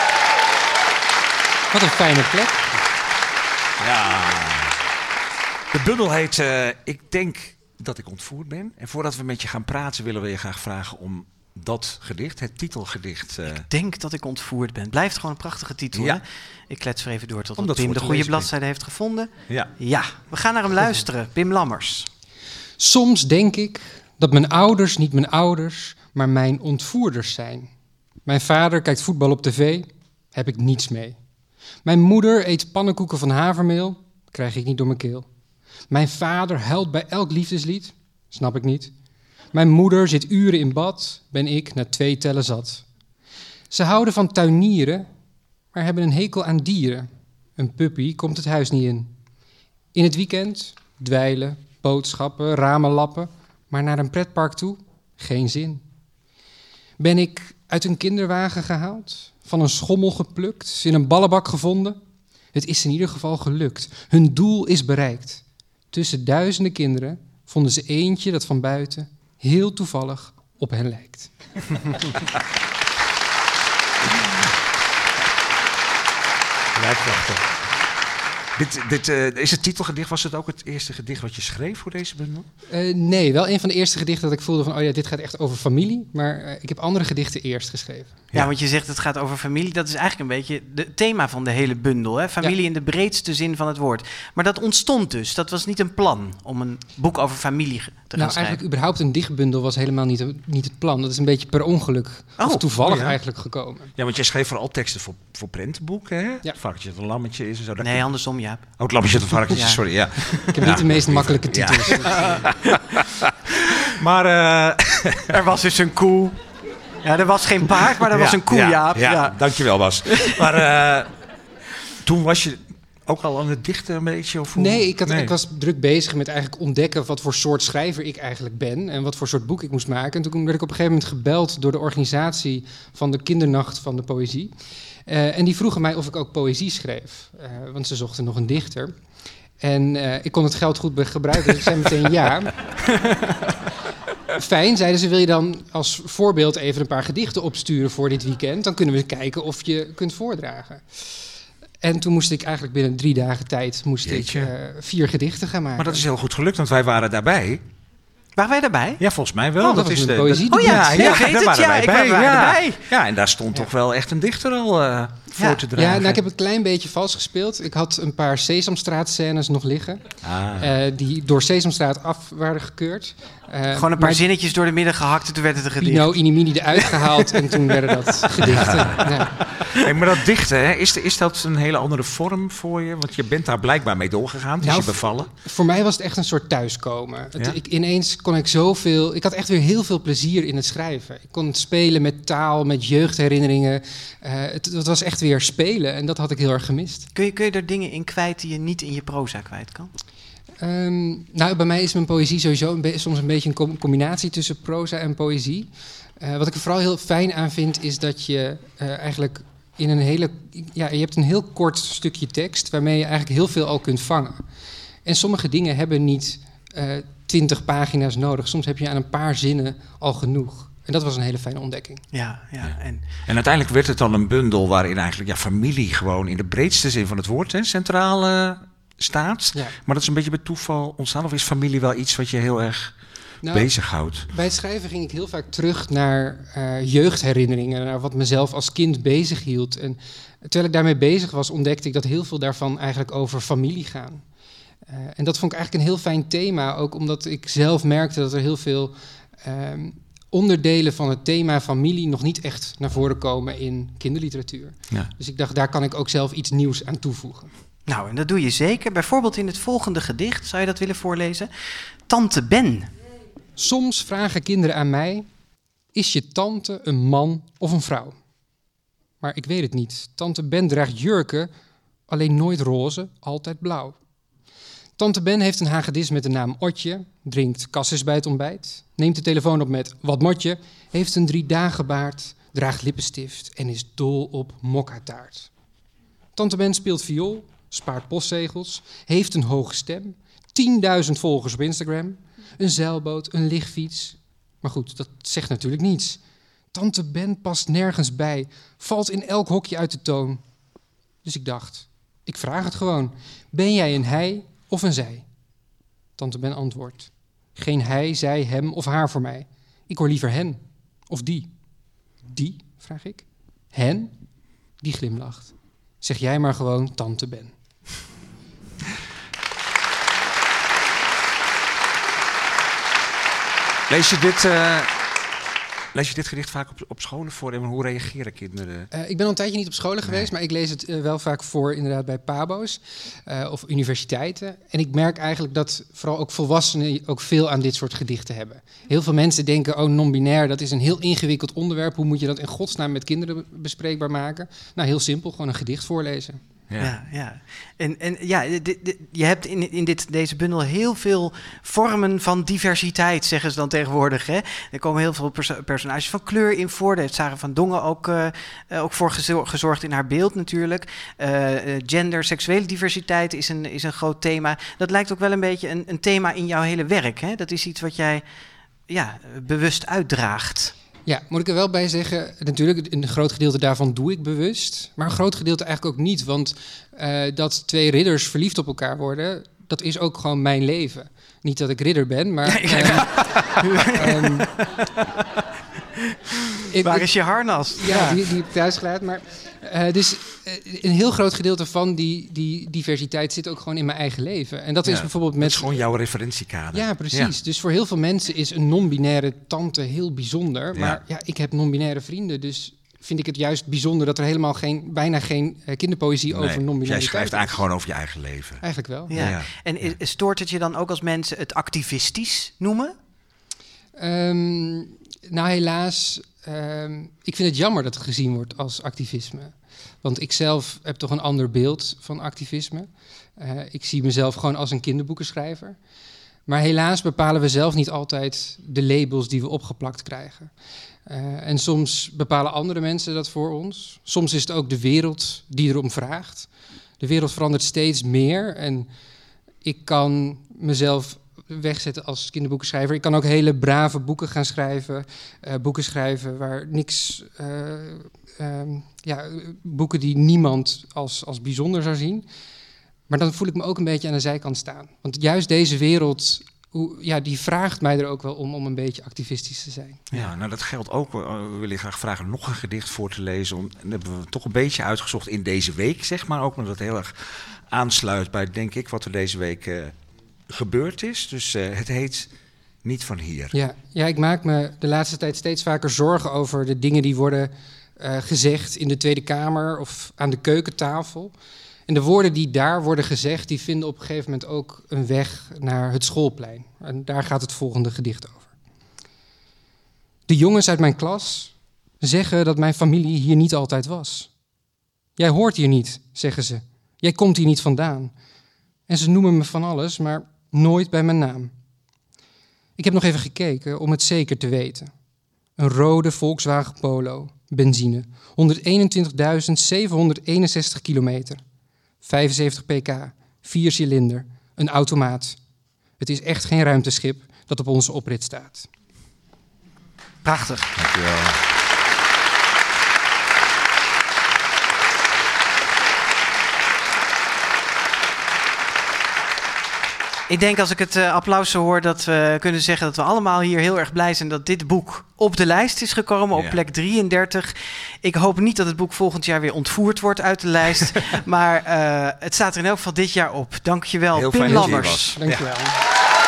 Wat een fijne plek. Ja. De bundel heet Ik denk dat ik ontvoerd ben. En voordat we met je gaan praten willen we je graag vragen om dat gedicht, het titelgedicht... Ik denk dat ik ontvoerd ben. Blijft gewoon een prachtige titel. Ja. Hè? Ik klets er even door tot Omdat Pim de goede bladzijde heeft gevonden. Ja, we gaan naar hem luisteren. Pim Lammers. Soms denk ik dat mijn ouders niet mijn ouders, maar mijn ontvoerders zijn. Mijn vader kijkt voetbal op tv, heb ik niets mee. Mijn moeder eet pannenkoeken van havermeel, krijg ik niet door mijn keel. Mijn vader huilt bij elk liefdeslied, snap ik niet. Mijn moeder zit uren in bad, ben ik na 2 tellen zat. Ze houden van tuinieren, maar hebben een hekel aan dieren. Een puppy komt het huis niet in. In het weekend dweilen, boodschappen, ramen lappen, maar naar een pretpark toe, geen zin. Ben ik uit een kinderwagen gehaald, van een schommel geplukt, in een ballenbak gevonden? Het is in ieder geval gelukt. Hun doel is bereikt. Tussen duizenden kinderen vonden ze eentje dat van buiten heel toevallig op hen lijkt. Prachtig. Dit is het titelgedicht. Was het ook het eerste gedicht wat je schreef voor deze bundel? Nee, wel een van de eerste gedichten dat ik voelde van... oh ja, dit gaat echt over familie. Maar ik heb andere gedichten eerst geschreven. Ja, want je zegt het gaat over familie. Dat is eigenlijk een beetje het thema van de hele bundel. Hè? Familie in de breedste zin van het woord. Maar dat ontstond dus. Dat was niet een plan om een boek over familie te gaan schrijven. Eigenlijk überhaupt een dichtbundel was helemaal niet het plan. Dat is een beetje per ongeluk of toevallig eigenlijk gekomen. Ja, want jij schreef vooral teksten voor prentenboeken, hè? Ja. Varkentje dat een lammetje is en zo. Nee, andersom, Jaap. Oh, het lammetje dat een varkentje, sorry, ja. Ik heb niet de meest makkelijke titels. Ja. Maar er was dus een koe. Ja, er was geen paard, maar er was een koe, Jaap. Ja, dankjewel, Bas. Maar toen was je ook al aan het dichten een beetje? Of nee, ik was druk bezig met eigenlijk ontdekken wat voor soort schrijver ik eigenlijk ben en wat voor soort boek ik moest maken. En toen werd ik op een gegeven moment gebeld door de organisatie van de Kindernacht van de Poëzie. En die vroegen mij of ik ook poëzie schreef, want ze zochten nog een dichter. En ik kon het geld goed gebruiken, dus ik zei meteen ja. Fijn, zeiden ze, wil je dan als voorbeeld even een paar gedichten opsturen voor dit weekend? Dan kunnen we kijken of je kunt voordragen. En toen moest ik eigenlijk binnen 3 dagen tijd 4 gedichten gaan maken. Maar dat is heel goed gelukt, want wij waren daarbij. Waren wij daarbij? Ja, volgens mij wel. Dat is een poëzie. Daar waren wij bij. Erbij. Ja, en daar stond toch wel echt een dichter al voor te dragen. Ja, nou, ik heb het klein beetje vals gespeeld. Ik had een paar Sesamstraat-scènes nog liggen. Die door Sesamstraat af waren gekeurd. Gewoon een paar zinnetjes door de midden gehakt en toen werd het een gedicht. Pino Inimini eruit gehaald en toen werden dat gedichten. Ja. Hey, maar dat dichten, hè, is dat een hele andere vorm voor je? Want je bent daar blijkbaar mee doorgegaan. Het is je bevallen. Voor mij was het echt een soort thuiskomen. Ja? Ineens kon ik zoveel... Ik had echt weer heel veel plezier in het schrijven. Ik kon spelen met taal, met jeugdherinneringen. Het was echt weer spelen en dat had ik heel erg gemist. Kun je er dingen in kwijt die je niet in je proza kwijt kan? Nou, bij mij is mijn poëzie sowieso soms een beetje een combinatie tussen proza en poëzie. Wat ik er vooral heel fijn aan vind, is dat je eigenlijk in een hele... Ja, je hebt een heel kort stukje tekst waarmee je eigenlijk heel veel al kunt vangen. En sommige dingen hebben niet 20 pagina's nodig. Soms heb je aan een paar zinnen al genoeg. En dat was een hele fijne ontdekking. Ja. En uiteindelijk werd het dan een bundel waarin eigenlijk familie gewoon in de breedste zin van het woord centraal staat. Ja. Maar dat is een beetje bij toeval ontstaan? Of is familie wel iets wat je heel erg bezighoudt? Bij het schrijven ging ik heel vaak terug naar jeugdherinneringen. Naar wat mezelf als kind bezig hield. En terwijl ik daarmee bezig was, ontdekte ik dat heel veel daarvan eigenlijk over familie gaan. En dat vond ik eigenlijk een heel fijn thema. Ook omdat ik zelf merkte dat er heel veel onderdelen van het thema familie nog niet echt naar voren komen in kinderliteratuur. Ja. Dus ik dacht, daar kan ik ook zelf iets nieuws aan toevoegen. Nou, en dat doe je zeker. Bijvoorbeeld in het volgende gedicht, zou je dat willen voorlezen? Tante Ben. Soms vragen kinderen aan mij, is je tante een man of een vrouw? Maar ik weet het niet. Tante Ben draagt jurken, alleen nooit roze, altijd blauw. Tante Ben heeft een hagedis met de naam Otje, drinkt kassis bij het ontbijt, neemt de telefoon op met wat motje, heeft een 3 dagen baard, draagt lippenstift en is dol op mokkataart. Tante Ben speelt viool, spaart postzegels, heeft een hoge stem, 10.000 volgers op Instagram, een zeilboot, een lichtfiets. Maar goed, dat zegt natuurlijk niets. Tante Ben past nergens bij, valt in elk hokje uit de toon. Dus ik dacht, ik vraag het gewoon. Ben jij een hij of een zij? Tante Ben antwoordt, geen hij, zij, hem of haar voor mij. Ik hoor liever hen of die. Die, vraag ik. Hen? Die glimlacht. Zeg jij maar gewoon Tante Ben. Lees je dit gedicht vaak op scholen voor en hoe reageren kinderen? Ik ben al een tijdje niet op scholen geweest, maar ik lees het wel vaak voor inderdaad bij pabo's of universiteiten. En ik merk eigenlijk dat vooral ook volwassenen ook veel aan dit soort gedichten hebben. Heel veel mensen denken, oh, non-binair, dat is een heel ingewikkeld onderwerp. Hoe moet je dat in godsnaam met kinderen bespreekbaar maken? Nou, heel simpel, gewoon een gedicht voorlezen. Ja. En je hebt in deze bundel heel veel vormen van diversiteit, zeggen ze dan tegenwoordig. Hè? Er komen heel veel personages van kleur in voor. Daar heeft Sarah van Dongen ook voor gezorgd in haar beeld natuurlijk. Gender, seksuele diversiteit is een groot thema. Dat lijkt ook wel een beetje een thema in jouw hele werk. Hè? Dat is iets wat jij bewust uitdraagt. Ja, moet ik er wel bij zeggen, natuurlijk, een groot gedeelte daarvan doe ik bewust. Maar een groot gedeelte eigenlijk ook niet. Want dat 2 ridders verliefd op elkaar worden, dat is ook gewoon mijn leven. Niet dat ik ridder ben, maar... Waar is je harnas? Ja, die heb ik thuis gelaten. Maar dus een heel groot gedeelte van die diversiteit zit ook gewoon in mijn eigen leven. En dat is bijvoorbeeld met... Dat is gewoon jouw referentiekader. Ja, precies. Ja. Dus voor heel veel mensen is een non-binaire tante heel bijzonder. Maar ik heb non-binaire vrienden, dus vind ik het juist bijzonder dat er bijna geen kinderpoëzie over non-binariteit jij schrijft eigenlijk gewoon over je eigen leven. Eigenlijk wel. Ja. En stoort het je dan ook als mensen het activistisch noemen? Nou, helaas. Ik vind het jammer dat het gezien wordt als activisme. Want ik zelf heb toch een ander beeld van activisme. Ik zie mezelf gewoon als een kinderboekenschrijver. Maar helaas bepalen we zelf niet altijd de labels die we opgeplakt krijgen. En soms bepalen andere mensen dat voor ons. Soms is het ook de wereld die erom vraagt. De wereld verandert steeds meer. En ik kan mezelf wegzetten als kinderboekenschrijver. Ik kan ook hele brave boeken gaan schrijven. Boeken schrijven waar niks... boeken die niemand als bijzonder zou zien. Maar dan voel ik me ook een beetje aan de zijkant staan. Want juist deze wereld, die vraagt mij er ook wel om een beetje activistisch te zijn. Ja, nou dat geldt ook. We willen graag vragen nog een gedicht voor te lezen. En dat hebben we toch een beetje uitgezocht in deze week, zeg maar. Ook omdat het heel erg aansluit bij, denk ik, wat er deze week gebeurd is. Dus het heet Niet van hier. Ja, ik maak me de laatste tijd steeds vaker zorgen over de dingen die worden gezegd in de Tweede Kamer of aan de keukentafel. En de woorden die daar worden gezegd, die vinden op een gegeven moment ook een weg naar het schoolplein. En daar gaat het volgende gedicht over. De jongens uit mijn klas zeggen dat mijn familie hier niet altijd was. Jij hoort hier niet, zeggen ze. Jij komt hier niet vandaan. En ze noemen me van alles, maar nooit bij mijn naam. Ik heb nog even gekeken om het zeker te weten. Een rode Volkswagen Polo, benzine, 121.761 kilometer. 75 pk, 4 cilinder, een automaat. Het is echt geen ruimteschip dat op onze oprit staat. Prachtig. Dankjewel. Ik denk als ik het applaus zo hoor dat we kunnen zeggen dat we allemaal hier heel erg blij zijn dat dit boek op de lijst is gekomen op plek 33. Ik hoop niet dat het boek volgend jaar weer ontvoerd wordt uit de lijst. Maar het staat er in elk geval dit jaar op. Dankjewel, heel Pim Lammers. Dankjewel. Ja.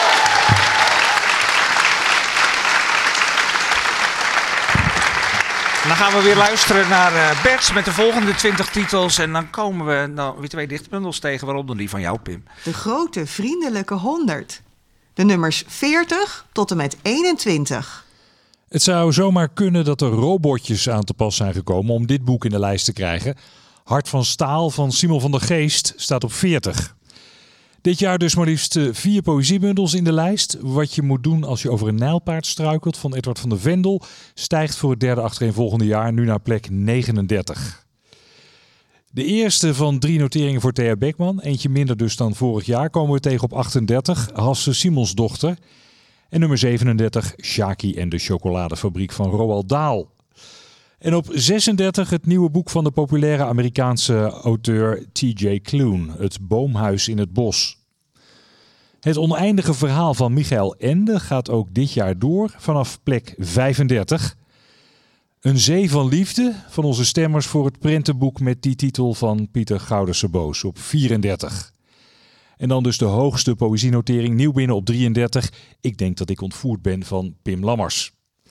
En dan gaan we weer luisteren naar Bert met de volgende 20 titels. En dan komen we weer 2 dichtbundels tegen, waaronder die van jou, Pim. De grote vriendelijke 100. De nummers 40 tot en met 21. Het zou zomaar kunnen dat er robotjes aan te pas zijn gekomen om dit boek in de lijst te krijgen. Hart van staal van Simon van der Geest staat op 40. Dit jaar dus maar liefst 4 poëziebundels in de lijst. Wat je moet doen als je over een nijlpaard struikelt van Edward van der Vendel stijgt voor het derde achtereenvolgende jaar nu naar plek 39. De eerste van 3 noteringen voor Thea Beckman, eentje minder dus dan vorig jaar, komen we tegen op 38, Hasse Simonsdochter. En nummer 37, Shaki en de chocoladefabriek van Roald Dahl. En op 36 het nieuwe boek van de populaire Amerikaanse auteur T.J. Klune, Het boomhuis in het bos. Het oneindige verhaal van Michael Ende gaat ook dit jaar door vanaf plek 35. Een zee van liefde van onze stemmers voor het prentenboek met die titel van Pieter Gouderse-Boos op 34. En dan dus de hoogste poëzienotering nieuw binnen op 33. Ik denk dat ik ontvoerd ben van Pim Lammers.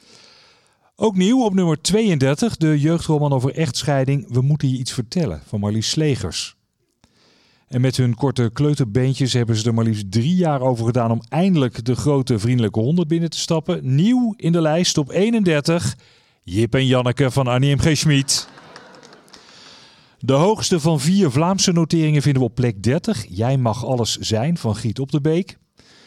Ook nieuw op nummer 32 de jeugdroman over echtscheiding We moeten je iets vertellen van Marlies Slegers. En met hun korte kleuterbeentjes hebben ze er maar liefst 3 jaar over gedaan om eindelijk de grote vriendelijke 100 binnen te stappen. Nieuw in de lijst op 31, Jip en Janneke van Annie M.G. Schmid. De hoogste van 4 Vlaamse noteringen vinden we op plek 30. Jij mag alles zijn van Giet Op de Beek.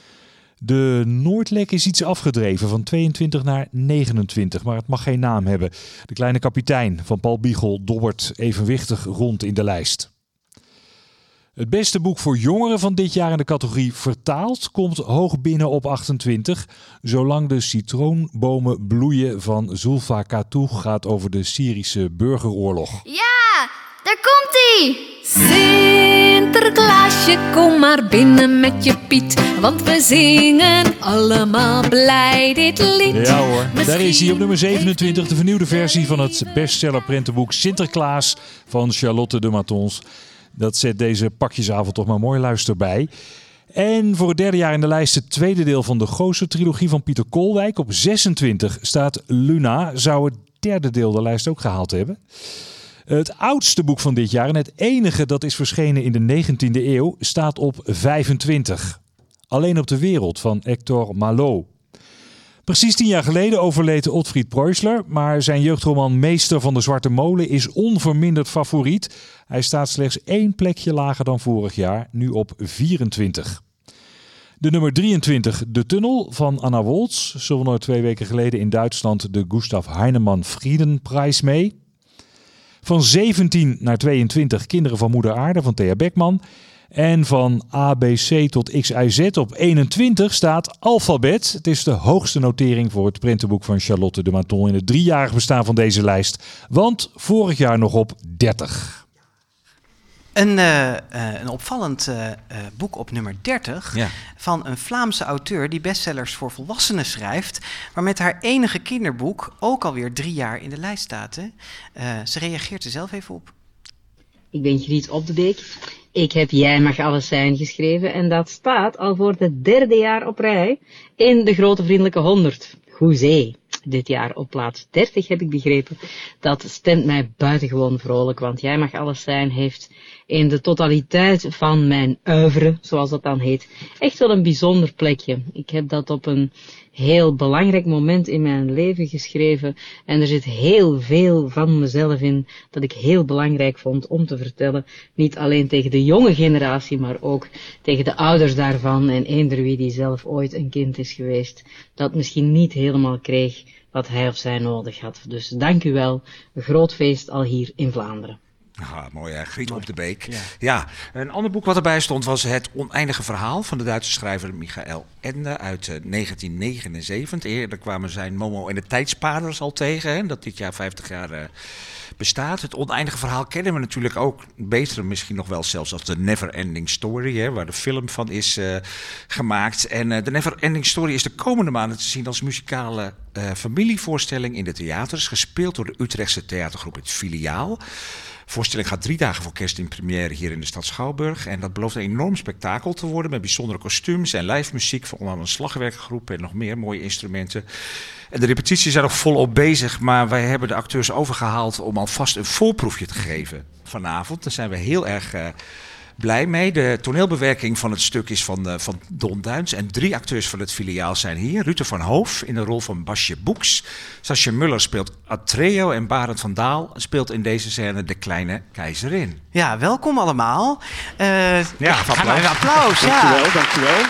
De Noordlek is iets afgedreven van 22 naar 29, maar het mag geen naam hebben. De kleine kapitein van Paul Biegel dobbert evenwichtig rond in de lijst. Het beste boek voor jongeren van dit jaar in de categorie vertaald komt hoog binnen op 28. Zolang de citroenbomen bloeien van Zulfa Katoug gaat over de Syrische burgeroorlog. Ja, daar komt-ie! Sinterklaasje, kom maar binnen met je Piet, want we zingen allemaal blij dit lied. Ja hoor, daar is hij op nummer 27, de vernieuwde versie van het bestseller prentenboek Sinterklaas van Charlotte de Matons. Dat zet deze pakjesavond toch maar mooi luister bij. En voor het derde jaar in de lijst het tweede deel van de Gooser-trilogie van Pieter Koolwijk. Op 26 staat Luna, zou het derde deel de lijst ook gehaald hebben. Het oudste boek van dit jaar en het enige dat is verschenen in de 19e eeuw staat op 25. Alleen op de wereld van Hector Malot. Precies 10 jaar geleden overleed Otfried Preußler, maar zijn jeugdroman Meester van de Zwarte Molen is onverminderd favoriet. Hij staat slechts 1 plekje lager dan vorig jaar, nu op 24. De nummer 23, De Tunnel van Anna Woltz. Ze won er 2 weken geleden in Duitsland de Gustav Heinemann Friedenprijs mee. Van 17 naar 22 Kinderen van Moeder Aarde van Thea Beckman. En van ABC tot XYZ op 21 staat Alfabet. Het is de hoogste notering voor het prentenboek van Charlotte de Maton in het 3-jarig bestaan van deze lijst. Want vorig jaar nog op 30. Een opvallend boek op nummer 30 van een Vlaamse auteur die bestsellers voor volwassenen schrijft, maar met haar enige kinderboek ook alweer 3 jaar in de lijst staat. Hè? Ze reageert er zelf even op. Ik ben Giet Op de Beek. Ik heb Jij mag alles zijn geschreven en dat staat al voor het 3e jaar op rij in de Grote Vriendelijke 100. Hoezee. dit jaar op plaats 30, heb ik begrepen. Dat stemt mij buitengewoon vrolijk, want Jij mag alles zijn heeft in de totaliteit van mijn oeuvre, zoals dat dan heet, echt wel een bijzonder plekje. Ik heb dat op een heel belangrijk moment in mijn leven geschreven en er zit heel veel van mezelf in dat ik heel belangrijk vond om te vertellen. Niet alleen tegen de jonge generatie, maar ook tegen de ouders daarvan en eender wie die zelf ooit een kind is geweest, dat misschien niet helemaal kreeg wat hij of zij nodig had. Dus dank u wel, een groot feest al hier in Vlaanderen. Ah, mooi hè, Griet op de Beek. Ja, een ander boek wat erbij stond was Het Oneindige Verhaal van de Duitse schrijver Michael Ende uit 1979. Eerder kwamen zijn Momo en de Tijdspaders al tegen, hè, dat dit jaar 50 jaar bestaat. Het Oneindige Verhaal kennen we natuurlijk ook beter, misschien nog wel zelfs als de Never Ending Story, hè, waar de film van is gemaakt. En de Never Ending Story is de komende maanden te zien als muzikale familievoorstelling in de theaters, gespeeld door de Utrechtse theatergroep Het Filiaal. De voorstelling gaat 3 dagen voor kerst in première hier in de stad Schouwburg. En dat belooft een enorm spektakel te worden met bijzondere kostuums en live muziek van onder andere een slagwerkgroep en nog meer mooie instrumenten. En de repetities zijn nog volop bezig, maar wij hebben de acteurs overgehaald om alvast een voorproefje te geven vanavond. Daar zijn we heel erg blij mee. De toneelbewerking van het stuk is van Don Duins. En 3 acteurs van het Filiaal zijn hier. Rute van Hoof in de rol van Basje Boeks. Sascha Muller speelt Atreo en Barend van Daal speelt in deze scène de kleine keizerin. Ja, welkom allemaal. Applaus. Applaus. Dankjewel, dankjewel.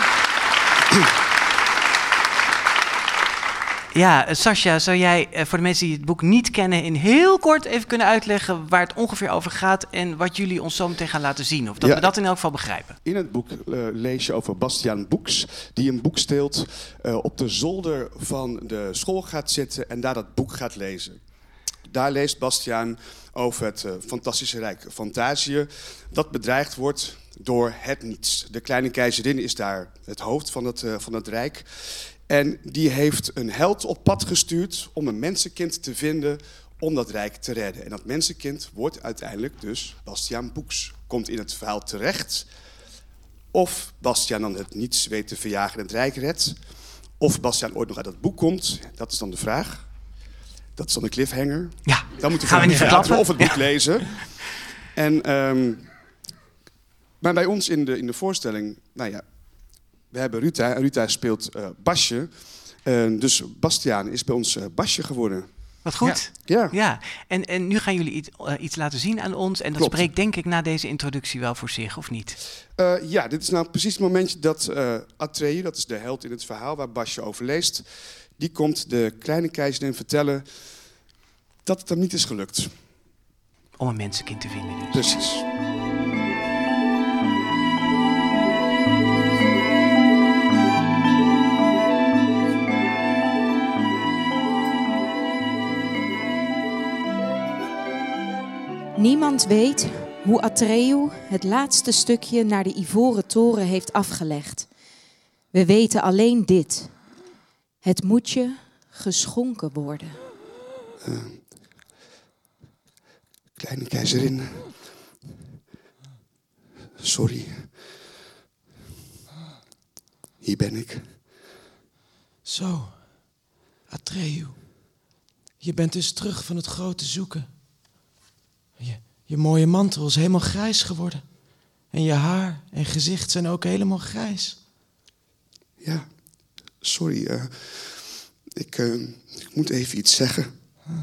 Ja, Sascha, zou jij voor de mensen die het boek niet kennen in heel kort even kunnen uitleggen waar het ongeveer over gaat en wat jullie ons zo meteen gaan laten zien? Of dat we dat in elk geval begrijpen. In het boek lees je over Bastiaan Boeks, die een boek steelt, op de zolder van de school gaat zitten en daar dat boek gaat lezen. Daar leest Bastiaan over het fantastische rijk Fantasië, dat bedreigd wordt door het niets. De kleine keizerin is daar het hoofd van het rijk. En die heeft een held op pad gestuurd om een mensenkind te vinden om dat rijk te redden. En dat mensenkind wordt uiteindelijk dus Bastiaan Boeks. Komt in het verhaal terecht. Of Bastiaan dan het niets weet te verjagen en het rijk redt. Of Bastiaan ooit nog uit dat boek komt. Dat is dan de vraag. Dat is dan de cliffhanger. Ja, dan moeten gaan we niet verklappen. Of het boek lezen. En, maar bij ons in de voorstelling, nou ja, we hebben Ruta en Ruta speelt Basje. Dus Bastiaan is bij ons Basje geworden. Wat goed. Ja. En nu gaan jullie iets laten zien aan ons. En dat spreekt denk ik na deze introductie wel voor zich, of niet? Ja, dit is nou precies het momentje dat Atreu, dat is de held in het verhaal waar Basje over leest, die komt de kleine keizerin vertellen dat het hem niet is gelukt. Om een mensenkind te vinden dus. Precies. Niemand weet hoe Atreu het laatste stukje naar de Ivoren Toren heeft afgelegd. We weten alleen dit. Het moet je geschonken worden. Kleine keizerin. Sorry. Hier ben ik. Zo, Atreu. Je bent dus terug van het grote zoeken. Je mooie mantel is helemaal grijs geworden. En je haar en gezicht zijn ook helemaal grijs. Ja, sorry. Ik moet even iets zeggen.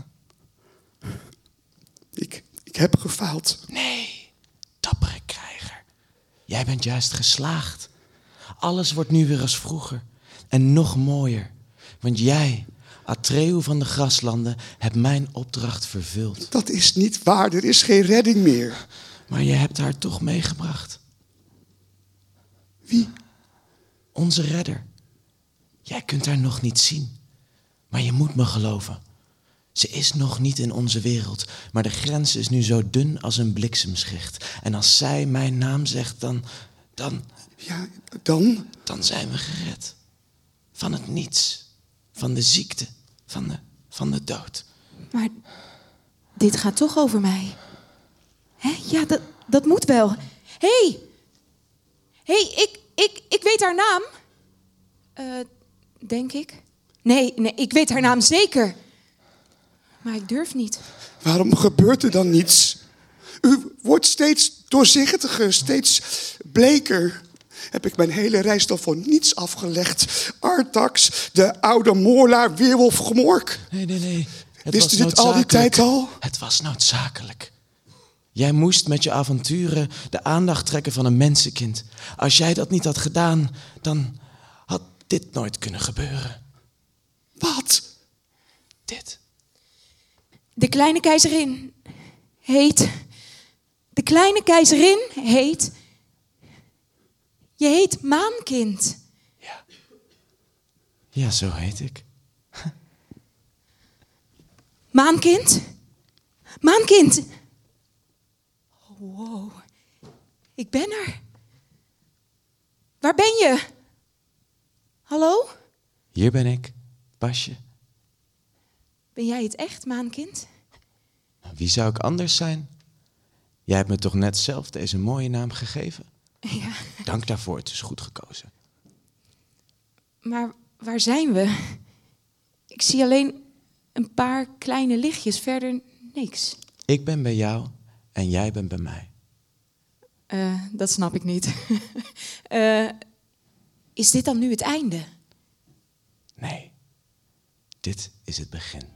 Ik heb gefaald. Nee, dappere krijger. Jij bent juist geslaagd. Alles wordt nu weer als vroeger. En nog mooier. Want jij, Atreu van de graslanden, hebt mijn opdracht vervuld. Dat is niet waar, er is geen redding meer. Maar je hebt haar toch meegebracht. Wie? Onze redder. Jij kunt haar nog niet zien. Maar je moet me geloven. Ze is nog niet in onze wereld. Maar de grens is nu zo dun als een bliksemschicht. En als zij mijn naam zegt, dan... Ja, dan? Dan zijn we gered. Van het niets. Van de ziekte. Van de dood. Maar dit gaat toch over mij. Hè? Ja, dat moet wel. Hé, ik weet haar naam. Denk ik. Nee, ik weet haar naam zeker. Maar ik durf niet. Waarom gebeurt er dan niets? U wordt steeds doorzichtiger, steeds bleker. Heb ik mijn hele reis dan voor niets afgelegd? Artax, de oude moorlaar, weerwolf, Gmork. Nee. Wist u dit al die tijd al? Het was noodzakelijk. Jij moest met je avonturen de aandacht trekken van een mensenkind. Als jij dat niet had gedaan, dan had dit nooit kunnen gebeuren. Wat? Dit. De kleine keizerin heet... De kleine keizerin heet... Je heet Maankind. Ja, zo heet ik. Maankind? Maankind! Oh, wow. Ik ben er. Waar ben je? Hallo? Hier ben ik, Basje. Ben jij het echt, Maankind? Wie zou ik anders zijn? Jij hebt me toch net zelf deze mooie naam gegeven? Ja. Dank daarvoor, het is goed gekozen. Maar waar zijn we? Ik zie alleen een paar kleine lichtjes, verder niks. Ik ben bij jou en jij bent bij mij. Dat snap ik niet. Is dit dan nu het einde? Nee, dit is het begin.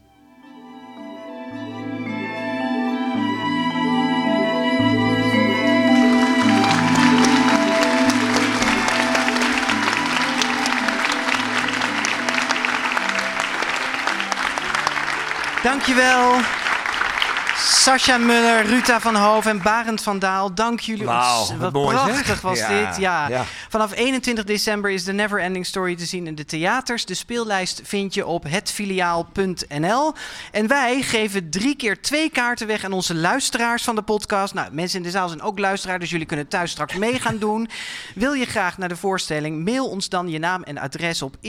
Dankjewel. Sascha Muller, Ruta van Hoven en Barend van Daal. Dank jullie. Wauw, wat mooi, prachtig zeg. was Ja, dit. Ja. ja. Vanaf 21 december is de Neverending Story te zien in de theaters. De speellijst vind je op hetfiliaal.nl. En wij geven 3 keer 2 kaarten weg aan onze luisteraars van de podcast. Nou, mensen in de zaal zijn ook luisteraar, dus jullie kunnen thuis straks mee gaan doen. Wil je graag naar de voorstelling? Mail ons dan je naam en adres op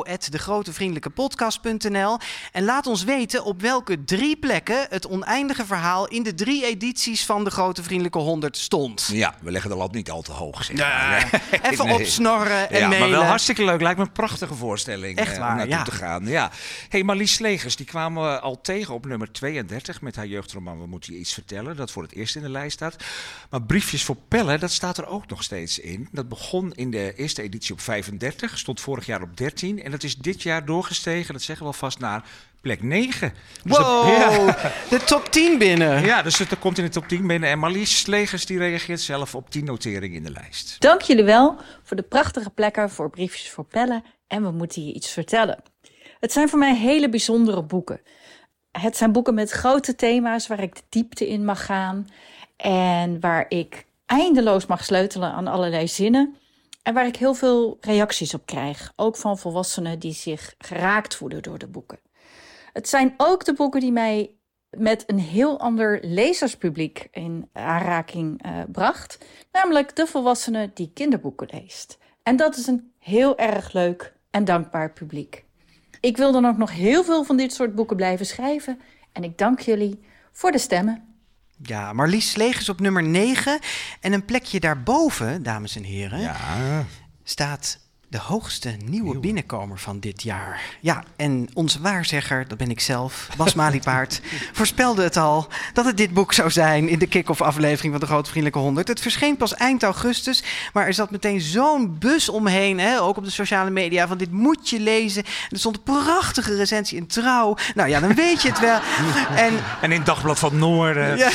info@degrotevriendelijkepodcast.nl. En laat ons weten op welke 3 plekken het oneindige verhaal in de 3 edities van de Grote Vriendelijke 100 stond. Ja, we leggen de lat niet al te hoog. Zeg Nee, maar. even opsnorren en ja, mailen. Maar wel hartstikke leuk. Lijkt me een prachtige voorstelling. Echt waar, om naartoe ja. te gaan. Ja. Hey, Marlies Slegers, die kwamen we al tegen op nummer 32 met haar jeugdroman We moeten je iets vertellen. Dat voor het eerst in de lijst staat. Maar Briefjes voor Pelle, dat staat er ook nog steeds in. Dat begon in de eerste editie op 35, stond vorig jaar op 13. En dat is dit jaar doorgestegen, dat zeggen we alvast, naar plek 9. Dus Wow, de top 10 binnen. Ja, dus dat komt in de top 10 binnen. En Marlies Slegers die reageert zelf op 10 noteringen in de lijst. Dank jullie wel voor de prachtige plekken, voor Briefjes voor Pelle en We moeten je iets vertellen. Het zijn voor mij hele bijzondere boeken. Het zijn boeken met grote thema's waar ik de diepte in mag gaan en waar ik eindeloos mag sleutelen aan allerlei zinnen en waar ik heel veel reacties op krijg, ook van volwassenen die zich geraakt voelen door de boeken. Het zijn ook de boeken die mij met een heel ander lezerspubliek in aanraking bracht. Namelijk de volwassene die kinderboeken leest. En dat is een heel erg leuk en dankbaar publiek. Ik wil dan ook nog heel veel van dit soort boeken blijven schrijven. En ik dank jullie voor de stemmen. Ja, Marlies Slegers op nummer 9. En een plekje daarboven, dames en heren, staat de hoogste nieuwe binnenkomer van dit jaar. Ja, en onze waarzegger, dat ben ik zelf, Bas Maliepaard, voorspelde het al dat het dit boek zou zijn in de kick-off aflevering van de Grote Vriendelijke 100. Het verscheen pas eind augustus, maar er zat meteen zo'n bus omheen, hè, ook op de sociale media, van dit moet je lezen. En er stond een prachtige recensie in Trouw. Nou ja, dan weet je het wel. En in het Dagblad van Noorden. Ja.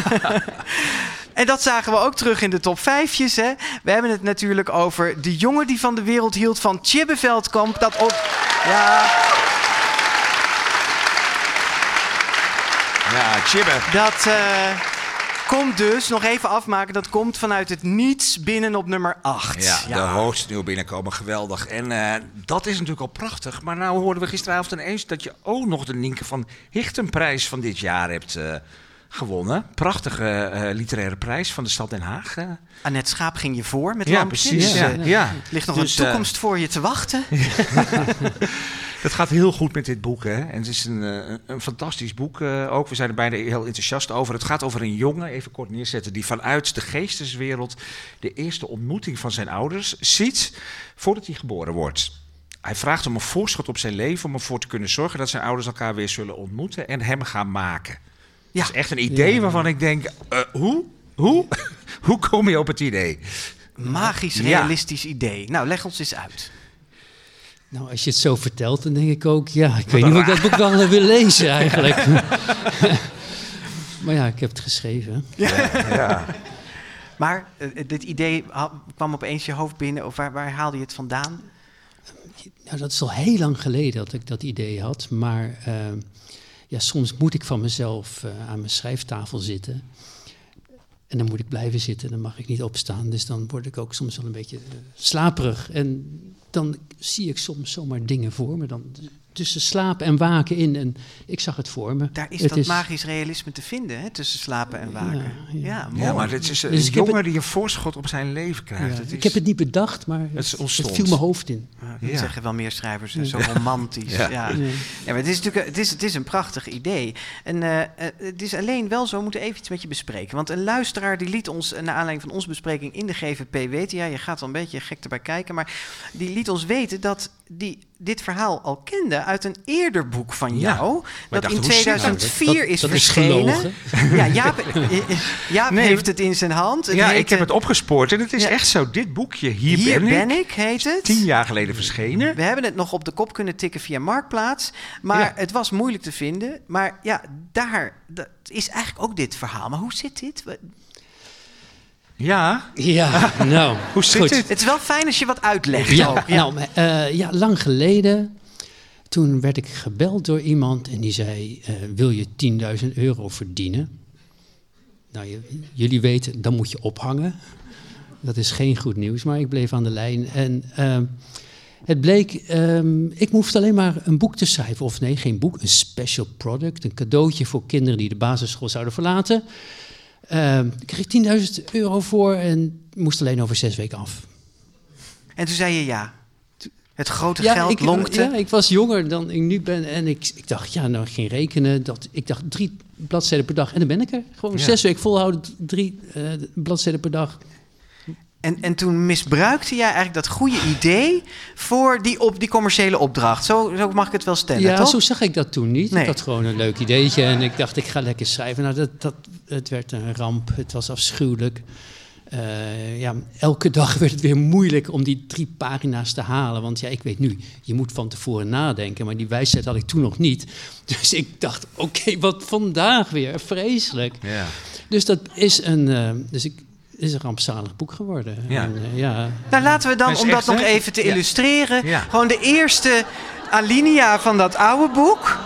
En dat zagen we ook terug in de top 5'jes. Hè. We hebben het natuurlijk over De jongen die van de wereld hield van Tjibbe Veldkamp. Dat op... Ja, Tjibbe. dat komt dus, nog even afmaken, dat komt vanuit het niets binnen op nummer 8. Ja, de hoogste nieuwe binnenkomen, geweldig. En dat is natuurlijk al prachtig. Maar nou hoorden we gisteravond ineens dat je ook nog de Nienke van Hichtenprijs van dit jaar hebt gewonnen. Prachtige literaire prijs van de stad Den Haag. Annette Schaap ging je voor met Ja, Lampjes. precies. Er ligt nog Dus, een toekomst voor je te wachten. Het gaat heel goed met dit boek. Hè? En het is een fantastisch boek ook. We zijn er beide heel enthousiast over. Het gaat over een jongen, even kort neerzetten, die vanuit de geesteswereld de eerste ontmoeting van zijn ouders ziet voordat hij geboren wordt. hij vraagt om een voorschot op zijn leven om ervoor te kunnen zorgen dat zijn ouders elkaar weer zullen ontmoeten en hem gaan maken. Ja. Dat is echt een idee waarvan ik denk, hoe kom je op het idee? Magisch, realistisch idee. Nou, leg ons eens uit. Nou, als je het zo vertelt, dan denk ik ook, ik weet niet of ik dat boek wel wil lezen eigenlijk. Maar ja, ik heb het geschreven. Ja. Maar dit idee kwam opeens je hoofd binnen, of waar haalde je het vandaan? Nou, dat is al heel lang geleden dat ik dat idee had. Maar soms moet ik van mezelf aan mijn schrijftafel zitten. En dan moet ik blijven zitten, dan mag ik niet opstaan. Dus dan word ik ook soms wel een beetje slaperig. En dan zie ik soms zomaar dingen voor me. Dan tussen slapen en waken in. En ik zag het voor me. Daar is dat magisch realisme te vinden, hè? Tussen slapen en waken. Ja, mooi. Ja, maar het is een jongen die een voorschot op zijn leven krijgt. Ik heb het niet bedacht, maar het viel mijn hoofd in. Dat zeggen wel meer schrijvers, zo romantisch. Ja, maar het is natuurlijk het is een prachtig idee. En het is alleen wel zo, we moeten even iets met je bespreken. Want een luisteraar die liet ons, naar aanleiding van onze bespreking in de GVP weten, je gaat wel een beetje gek erbij kijken, maar die liet ons weten dat dit verhaal al kende uit een eerder boek van jou, dat in 2004 is verschenen. Jaap heeft het in zijn hand. Ik heb het opgespoord en het is echt zo. Dit boekje, Hier ben ik, heet het. 10 jaar geleden verschenen. We hebben het nog op de kop kunnen tikken via Marktplaats, maar het was moeilijk te vinden. Maar dat is eigenlijk ook dit verhaal. Maar hoe zit dit? Ja, nou. Hoe zit het? Het is wel fijn als je wat uitlegt. Lang geleden, toen werd ik gebeld door iemand en die zei, wil je €10.000 verdienen? Nou, jullie weten, dan moet je ophangen. Dat is geen goed nieuws, maar ik bleef aan de lijn. En het bleek, ik hoefde alleen maar een boek te schrijven. Of nee, geen boek, een special product. Een cadeautje voor kinderen die de basisschool zouden verlaten. Ik kreeg €10.000 voor en moest alleen over 6 weken af. En toen zei je ja. Het grote geld lonkte. Ja, ik was jonger dan ik nu ben. En ik dacht, ik ging rekenen. Ik dacht 3 bladzijden per dag. En dan ben ik er. Gewoon 6 weken volhouden, 3 bladzijden per dag. En toen misbruikte jij eigenlijk dat goede idee voor die commerciële opdracht. Zo mag ik het wel stellen, ja, toch? Zo zag ik dat toen niet. Nee. Ik had gewoon een leuk ideetje en ik dacht, ik ga lekker schrijven. Nou, het werd een ramp. Het was afschuwelijk. Elke dag werd het weer moeilijk om die 3 pagina's te halen. Want ik weet nu, je moet van tevoren nadenken. Maar die wijsheid had ik toen nog niet. Dus ik dacht, oké, wat vandaag weer? Vreselijk. Ja. Dus dat is is een rampzalig boek geworden. Ja. Nou, laten we dan, om dat nog even te illustreren, gewoon de eerste alinea van dat oude boek.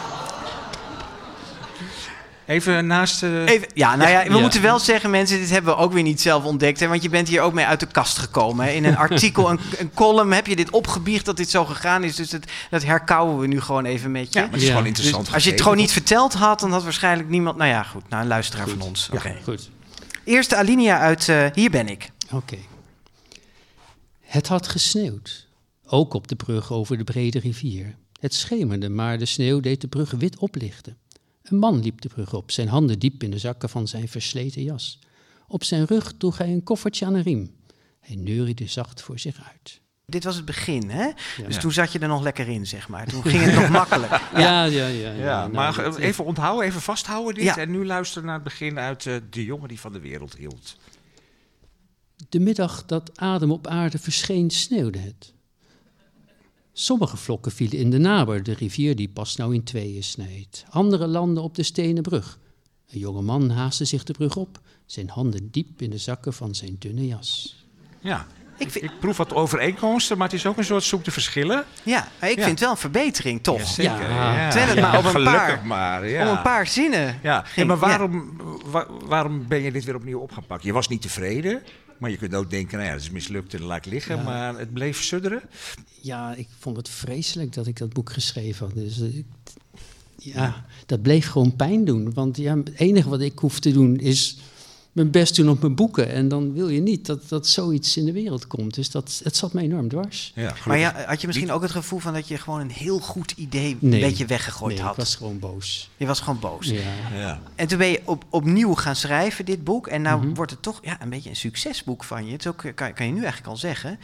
Even naast... We moeten wel zeggen, mensen, dit hebben we ook weer niet zelf ontdekt. Hè, want je bent hier ook mee uit de kast gekomen. Hè. In een artikel, een column, heb je dit opgebiecht dat dit zo gegaan is. Dus dat herkauwen we nu gewoon even met je. Ja, maar het is gewoon interessant. Dus als je het gewoon niet verteld had, dan had waarschijnlijk niemand... Nou ja, goed, een luisteraar van ons. Okay. Goed. Eerste alinea uit Hier ben ik. Oké. Het had gesneeuwd. Ook op de brug over de brede rivier. Het schemerde, maar de sneeuw deed de brug wit oplichten. Een man liep de brug op, zijn handen diep in de zakken van zijn versleten jas. Op zijn rug droeg hij een koffertje aan een riem. Hij neuriede zacht voor zich uit. Dit was het begin, hè? Ja. Dus toen zat je er nog lekker in, zeg maar. Toen ging het nog makkelijk. Maar even onthouden, even vasthouden dit. Ja. En nu luisteren naar het begin uit De jongen die van de wereld hield. De middag dat adem op aarde verscheen, sneeuwde het. Sommige vlokken vielen in de Naber, de rivier die pas nou in 2 snijdt. Andere landden op de stenen brug. Een jonge man haastte zich de brug op, zijn handen diep in de zakken van zijn dunne jas. Ja, ik proef wat overeenkomsten, maar het is ook een soort zoek de verschillen. Ja, ik vind het wel een verbetering, toch? Ja, zeker. Terwijl het maar op een paar zinnen. Ja, maar waarom ben je dit weer opnieuw op gaan pakken? Je was niet tevreden, maar je kunt ook denken, dat is mislukt en laat ik liggen. Maar het bleef sudderen. Ja, ik vond het vreselijk dat ik dat boek geschreven had. Dus dat bleef gewoon pijn doen. Want het enige wat ik hoef te doen is mijn best doen op mijn boeken. En dan wil je niet dat zoiets in de wereld komt. Dus het zat me enorm dwars. Ja, maar had je misschien ook het gevoel van dat je gewoon een heel goed idee een beetje weggegooid had? Ik was gewoon boos. Je was gewoon boos. Ja. En toen ben je opnieuw gaan schrijven, dit boek. En nou wordt het toch een beetje een succesboek van je. Het is ook, kan je nu eigenlijk al zeggen.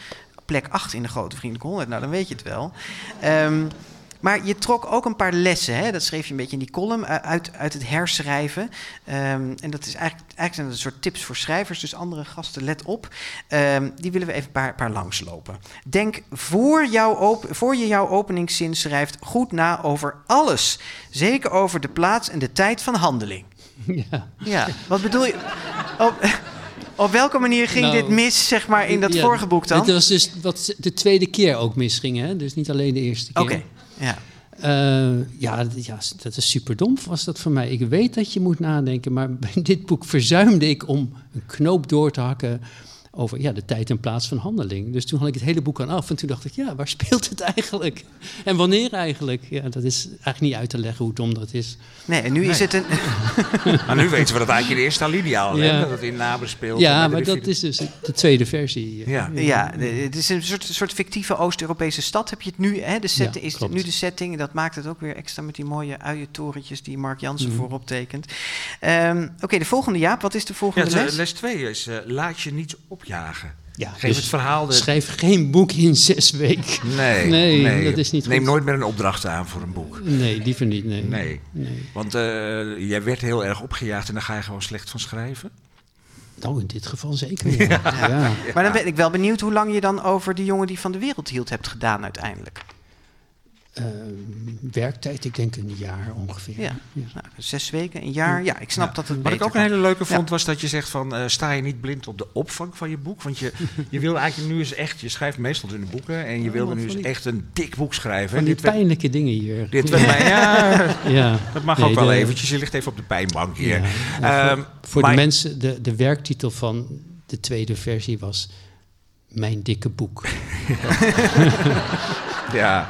plek 8 in de Grote Vriendelijke 100. Nou, dan weet je het wel. Maar je trok ook een paar lessen. Hè? Dat schreef je een beetje in die column uit het herschrijven. En dat is eigenlijk zijn dat een soort tips voor schrijvers. Dus andere gasten, let op. Die willen we even een paar langslopen. Denk voor je jouw openingszin schrijft goed na over alles. Zeker over de plaats en de tijd van handeling. Ja. Wat bedoel je? Op welke manier ging dit mis, zeg maar, in dat vorige boek dan? Het was dus wat de tweede keer ook misging, hè? Dus niet alleen de eerste keer. Oké. Ja. Dat is super dom, was dat voor mij. Ik weet dat je moet nadenken, maar bij dit boek verzuimde ik om een knoop door te hakken over de tijd en plaats van handeling. Dus toen had ik het hele boek aan af en toen dacht ik, waar speelt het eigenlijk? En wanneer eigenlijk? Ja, dat is eigenlijk niet uit te leggen hoe dom dat is. Nee, en nu is het een... Maar nu weten we dat eigenlijk in de eerste alinea al, dat het in Naber speelt. Ja, maar dat is dus de tweede versie. Het is een soort fictieve Oost-Europese stad, heb je het nu. Hè? De setting is nu de setting. En dat maakt het ook weer extra met die mooie uientorentjes die Mark Jansen voorop tekent. Oké, de volgende, Jaap. Wat is de volgende les? Les 2 is, laat je niet opjagen. Ja, geef dus het verhaal... Schrijf geen boek in 6 weken. Nee, dat is niet Neem goed. nooit meer een opdracht aan voor een boek. Nee, liever niet. Nee. Want jij werd heel erg opgejaagd en daar ga je gewoon slecht van schrijven. Nou, in dit geval zeker, ja. Maar dan ben ik wel benieuwd hoe lang je dan over die jongen die van de wereld hield hebt gedaan uiteindelijk. Werktijd, ik denk een jaar ongeveer. Ja. Nou, 6 weken, een jaar. Ja, ik snap dat het Wat ik ook een hele leuke vond, was dat je zegt van... sta je niet blind op de opvang van je boek? Want je wil eigenlijk nu eens echt... Je schrijft meestal in de boeken en je wilde nu eens echt een dik boek schrijven. Van die pijnlijke dingen hier. Dit werd mij... Dat mag ook wel eventjes. Je ligt even op de pijnbank hier. Voor de mensen, de werktitel van de tweede versie was... Mijn dikke boek. Ja...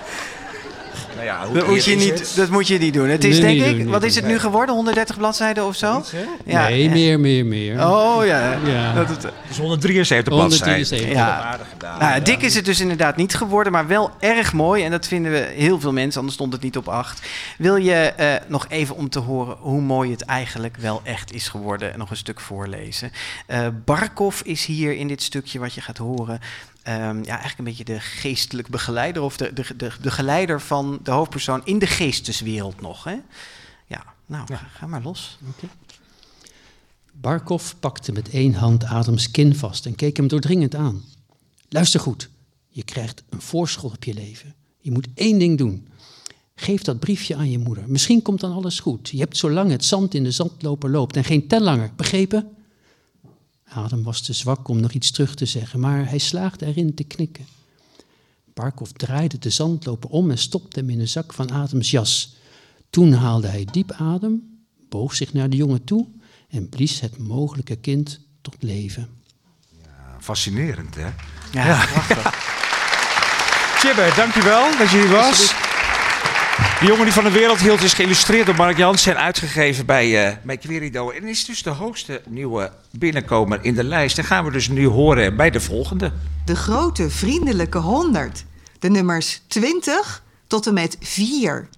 Dat moet je niet doen. Het is denk ik, wat is het nu geworden? 130 bladzijden of zo? Nee, meer. Oh ja. Het is 173 bladzijden. Ja. Nou, dik is het dus inderdaad niet geworden, maar wel erg mooi. En dat vinden we heel veel mensen, anders stond het niet op 8. Wil je nog even om te horen hoe mooi het eigenlijk wel echt is geworden, nog een stuk voorlezen. Barkov is hier in dit stukje wat je gaat horen. Eigenlijk een beetje de geestelijk begeleider... of de geleider van de hoofdpersoon in de geesteswereld nog. Hè? Ga maar los. Okay. Barkov pakte met 1 hand Adams kin vast en keek hem doordringend aan. Luister goed, je krijgt een voorschot op je leven. Je moet 1 ding doen. Geef dat briefje aan je moeder. Misschien komt dan alles goed. Je hebt zolang het zand in de zandloper loopt en geen tellanger, begrepen? Adam was te zwak om nog iets terug te zeggen, maar hij slaagde erin te knikken. Barkov draaide de zandloper om en stopte hem in een zak van Adams jas. Toen haalde hij diep adem, boog zich naar de jongen toe en blies het mogelijke kind tot leven. Ja, fascinerend, hè? Ja. Tjibbe, dankjewel dat je hier was. De jongen die van de wereld hield is geïllustreerd door Mark Jansen en uitgegeven bij Querido. En is dus de hoogste nieuwe binnenkomer in de lijst. En gaan we dus nu horen bij de volgende. De Grote Vriendelijke 100. De nummers 20 tot en met 4.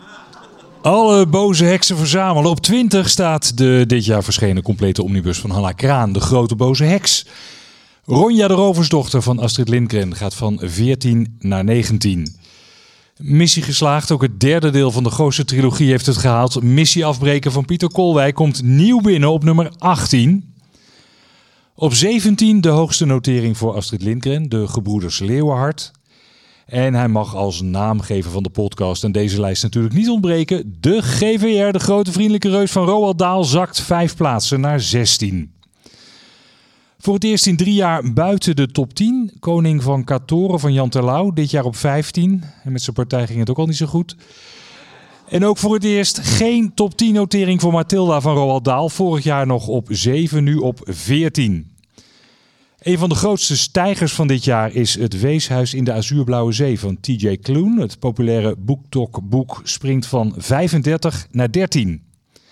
Alle boze heksen verzamelen. Op 20 staat de dit jaar verschenen complete omnibus van Hanna Kraan, De Grote Boze Heks. Ronja de Roversdochter van Astrid Lindgren gaat van 14 naar 19. Missie geslaagd, ook het derde deel van de Gooise trilogie heeft het gehaald. Missie afbreken van Pieter Kolwijk komt nieuw binnen op nummer 18. Op 17 de hoogste notering voor Astrid Lindgren, De Gebroeders Leeuwenhart. En hij mag als naamgever van de podcast en deze lijst natuurlijk niet ontbreken. De GVR, De Grote Vriendelijke Reus van Roald Dahl, zakt 5 plaatsen naar 16. Voor het eerst in 3 jaar buiten de top 10. Koning van Katoren van Jan Terlouw, dit jaar op 15. En met zijn partij ging het ook al niet zo goed. En ook voor het eerst geen top 10 notering voor Mathilda van Roald Dahl. Vorig jaar nog op 7, nu op 14. Een van de grootste stijgers van dit jaar is Het Weeshuis in de Azuurblauwe Zee van T.J. Klune. Het populaire BookTok-boek springt van 35 naar 13.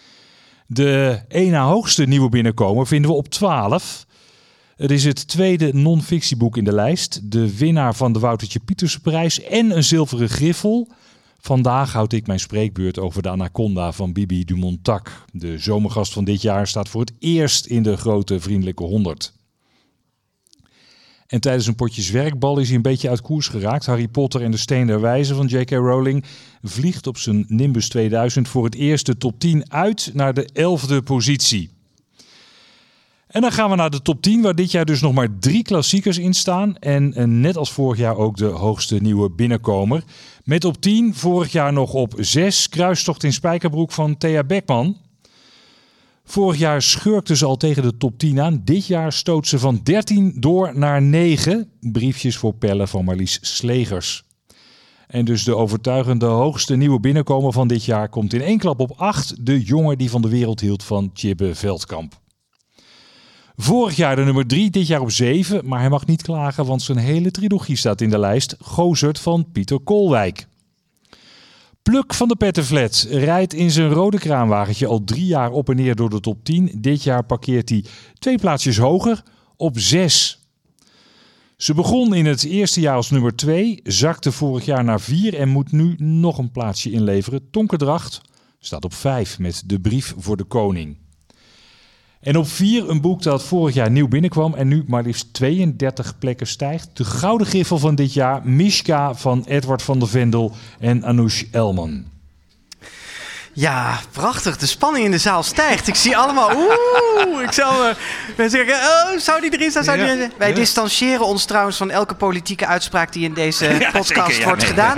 De één na hoogste nieuwe binnenkomer vinden we op 12. Het is het tweede non-fictieboek in de lijst. De winnaar van de Woutertje Pietersprijs en een zilveren griffel. Vandaag houd ik mijn spreekbeurt over de Anaconda van Bibi Dumontac. De zomergast van dit jaar staat voor het eerst in de Grote Vriendelijke 100. En tijdens een potje zwerkbal is hij een beetje uit koers geraakt. Harry Potter en de Steen der Wijze van J.K. Rowling vliegt op zijn Nimbus 2000 voor het eerst de top 10 uit naar de 11e positie. En dan gaan we naar de top 10, waar dit jaar dus nog maar 3 klassiekers in staan. En net als vorig jaar ook de hoogste nieuwe binnenkomer. Met op 10 vorig jaar nog op 6 Kruistocht in Spijkerbroek van Thea Beckman. Vorig jaar schurkte ze al tegen de top 10 aan. Dit jaar stoot ze van 13 door naar 9. Briefjes voor Pelle van Marlies Slegers. En dus de overtuigende hoogste nieuwe binnenkomer van dit jaar komt in één klap op 8. De jongen die van de wereld hield van Tjibbe Veldkamp. Vorig jaar de nummer 3, dit jaar op 7. Maar hij mag niet klagen, want zijn hele trilogie staat in de lijst. Gozert van Pieter Koolwijk. Pluk van de Pettenflat rijdt in zijn rode kraanwagentje al 3 jaar op en neer door de top 10. Dit jaar parkeert hij 2 plaatsjes hoger op 6. Ze begon in het eerste jaar als nummer 2, zakte vorig jaar naar 4 en moet nu nog een plaatsje inleveren. Tonkendracht staat op 5 met De Brief voor de Koning. En op 4 een boek dat vorig jaar nieuw binnenkwam en nu maar liefst 32 plekken stijgt. De Gouden Griffel van dit jaar, Mishka van Edward van der Vendel en Anoush Elman. Ja, prachtig. De spanning in de zaal stijgt. Ik zie allemaal, ik zou zeggen, zou die erin staan? Zou die erin zijn? Wij distancieren ons trouwens van elke politieke uitspraak die in deze podcast wordt gedaan.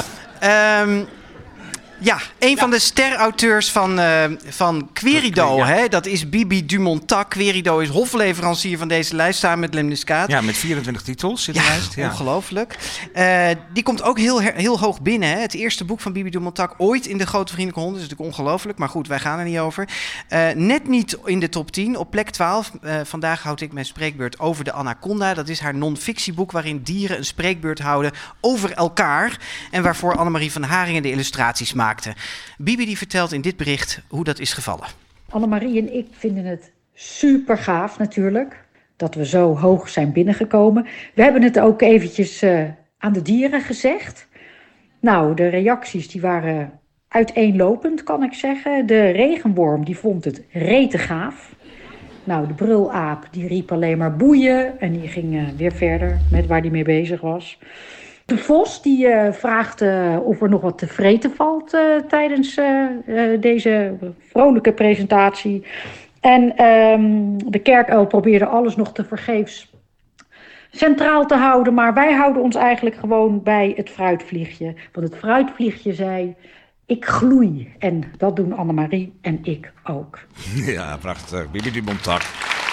Ja, een van de sterauteurs van Querido, hè? Dat is Bibi Dumontac. Querido is hofleverancier van deze lijst samen met Lemniscaat. Ja, met 24 titels in de lijst. Ja, ongelooflijk. Die komt ook heel hoog binnen. Hè? Het eerste boek van Bibi Dumontac ooit in de Grote Vriendelijke Honden. Dat is natuurlijk ongelooflijk, maar goed, wij gaan er niet over. Net niet in de top 10, op plek 12. Vandaag houd ik mijn spreekbeurt over de Anaconda. Dat is haar non-fictieboek waarin dieren een spreekbeurt houden over elkaar. En waarvoor Annemarie van Haringen de illustraties maakt. Bibi die vertelt in dit bericht hoe dat is gevallen. Annemarie en ik vinden het super gaaf natuurlijk dat we zo hoog zijn binnengekomen. We hebben het ook eventjes aan de dieren gezegd. Nou, de reacties die waren uiteenlopend, kan ik zeggen. De regenworm die vond het rete gaaf. Nou, de brulaap die riep alleen maar boeien en die ging weer verder met waar hij mee bezig was. De vos die vraagt of er nog wat te vreten valt tijdens deze vrolijke presentatie. En de kerkuil probeerde alles nog tevergeefs centraal te houden. Maar wij houden ons eigenlijk gewoon bij het fruitvliegje. Want het fruitvliegje zei, ik gloei. En dat doen Annemarie en ik ook. Ja, prachtig. Bibi Dumontac.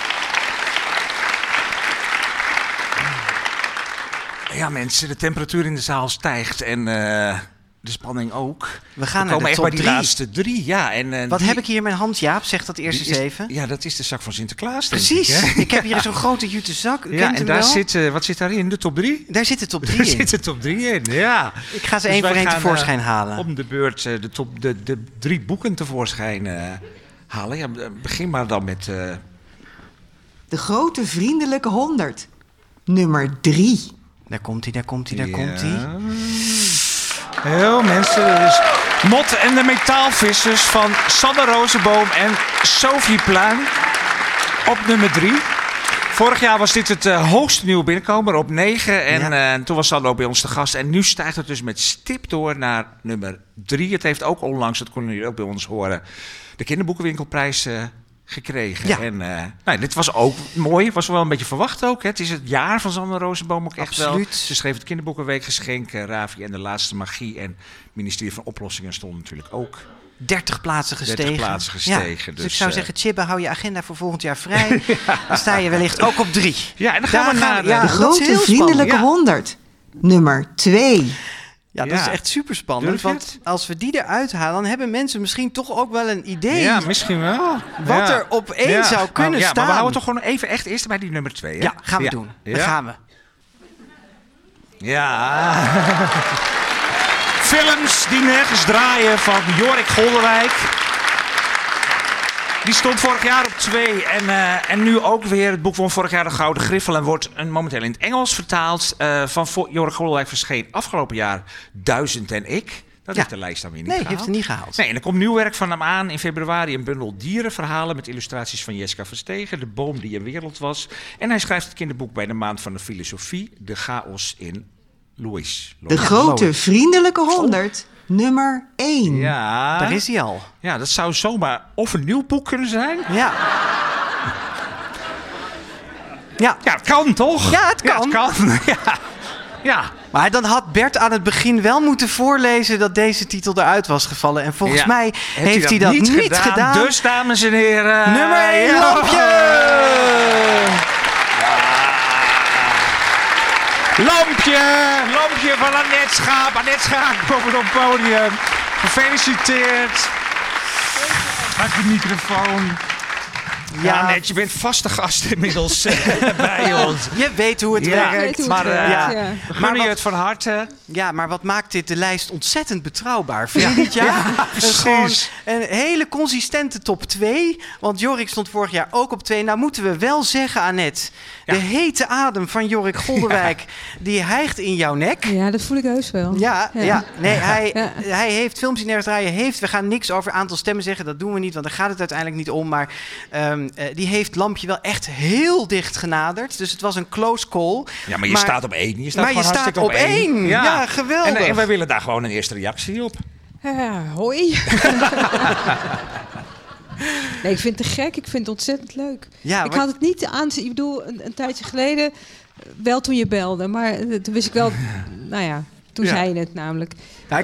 Ja, mensen, de temperatuur in de zaal stijgt en de spanning ook. We gaan naar komen de echt top bij die 3. laatste 3. Ja, en, Wat heb ik hier in mijn hand, Jaap? Zeg dat eerst eens even. Ja, dat is de zak van Sinterklaas, Precies. denk ik, hè? Ik heb hier zo'n grote jute zak. Ja, en daar zit, wat zit daarin? De top 3? Daar zit de top 3 in. Daar zit de top 3 in, ja. Ik ga ze één voor één tevoorschijn halen. Om de beurt de 3 boeken tevoorschijn halen. Ja, begin maar dan met... De Grote Vriendelijke 100. Nummer 3. Daar komt hij, daar komt hij, daar komt hij. Heel mensen, dus Mot en de Metaalvissers van Sanne Rozenboom en Sophie Pluim op nummer 3. Vorig jaar was dit het hoogste nieuwe binnenkomer op 9 en toen was Sanne ook bij ons te gast. En nu stijgt het dus met stip door naar nummer 3. Het heeft ook onlangs, dat konden jullie ook bij ons horen, de kinderboekenwinkelprijs gekregen. Ja. En dit was ook mooi. Was wel een beetje verwacht ook. Hè. Het is het jaar van Sanne Rozenboom ook echt wel. Ze schreef het kinderboekenweekgeschenk, Ravi en de Laatste Magie. En het ministerie van Oplossingen stond natuurlijk ook. 30 plaatsen gestegen. 30 plaatsen gestegen. Ja, dus ik zou zeggen, Tjibbe, hou je agenda voor volgend jaar vrij. Dan sta je wellicht ook op 3. Ja, en dan gaan we naar de Grote Vriendelijke 100. Nummer 2. Ja, dat is echt super spannend. Want als we die eruit halen, dan hebben mensen misschien toch ook wel een idee. Ja, misschien wel. Wat er op 1 zou kunnen staan. Maar we houden toch gewoon even echt eerst bij die nummer 2. Hè? Ja, gaan we doen. Daar gaan we. Ja. Films die nergens draaien van Jorik Golderwijk. Die stond vorig jaar op 2 en nu ook weer. Het boek won vorig jaar de Gouden Griffel en wordt momenteel in het Engels vertaald. Van Jorik Golderwijk verscheen afgelopen jaar 1000 en ik. Dat heeft de lijst dan weer niet Nee, gehaald. heeft hij niet gehaald. Nee, en er komt nieuw werk van hem aan in februari. Een bundel dierenverhalen met illustraties van Jeska Verstegen. De boom die een wereld was. En hij schrijft het kinderboek bij de maand van de filosofie. De chaos in Louis. De grote vriendelijke 100, nummer 1. Ja. Daar is hij al. Ja, dat zou zomaar of een nieuw boek kunnen zijn. Ja. Ja, het kan toch? Ja, het kan. Ja, het kan. Ja. Maar dan had Bert aan het begin wel moeten voorlezen dat deze titel eruit was gevallen. En volgens mij heeft hij dat niet gedaan. Dus, dames en heren... Nummer 1, Lampje! Lampje van Annette Schaap. Annette Schaap komt op het podium. Gefeliciteerd. Maak de microfoon. Ja, Annette, je bent vaste gast inmiddels bij ons. Je weet hoe het werkt. Maar we gunnen je het van harte. Ja, maar wat maakt dit de lijst ontzettend betrouwbaar? Vind je niet? Ja, precies. Gewoon een hele consistente top 2. Want Jorik stond vorig jaar ook op 2. Nou moeten we wel zeggen, Annette. De hete adem van Jorik Golderwijk, die hijgt in jouw nek. Ja, dat voel ik heus wel. Ja. Nee, hij heeft films die nergens draaien. We gaan niks over aantal stemmen zeggen. Dat doen we niet, want daar gaat het uiteindelijk niet om. Maar die heeft Lampje wel echt heel dicht genaderd. Dus het was een close call. Ja, maar je staat op 1. Je staat maar je staat op 1. Ja, geweldig. En wij willen daar gewoon een eerste reactie op. Hoi. Nee, ik vind het te gek. Ik vind het ontzettend leuk. Ja, ik had het niet aan. Ik bedoel, een tijdje geleden wel toen je belde. Maar toen wist ik wel... Nou ja, toen zei je het namelijk. Ja,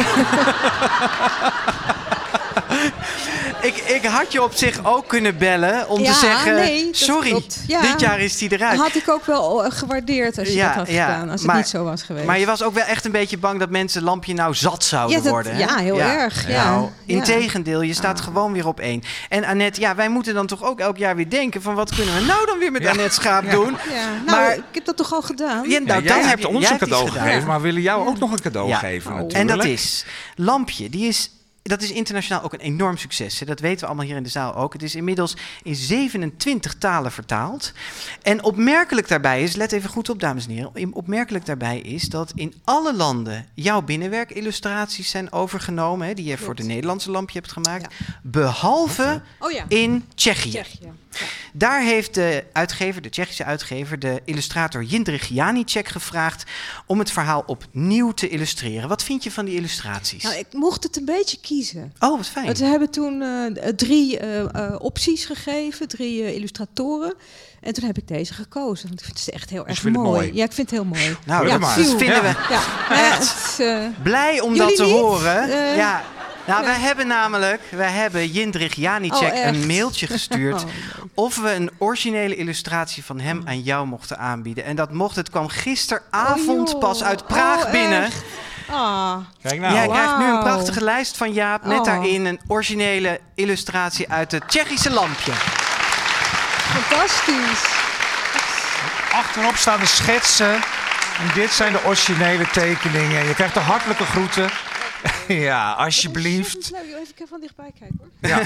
ik had je op zich ook kunnen bellen om te zeggen... sorry, dit jaar is die eruit. Dat had ik ook wel gewaardeerd als je dat had gedaan. Als het niet zo was geweest. Maar je was ook wel echt een beetje bang dat mensen Lampje nou zat zouden worden. Hè? Ja, heel erg. Ja. Nou, integendeel, je staat gewoon weer op 1. En Annette, wij moeten dan toch ook elk jaar weer denken... van wat kunnen we nou dan weer met Annette Schaap doen? Ja. Nou, maar ik heb dat toch al gedaan? Ja, nou, jij hebt ons een cadeau gegeven, maar we willen jou ook nog een cadeau geven natuurlijk. En dat is Lampje, dat is internationaal ook een enorm succes. Hè? Dat weten we allemaal hier in de zaal ook. Het is inmiddels in 27 talen vertaald. En opmerkelijk daarbij is, let even goed op dames en heren... opmerkelijk daarbij is dat in alle landen jouw binnenwerkillustraties zijn overgenomen... Hè, die je voor de Nederlandse Lampje hebt gemaakt... behalve in Tsjechië. Ja. Daar heeft de Tsjechische uitgever, de illustrator Jindřich Janíček gevraagd om het verhaal opnieuw te illustreren. Wat vind je van die illustraties? Nou, ik mocht het een beetje kiezen. Oh, wat fijn. Ze hebben toen 3 opties gegeven, 3 illustratoren. En toen heb ik deze gekozen, want ik vind het echt heel erg mooi. Ja, ik vind het heel mooi. Nou, dat vinden we echt blij om dat te horen. Ja. Nou, wij hebben Jindřich Janíček een mailtje gestuurd... of we een originele illustratie van hem aan jou mochten aanbieden. En dat mocht. Het kwam gisteravond pas uit Praag binnen. Kijk nou. Jij krijgt nu een prachtige lijst van Jaap. Met daarin een originele illustratie uit het Tsjechische Lampje. Fantastisch. Achterop staan de schetsen. En dit zijn de originele tekeningen. Je krijgt de hartelijke groeten. Ja, alsjeblieft. Even van dichtbij kijken hoor. Ja.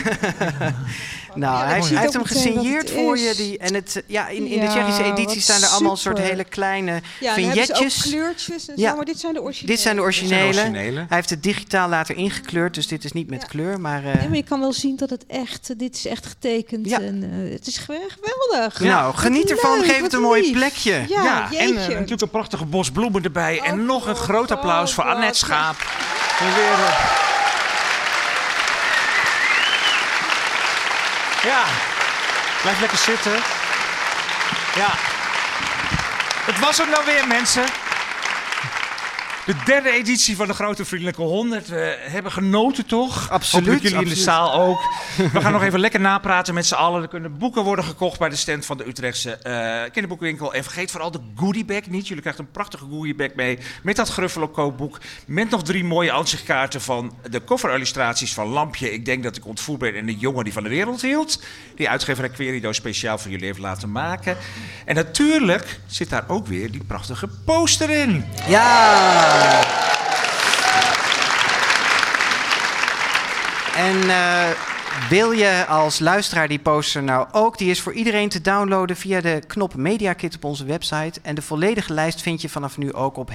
Nou, hij heeft hem gesigneerd voor je. In de Tsjechische editie staan er allemaal een soort hele kleine vignetjes. Ook kleurtjes en zo, maar dit zijn de originele. Dit zijn de originele. Hij heeft het digitaal later ingekleurd, dus dit is niet met kleur. Maar je kan wel zien dat het echt, dit is echt getekend. Ja. En, het is geweldig. Nou, geniet ervan. Geef het een mooi plekje. Ja, en natuurlijk een prachtige bos bloemen erbij. En nog een groot applaus voor Annette Schaap. Ja, blijf lekker zitten. Ja. Het was het nou weer, mensen. De 3e editie van de Grote Vriendelijke 100. We hebben genoten, toch? Absoluut. Hopelijk jullie in de zaal ook. We gaan nog even lekker napraten met z'n allen. Er kunnen boeken worden gekocht bij de stand van de Utrechtse kinderboekenwinkel. En vergeet vooral de goodiebag niet. Jullie krijgen een prachtige goodiebag mee met dat Gruffalo kookboek. Met nog 3 mooie ansichtkaarten van de coverillustraties van Lampje. Ik denk dat ik ontvoerd ben en de jongen die van de wereld hield. Die uitgever Querido speciaal voor jullie heeft laten maken. En natuurlijk zit daar ook weer die prachtige poster in. Ja! En Wil je als luisteraar die poster nou ook? Die is voor iedereen te downloaden via de knop Media Kit op onze website. En de volledige lijst vind je vanaf nu ook op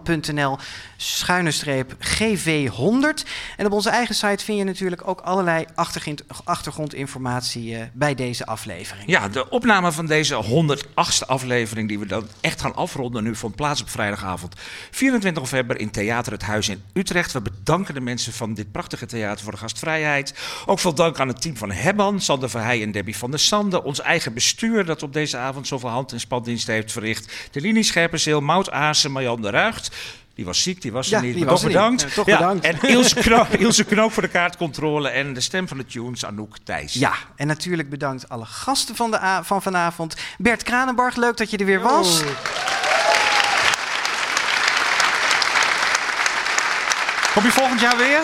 hebban.nl/GV100. En op onze eigen site vind je natuurlijk ook allerlei achtergrondinformatie bij deze aflevering. Ja, de opname van deze 108e aflevering, die we dan echt gaan afronden nu, vond plaats op vrijdagavond 24 november in Theater Het Huis in Utrecht. We bedanken de mensen van dit prachtige theater voor de gastvrijheid. Ook veel dank aan het team van Hebban, Sander Verheij en Debbie van der Sande. Ons eigen bestuur dat op deze avond zoveel hand- en spandiensten heeft verricht. De Linie Scherpenzeel, Maud Aassen, Marjan de Ruigt. Die was ziek, die was er niet, maar toch bedankt. Toch bedankt. En Ilse Knoop voor de kaartcontrole en de stem van de tunes, Anouk Thijs. Ja, en natuurlijk bedankt alle gasten van vanavond. Bert Kranenbarg, leuk dat je er weer was. Kom je volgend jaar weer?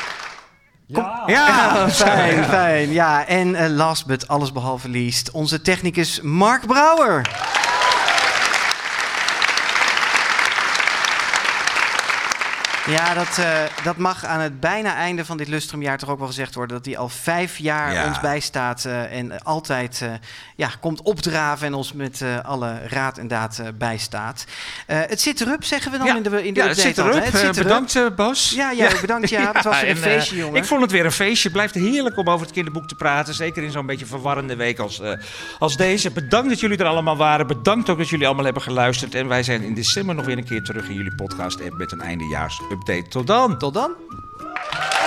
Ja, fijn. Ja, en last but alles behalve least, onze technicus Mark Brouwer. Ja, dat mag aan het bijna einde van dit lustrumjaar toch ook wel gezegd worden. Dat hij al 5 jaar ons bijstaat en altijd komt opdraven en ons met alle raad en daad bijstaat. Het zit erop, zeggen we dan in de update. Het zit erop. Bedankt, Bas. Ja, bedankt. Ja, het was weer een feestje, jongen. Ik vond het weer een feestje. Het blijft heerlijk om over het kinderboek te praten. Zeker in zo'n beetje verwarrende week als deze. Bedankt dat jullie er allemaal waren. Bedankt ook dat jullie allemaal hebben geluisterd. En wij zijn in december nog weer een keer terug in jullie podcast-app met een eindejaarsupdate. Tot dan. Tot dan.